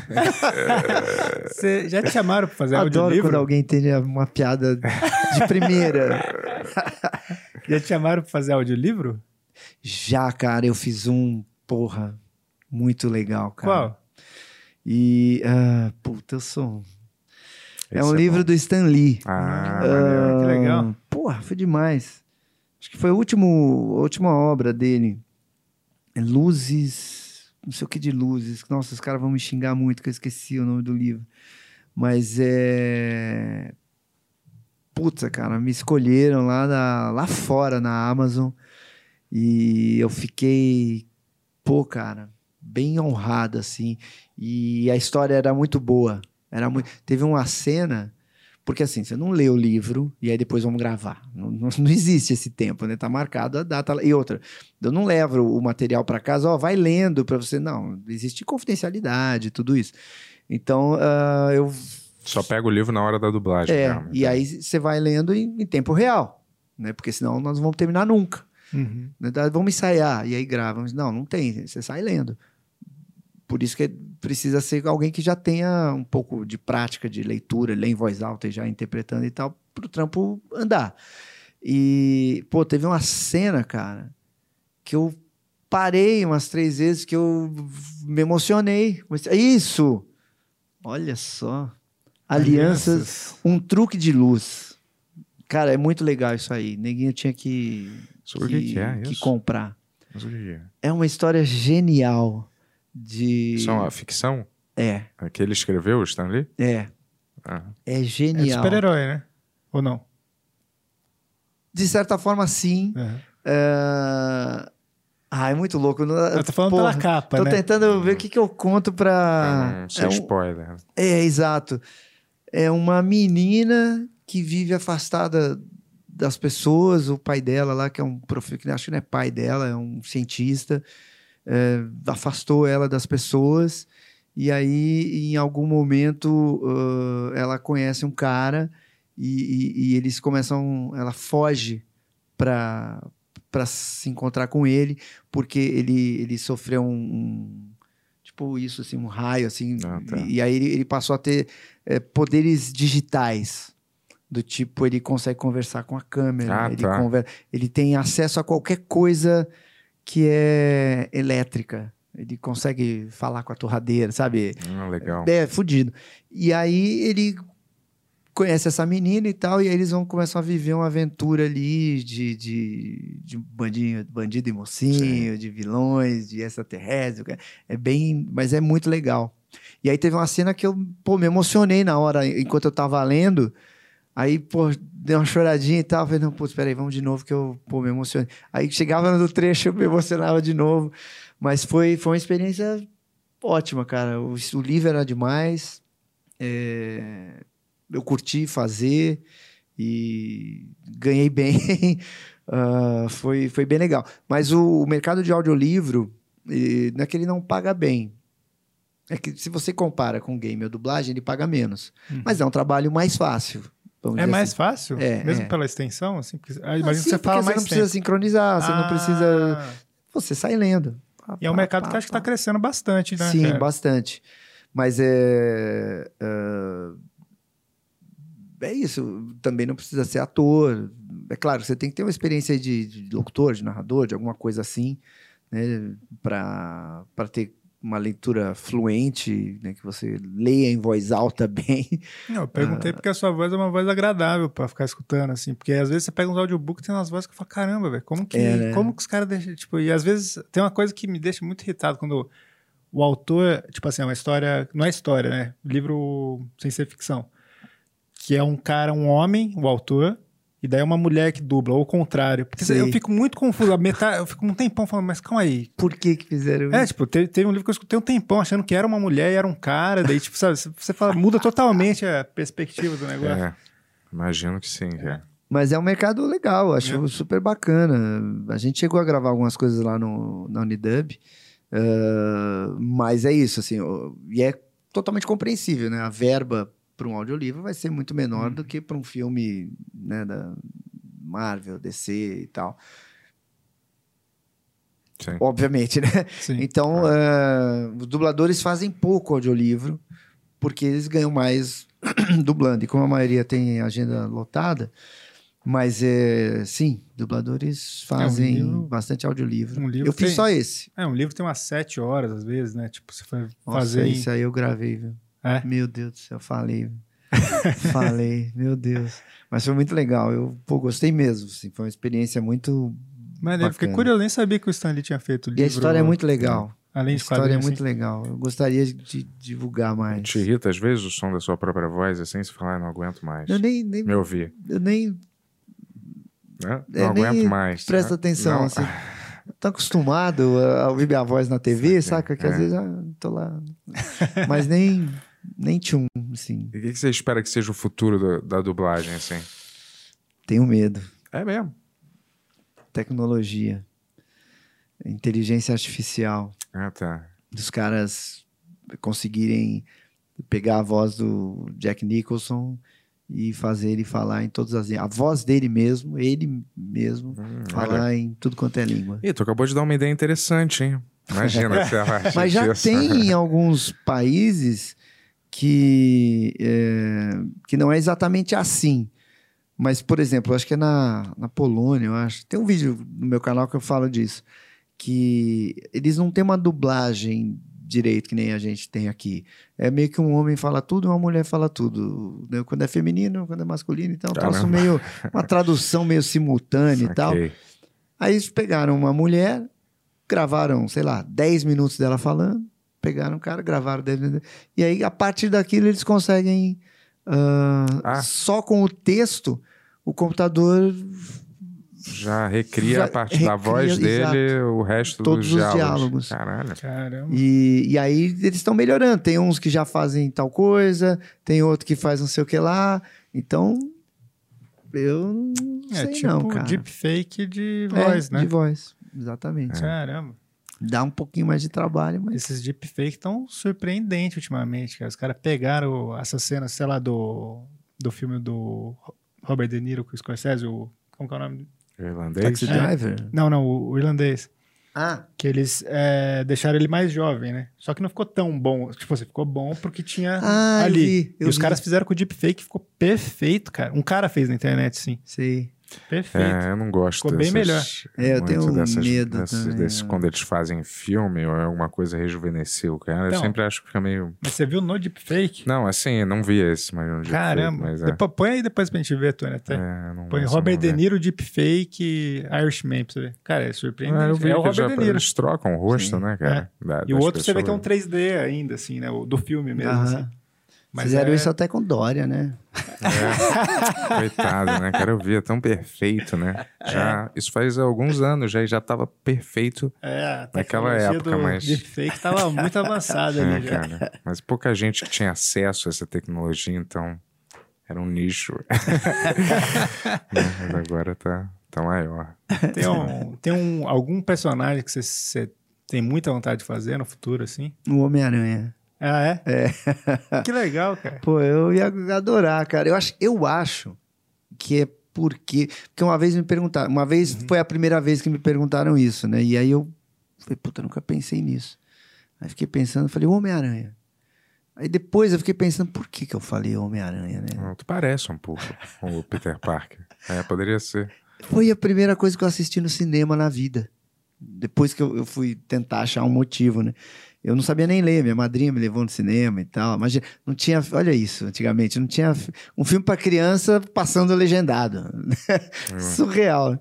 Você já te chamaram pra fazer audiolivro? Adoro quando alguém tem uma piada de primeira. Já te chamaram pra fazer audiolivro? Já, cara, eu fiz porra, muito legal, cara. Qual? E, eu sou... É um livro do Stan Lee. Que legal. Porra, foi demais. Acho que foi a última obra dele. Luzes... Não sei o que de luzes. Nossa, os caras vão me xingar muito que eu esqueci o nome do livro. Mas Putz, cara, me escolheram lá fora na Amazon. E eu fiquei... cara, bem honrado, assim. E a história era muito boa. Teve uma cena... Porque assim, você não lê o livro e aí depois vamos gravar. Não existe esse tempo, né? Tá marcada a data. E outra, eu não levo o material para casa, vai lendo para você. Não, existe confidencialidade, tudo isso. Então, eu... Só pega o livro na hora da dublagem. E aí você vai lendo em tempo real, né? Porque senão nós não vamos terminar nunca. Uhum. Vamos ensaiar, e aí gravamos. Não tem, você sai lendo. Por isso que precisa ser alguém que já tenha um pouco de prática de leitura, ler em voz alta e já interpretando e tal, pro trampo andar. E, teve uma cena, cara, que eu parei umas 3 vezes, que eu me emocionei. Isso! Olha só. Alianças, um truque de luz. Cara, é muito legal isso aí. Neguinho tinha que comprar. Mas o que é? É uma história genial de... Isso é uma ficção? É. Que ele escreveu, Stan Lee? É. Ah. É genial. É super-herói, né? Ou não? De certa forma, sim. É muito louco. Eu tô falando pela capa, tô né? tentando ver o que eu conto pra... Sem spoiler. Exato. É uma menina que vive afastada das pessoas. O pai dela lá, que é um professor, acho que não é pai dela, é um cientista, afastou ela das pessoas. E aí, em algum momento, ela conhece um cara e eles começam... Ela foge para se encontrar com ele, porque ele sofreu tipo isso, assim, um raio, assim, e aí ele passou a ter poderes digitais, do tipo, ele consegue conversar com a câmera, ele tem acesso a qualquer coisa que é elétrica, ele consegue falar com a torradeira, sabe? Legal. É fudido. E aí ele conhece essa menina e tal, e aí eles começam a viver uma aventura ali de bandido e mocinho, de vilões, de extraterrestre. Mas é muito legal. E aí teve uma cena que eu, me emocionei na hora, enquanto eu tava lendo, aí, dei uma choradinha e tal, falei, não, espera aí, vamos de novo que eu, me emocionei. Aí chegava no trecho, eu me emocionava de novo, mas foi uma experiência ótima, cara. O livro era demais, eu curti fazer e ganhei bem. Foi bem legal. Mas o mercado de audiolivro, não é que ele não paga bem. É que se você compara com game ou dublagem, ele paga menos. Mas é um trabalho mais fácil. É mais fácil? Mesmo pela extensão? Assim, imagina que você fala mais tempo. Você não precisa sincronizar, você não precisa... Você sai lendo. E é um mercado que acho que está crescendo bastante, né? Sim, bastante. Mas é isso, também não precisa ser ator. É claro, você tem que ter uma experiência de locutor, de narrador, de alguma coisa assim, né, para ter uma leitura fluente, né, que você leia em voz alta bem. Não, eu perguntei porque a sua voz é uma voz agradável para ficar escutando, assim, porque às vezes você pega uns audiobooks e tem umas vozes que eu falo, caramba, velho, como que os caras deixam, tipo, e às vezes tem uma coisa que me deixa muito irritado quando o autor, tipo assim, é uma história, não é história, né, livro sem ser ficção, que é um homem, o autor, e daí é uma mulher que dubla, ou o contrário. Porque eu fico muito confuso. Eu fico um tempão falando, mas calma aí. Por que fizeram isso? Tipo, teve um livro que eu escutei um tempão achando que era uma mulher e era um cara. Daí, tipo, sabe, você fala, muda totalmente a perspectiva do negócio. Imagino que sim, cara. Mas é um mercado legal, acho super bacana. A gente chegou a gravar algumas coisas lá na Unidub, mas é isso, assim, e é totalmente compreensível, né? A verba para um audiolivro vai ser muito menor do que para um filme, né, da Marvel, DC e tal. Sim. Obviamente, né? Sim. Então, os dubladores fazem pouco audiolivro porque eles ganham mais dublando. E como a maioria tem agenda lotada, mas sim, dubladores fazem bastante audiolivro. Eu fiz só esse. Um livro tem umas 7 horas, às vezes, né? Tipo, você foi fazer... Nossa, isso aí eu gravei, viu? Meu Deus do céu, falei, meu Deus. Mas foi muito legal, eu gostei mesmo, assim, foi uma experiência muito bacana. Eu fiquei curioso, nem sabia que o Stan Lee tinha feito o livro. E a história é muito legal. Além de a história é muito legal, eu gostaria de divulgar mais. Te irrita às vezes o som da sua própria voz, assim, você fala, não aguento mais. Eu nem me ouvir. Eu nem... Não aguento mais. Presta atenção, assim. Tô acostumado a ouvir minha voz na TV, saca? Que às vezes tô lá. Mas nem tchum, assim. E o que você espera que seja o futuro da dublagem, assim? Tenho medo. É mesmo? Tecnologia. Inteligência artificial. Tá. Dos caras conseguirem pegar a voz do Jack Nicholson e fazer ele falar em todas as... A voz dele mesmo, ele mesmo, falar em tudo quanto é língua. Tu acabou de dar uma ideia interessante, hein? Imagina que você acha. Mas já tem em alguns países que não é exatamente assim. Mas, por exemplo, eu acho que é na Polônia, eu acho. Tem um vídeo no meu canal que eu falo disso. que eles não têm uma dublagem direito que nem a gente tem aqui. É meio que um homem fala tudo e uma mulher fala tudo. Né? Quando é feminino, quando é masculino. Então, meio uma tradução meio simultânea e tal. Aí eles pegaram uma mulher, gravaram, sei lá, 10 minutos dela falando, pegaram o cara, gravaram 10 minutos. E aí, a partir daquilo, eles conseguem... Só com o texto, o computador... Já recria a parte da voz dele, exato, o resto todos dos os diálogos. Caramba. E aí eles estão melhorando. Tem uns que já fazem tal coisa, tem outro que faz não sei o que lá. Então, eu não sei tipo não, cara. Deepfake de voz, né? De voz, exatamente. Caramba. Dá um pouquinho mais de trabalho, mas... Esses deepfakes estão surpreendentes ultimamente, cara. Os caras pegaram essa cena, sei lá, do filme do Robert De Niro com o Scorsese, como que é o nome? Irlandês? Taxi Driver? Não, o irlandês. Ah. Que eles deixaram ele mais jovem, né? Só que não ficou tão bom. Tipo assim, ficou bom porque tinha ali. Eu vi. Os caras fizeram com o deepfake, ficou perfeito, cara. Um cara fez na internet, sim. Sim. Perfeito. Eu não gosto ficou bem melhor. Eu tenho medo também. Quando eles fazem filme ou alguma coisa rejuvenesceu, cara. Então, eu sempre acho que fica meio... Mas você viu no deepfake? Não, assim, eu não vi esse, mas no Caramba. deepfake. Mas põe aí depois pra gente ver, Tony, até. Põe Robert De Niro deepfake Irishman pra você ver. Cara, é surpreendente. Eu vi o Robert De Niro. Eles trocam o rosto, né, cara? E o outro você vê que é um 3D ainda, assim, né? Do filme mesmo, assim. Mas fizeram isso até com Dória, né? Coitado, né? Cara, eu vi, é tão perfeito, né? Isso faz alguns anos já estava perfeito naquela época, mas... O deepfake estava muito avançado ali já. Cara, mas pouca gente que tinha acesso a essa tecnologia, então era um nicho. Mas agora tá maior. Tem algum personagem que você tem muita vontade de fazer no futuro, assim? O Homem-Aranha. Ah, é? Que legal, cara. Pô, eu ia adorar, cara. Eu acho que é porque uma vez me perguntaram, foi a primeira vez que me perguntaram isso, né? E aí eu falei, puta, eu nunca pensei nisso. Aí fiquei pensando, falei, Homem-Aranha. Aí depois eu fiquei pensando, por que eu falei Homem-Aranha, né? Tu parece um pouco com o Peter Parker. Poderia ser. Foi a primeira coisa que eu assisti no cinema na vida. Depois que eu fui tentar achar um motivo, né? Eu não sabia nem ler, minha madrinha me levou no cinema e tal. Mas não tinha, olha isso, antigamente, não tinha um filme para criança passando legendado. Surreal.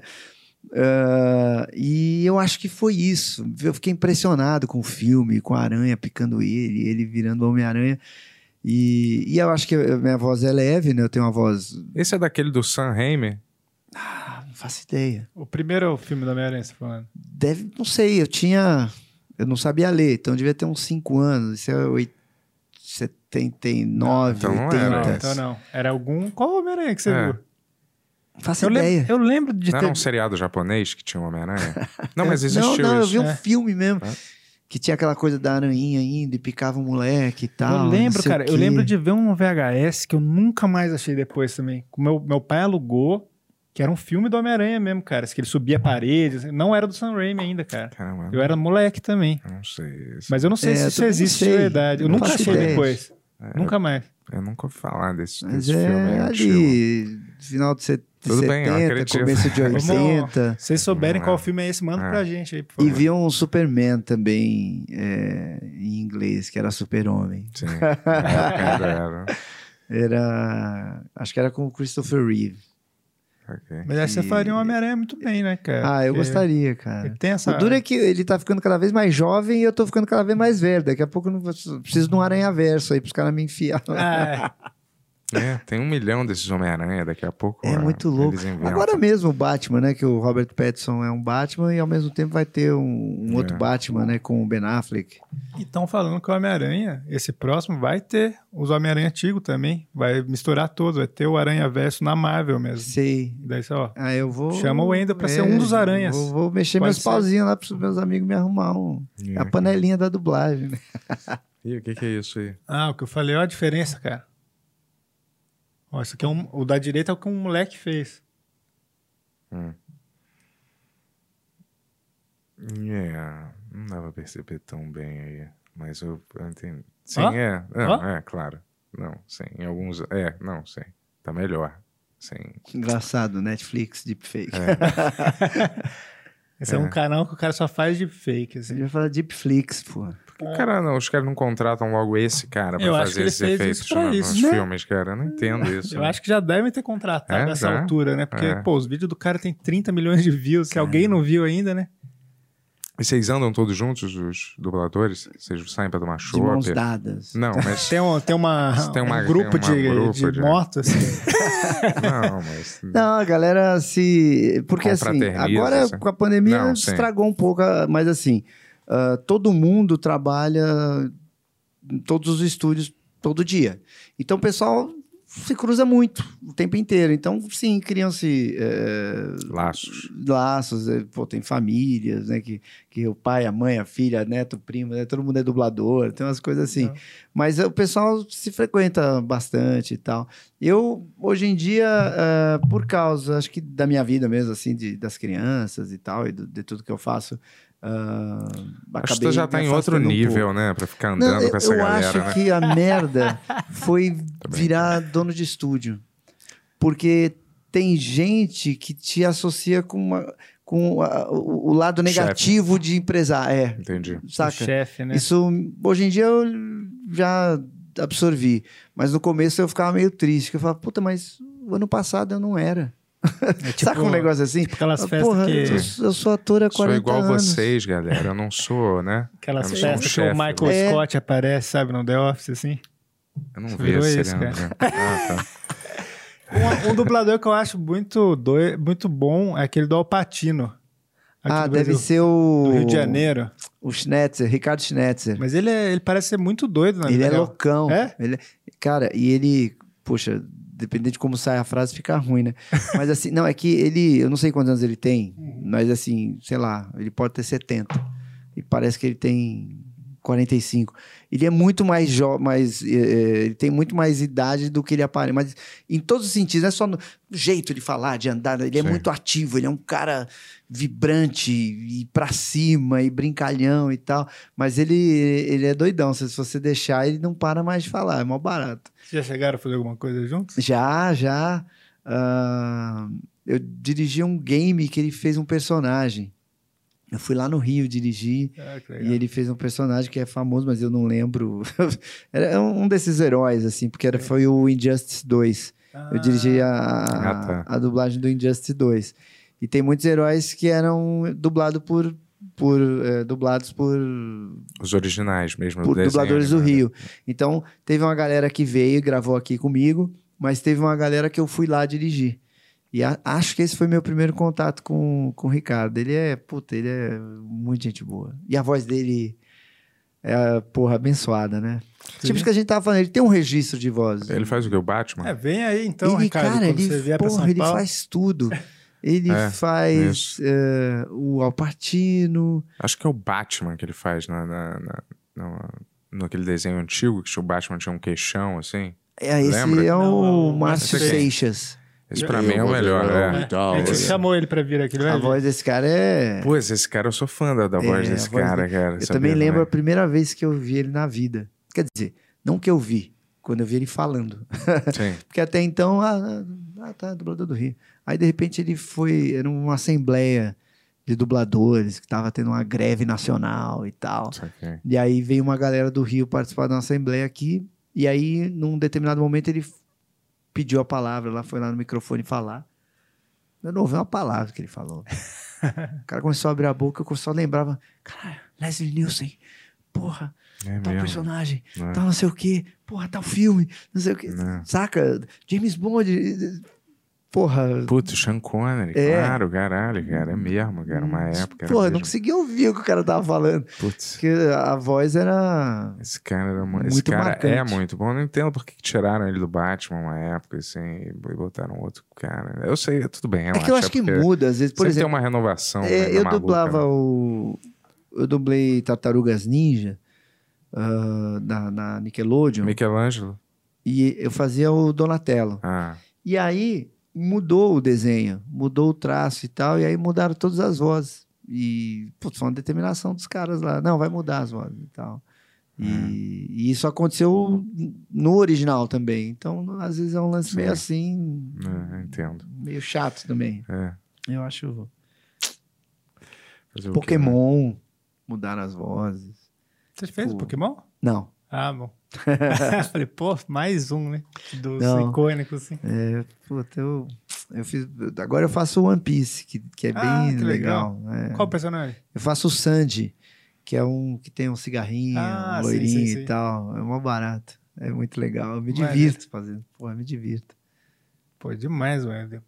E eu acho que foi isso. Eu fiquei impressionado com o filme, com a aranha picando ele virando Homem-Aranha. E eu acho que a minha voz é leve, né? Eu tenho uma voz... Esse é daquele do Sam Raimi? Não faço ideia. O primeiro filme da Homem-Aranha, você tá falando? Não sei, eu não sabia ler, então devia ter uns 5 anos. Isso é 79, então 80. Então não. Era algum... Qual Homem-Aranha que você viu? Não faço ideia. Eu lembro de não ter... era um seriado japonês que tinha um Homem-Aranha? Não, mas existiu Não, isso. Eu vi um filme mesmo. Que tinha aquela coisa da aranhinha ainda e picava o moleque e tal. Eu lembro, cara. Eu lembro de ver um VHS que eu nunca mais achei depois também. Meu pai alugou, que era um filme do Homem-Aranha mesmo, cara. Que ele subia paredes. Não era do Sam Raimi ainda, cara. Caramba. Eu era moleque também. Não sei. Mas eu não sei se isso existe de verdade. Eu nunca achei depois. Nunca mais. Eu nunca ouvi falar desse filme. Ali, final de 70, começo de 80. Se vocês souberem qual filme é esse, manda pra gente aí, por favor. E viu um Superman também em inglês, que era Super-Homem. Sim, era... Acho que era com o Christopher Reeve. Okay. Mas aí você faria um Homem-Aranha muito bem, né, cara? Eu gostaria, cara. O duro é que ele tá ficando cada vez mais jovem e eu tô ficando cada vez mais velho. Daqui a pouco eu preciso de um aranha-verso aí pros caras me enfiar. Tem 1 milhão desses Homem-Aranha, daqui a pouco. É muito louco. Agora mesmo o Batman, né? Que o Robert Pattinson é um Batman e ao mesmo tempo vai ter um outro Batman, né? Com o Ben Affleck. E estão falando que o Homem-Aranha, esse próximo, vai ter os Homem-Aranha antigos também. Vai misturar todos, vai ter o Aranha-Verso na Marvel mesmo. Sei. Daí só, eu vou... Chama o Wendel pra ser um dos aranhas. Vou mexer meus pauzinhos lá pros meus amigos me arrumar a panelinha da dublagem, né? E o que é isso aí? O que eu falei, olha a diferença, cara. Ó, isso aqui é o da direita é o que um moleque fez. Não dá pra perceber tão bem aí. Mas eu entendi. Sim, claro. Não, sim. Em alguns... não, sim. Tá melhor. Sim. Engraçado, Netflix, deepfake. Esse é um canal que o cara só faz deepfake, assim. Ele vai falar deepflix, pô. Os caras não contratam logo esse cara pra fazer esses efeitos nos filmes, cara. Eu não entendo isso. Eu acho que já devem ter contratado nessa altura, né? Porque, os vídeos do cara tem 30 milhões de views, que alguém não viu ainda, né? E vocês andam todos juntos, os dubladores? Vocês saem pra tomar chopp? De mãos dadas. Não, mas... tem um grupo de moto, assim. Não, mas... Não, a galera se... Porque, assim, agora assim. Com a pandemia estragou um pouco, mas, assim... todo mundo trabalha em todos os estúdios todo dia. Então, o pessoal se cruza muito o tempo inteiro. Então, sim, criam-se... Laços. Tem famílias, né? Que o pai, a mãe, a filha, a neto, o primo, né? Todo mundo é dublador. Tem umas coisas assim. Mas o pessoal se frequenta bastante e tal. Eu, hoje em dia, por causa, acho que da minha vida mesmo, assim, das crianças e tal, e de tudo que eu faço... acho que tu já tá em outro nível, né? Pra ficar andando com essa galera, Eu acho que a merda foi virar dono de estúdio. Porque tem gente que te associa com o lado negativo de empresário. Entendi. Saca? O chefe, né? Isso, hoje em dia, eu já absorvi. Mas no começo eu ficava meio triste. Eu falava, puta, mas o ano passado eu não era. Saca um negócio assim? Tipo aquelas festas eu sou ator há 40 anos. Sou igual vocês, galera. Eu não sou, né? Aquelas festas que o Michael Scott aparece, sabe, no The Office, assim. Eu não vi esse cara. Tá. Um dublador que eu acho muito bom é aquele do Al Pacino. Deve ser o... do Rio de Janeiro. O Schnetzer, Ricardo Schnetzer. Mas ele parece ser muito doido, né? Ele é loucão. É? Cara, e ele... Poxa... Dependendo de como sai a frase, fica ruim, né? Mas assim, não, é que ele... Eu não sei quantos anos ele tem, mas assim, sei lá, ele pode ter 70. E parece que ele tem 45. Ele é muito mais jovem, ele tem muito mais idade do que ele aparece. Mas em todos os sentidos, não é só no jeito de falar, de andar. Ele é muito ativo, ele é um cara vibrante e pra cima e brincalhão e tal. Mas ele é doidão. Se você deixar, ele não para mais de falar. É mó barato. Já chegaram a fazer alguma coisa juntos? Já. Eu dirigi um game que ele fez um personagem. Eu fui lá no Rio dirigir e ele fez um personagem que é famoso, mas eu não lembro. Era um desses heróis, assim, porque foi o Injustice 2. Eu dirigi a dublagem do Injustice 2. E tem muitos heróis que eram dublados por os originais mesmo. Por dubladores do Rio. Então, teve uma galera que veio e gravou aqui comigo, mas teve uma galera que eu fui lá dirigir. E acho que esse foi meu primeiro contato com o Ricardo. Ele é muito gente boa. E a voz dele é, abençoada, né? Sim. Tipo que a gente tava falando, ele tem um registro de voz. Ele faz o que? O Batman? Vem aí então, ele, Ricardo, cara, quando você vier pra São Paulo. Ele faz tudo. Ele faz o Al Pacino. Acho que é o Batman que ele faz naquele desenho antigo, que o Batman tinha um queixão, assim. Esse lembra? É o Márcio Seixas. Esse pra mim é o melhor, A gente chamou ele pra vir aqui, não é? A voz desse cara é... Pô, esse cara, eu sou fã da voz desse cara. Eu também lembro a primeira vez que eu vi ele na vida. Quer dizer, não que eu vi, quando eu vi ele falando. Sim. Porque até então, tá, dublador do Rio. Aí, de repente, era uma assembleia de dubladores, que tava tendo uma greve nacional e tal. Okay. E aí veio uma galera do Rio participar de uma assembleia aqui, e aí, num determinado momento, ele pediu a palavra, foi lá no microfone falar. Eu não ouvi uma palavra que ele falou. O cara começou a abrir a boca, eu só lembrava, caralho, Leslie Nielsen, porra, tal personagem, tal não sei o quê, porra, tal filme, não sei o quê. Saca? James Bond, porra. Putz, Sean Connery, claro, caralho, cara, é mesmo, cara, uma época. Porra, não conseguia ouvir o que o cara tava falando. Putz. Porque a voz era... Esse cara era muito Esse cara marcante. É muito bom. Eu não entendo por que tiraram ele do Batman uma época, assim, e botaram outro cara. Eu sei, tudo bem. Que eu acho que muda, às vezes, por exemplo... tem uma renovação. Eu dublava Eu dublei Tartarugas Ninja, na Nickelodeon. Michelangelo. E eu fazia o Donatello. E aí... mudou o desenho, mudou o traço e tal, e aí mudaram todas as vozes. E, putz, foi uma determinação dos caras lá. Não, vai mudar as vozes e tal. E isso aconteceu no original também. Então, às vezes é um lance meio assim... entendo. Meio chato também. Eu acho... Pokémon, mudaram as vozes. Você fez o Pokémon? Não. Ah, bom. Falei, pô, mais um, né? Dos icônicos, assim. Puta, eu fiz... Agora eu faço o One Piece, que é bem legal. Qual personagem? Eu faço o Sanji, que é um que tem um cigarrinho, um loirinho e tal. É mó barato. É muito legal. Eu me divirto fazendo. Pô, eu me divirto. Pô, demais, Wendel.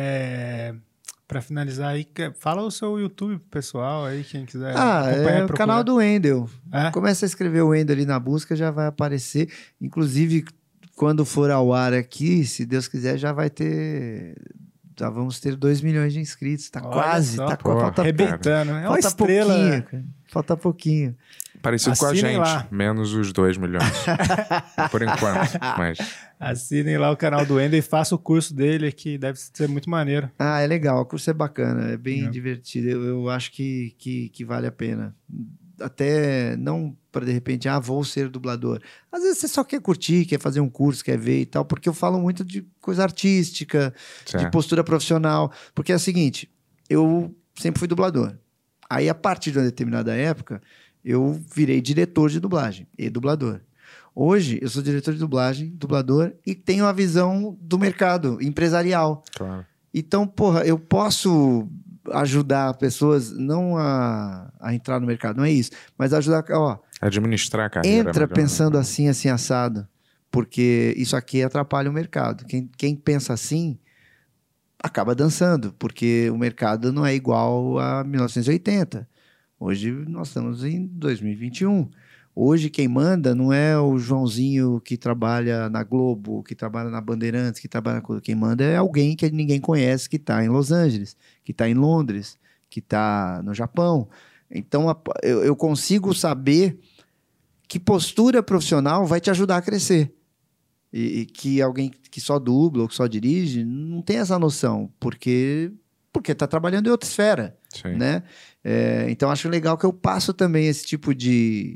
Pra finalizar aí, fala o seu YouTube pro pessoal aí, quem quiser acompanhar. É o canal do Wendel. Começa a escrever o Wendel ali na busca, já vai aparecer. Inclusive, quando for ao ar aqui, se Deus quiser, já vai ter... Já vamos ter 2 milhões de inscritos. Tá quase. Tá falta arrebentando. É uma falta estrela. Pouquinho, cara. Falta pouquinho. Parecido com a gente, menos os 2 milhões. Por enquanto, mas... Assinem lá o canal do Wendel e faça o curso dele, que deve ser muito maneiro. É legal. O curso é bacana, é bem divertido. Eu acho que vale a pena. Até não para, de repente, vou ser dublador. Às vezes você só quer curtir, quer fazer um curso, quer ver e tal, porque eu falo muito de coisa artística, de postura profissional. Porque é o seguinte, eu sempre fui dublador. Aí, a partir de uma determinada época, eu virei diretor de dublagem e dublador. Hoje, eu sou diretor de dublagem, dublador, e tenho a visão do mercado empresarial. Claro. Então, eu posso ajudar pessoas não a entrar no mercado, não é isso, mas ajudar, administrar a carreira. Entra pensando assim, assado, porque isso aqui atrapalha o mercado. Quem pensa assim, acaba dançando, porque o mercado não é igual a 1980. Hoje nós estamos em 2021. Hoje quem manda não é o Joãozinho que trabalha na Globo, que trabalha na Bandeirantes, que trabalha na... Quem manda é alguém que ninguém conhece, que está em Los Angeles, que está em Londres, que está no Japão. Então eu consigo saber que postura profissional vai te ajudar a crescer. E que alguém que só dubla ou que só dirige não tem essa noção, porque está trabalhando em outra esfera. Né? Então acho legal que eu passo também esse tipo de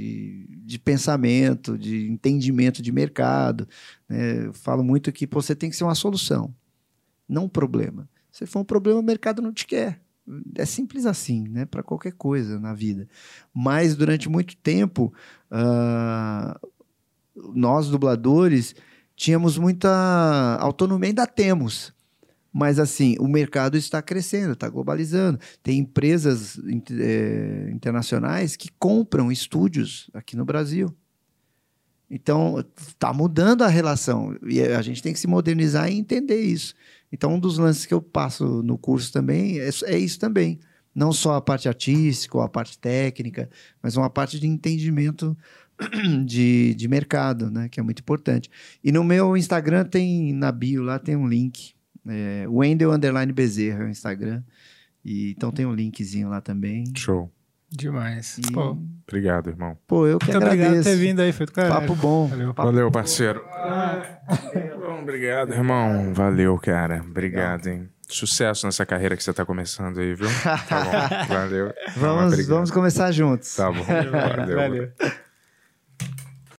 pensamento, de entendimento de mercado. Né? Eu falo muito que você tem que ser uma solução, não um problema. Se for um problema, o mercado não te quer. É simples assim, né? Para qualquer coisa na vida. Mas durante muito tempo, nós dubladores tínhamos muita autonomia, ainda temos. Mas, assim, o mercado está crescendo, está globalizando. Tem empresas internacionais que compram estúdios aqui no Brasil. Então, está mudando a relação. E a gente tem que se modernizar e entender isso. Então, um dos lances que eu passo no curso também é isso também. Não só a parte artística ou a parte técnica, mas uma parte de entendimento de mercado, né? Que é muito importante. E no meu Instagram na bio, lá tem um link. Wendel_Bezerra é o Instagram. Então tem um linkzinho lá também. Show. Demais. Obrigado, irmão. Eu que agradeço. Obrigado por ter vindo aí, feito caralho. Papo bom. Valeu, parceiro. Obrigado, irmão. Valeu, cara. Obrigado, hein. Sucesso nessa carreira que você tá começando aí, viu? Tá bom. Valeu. Vamos começar juntos. Tá bom. Valeu.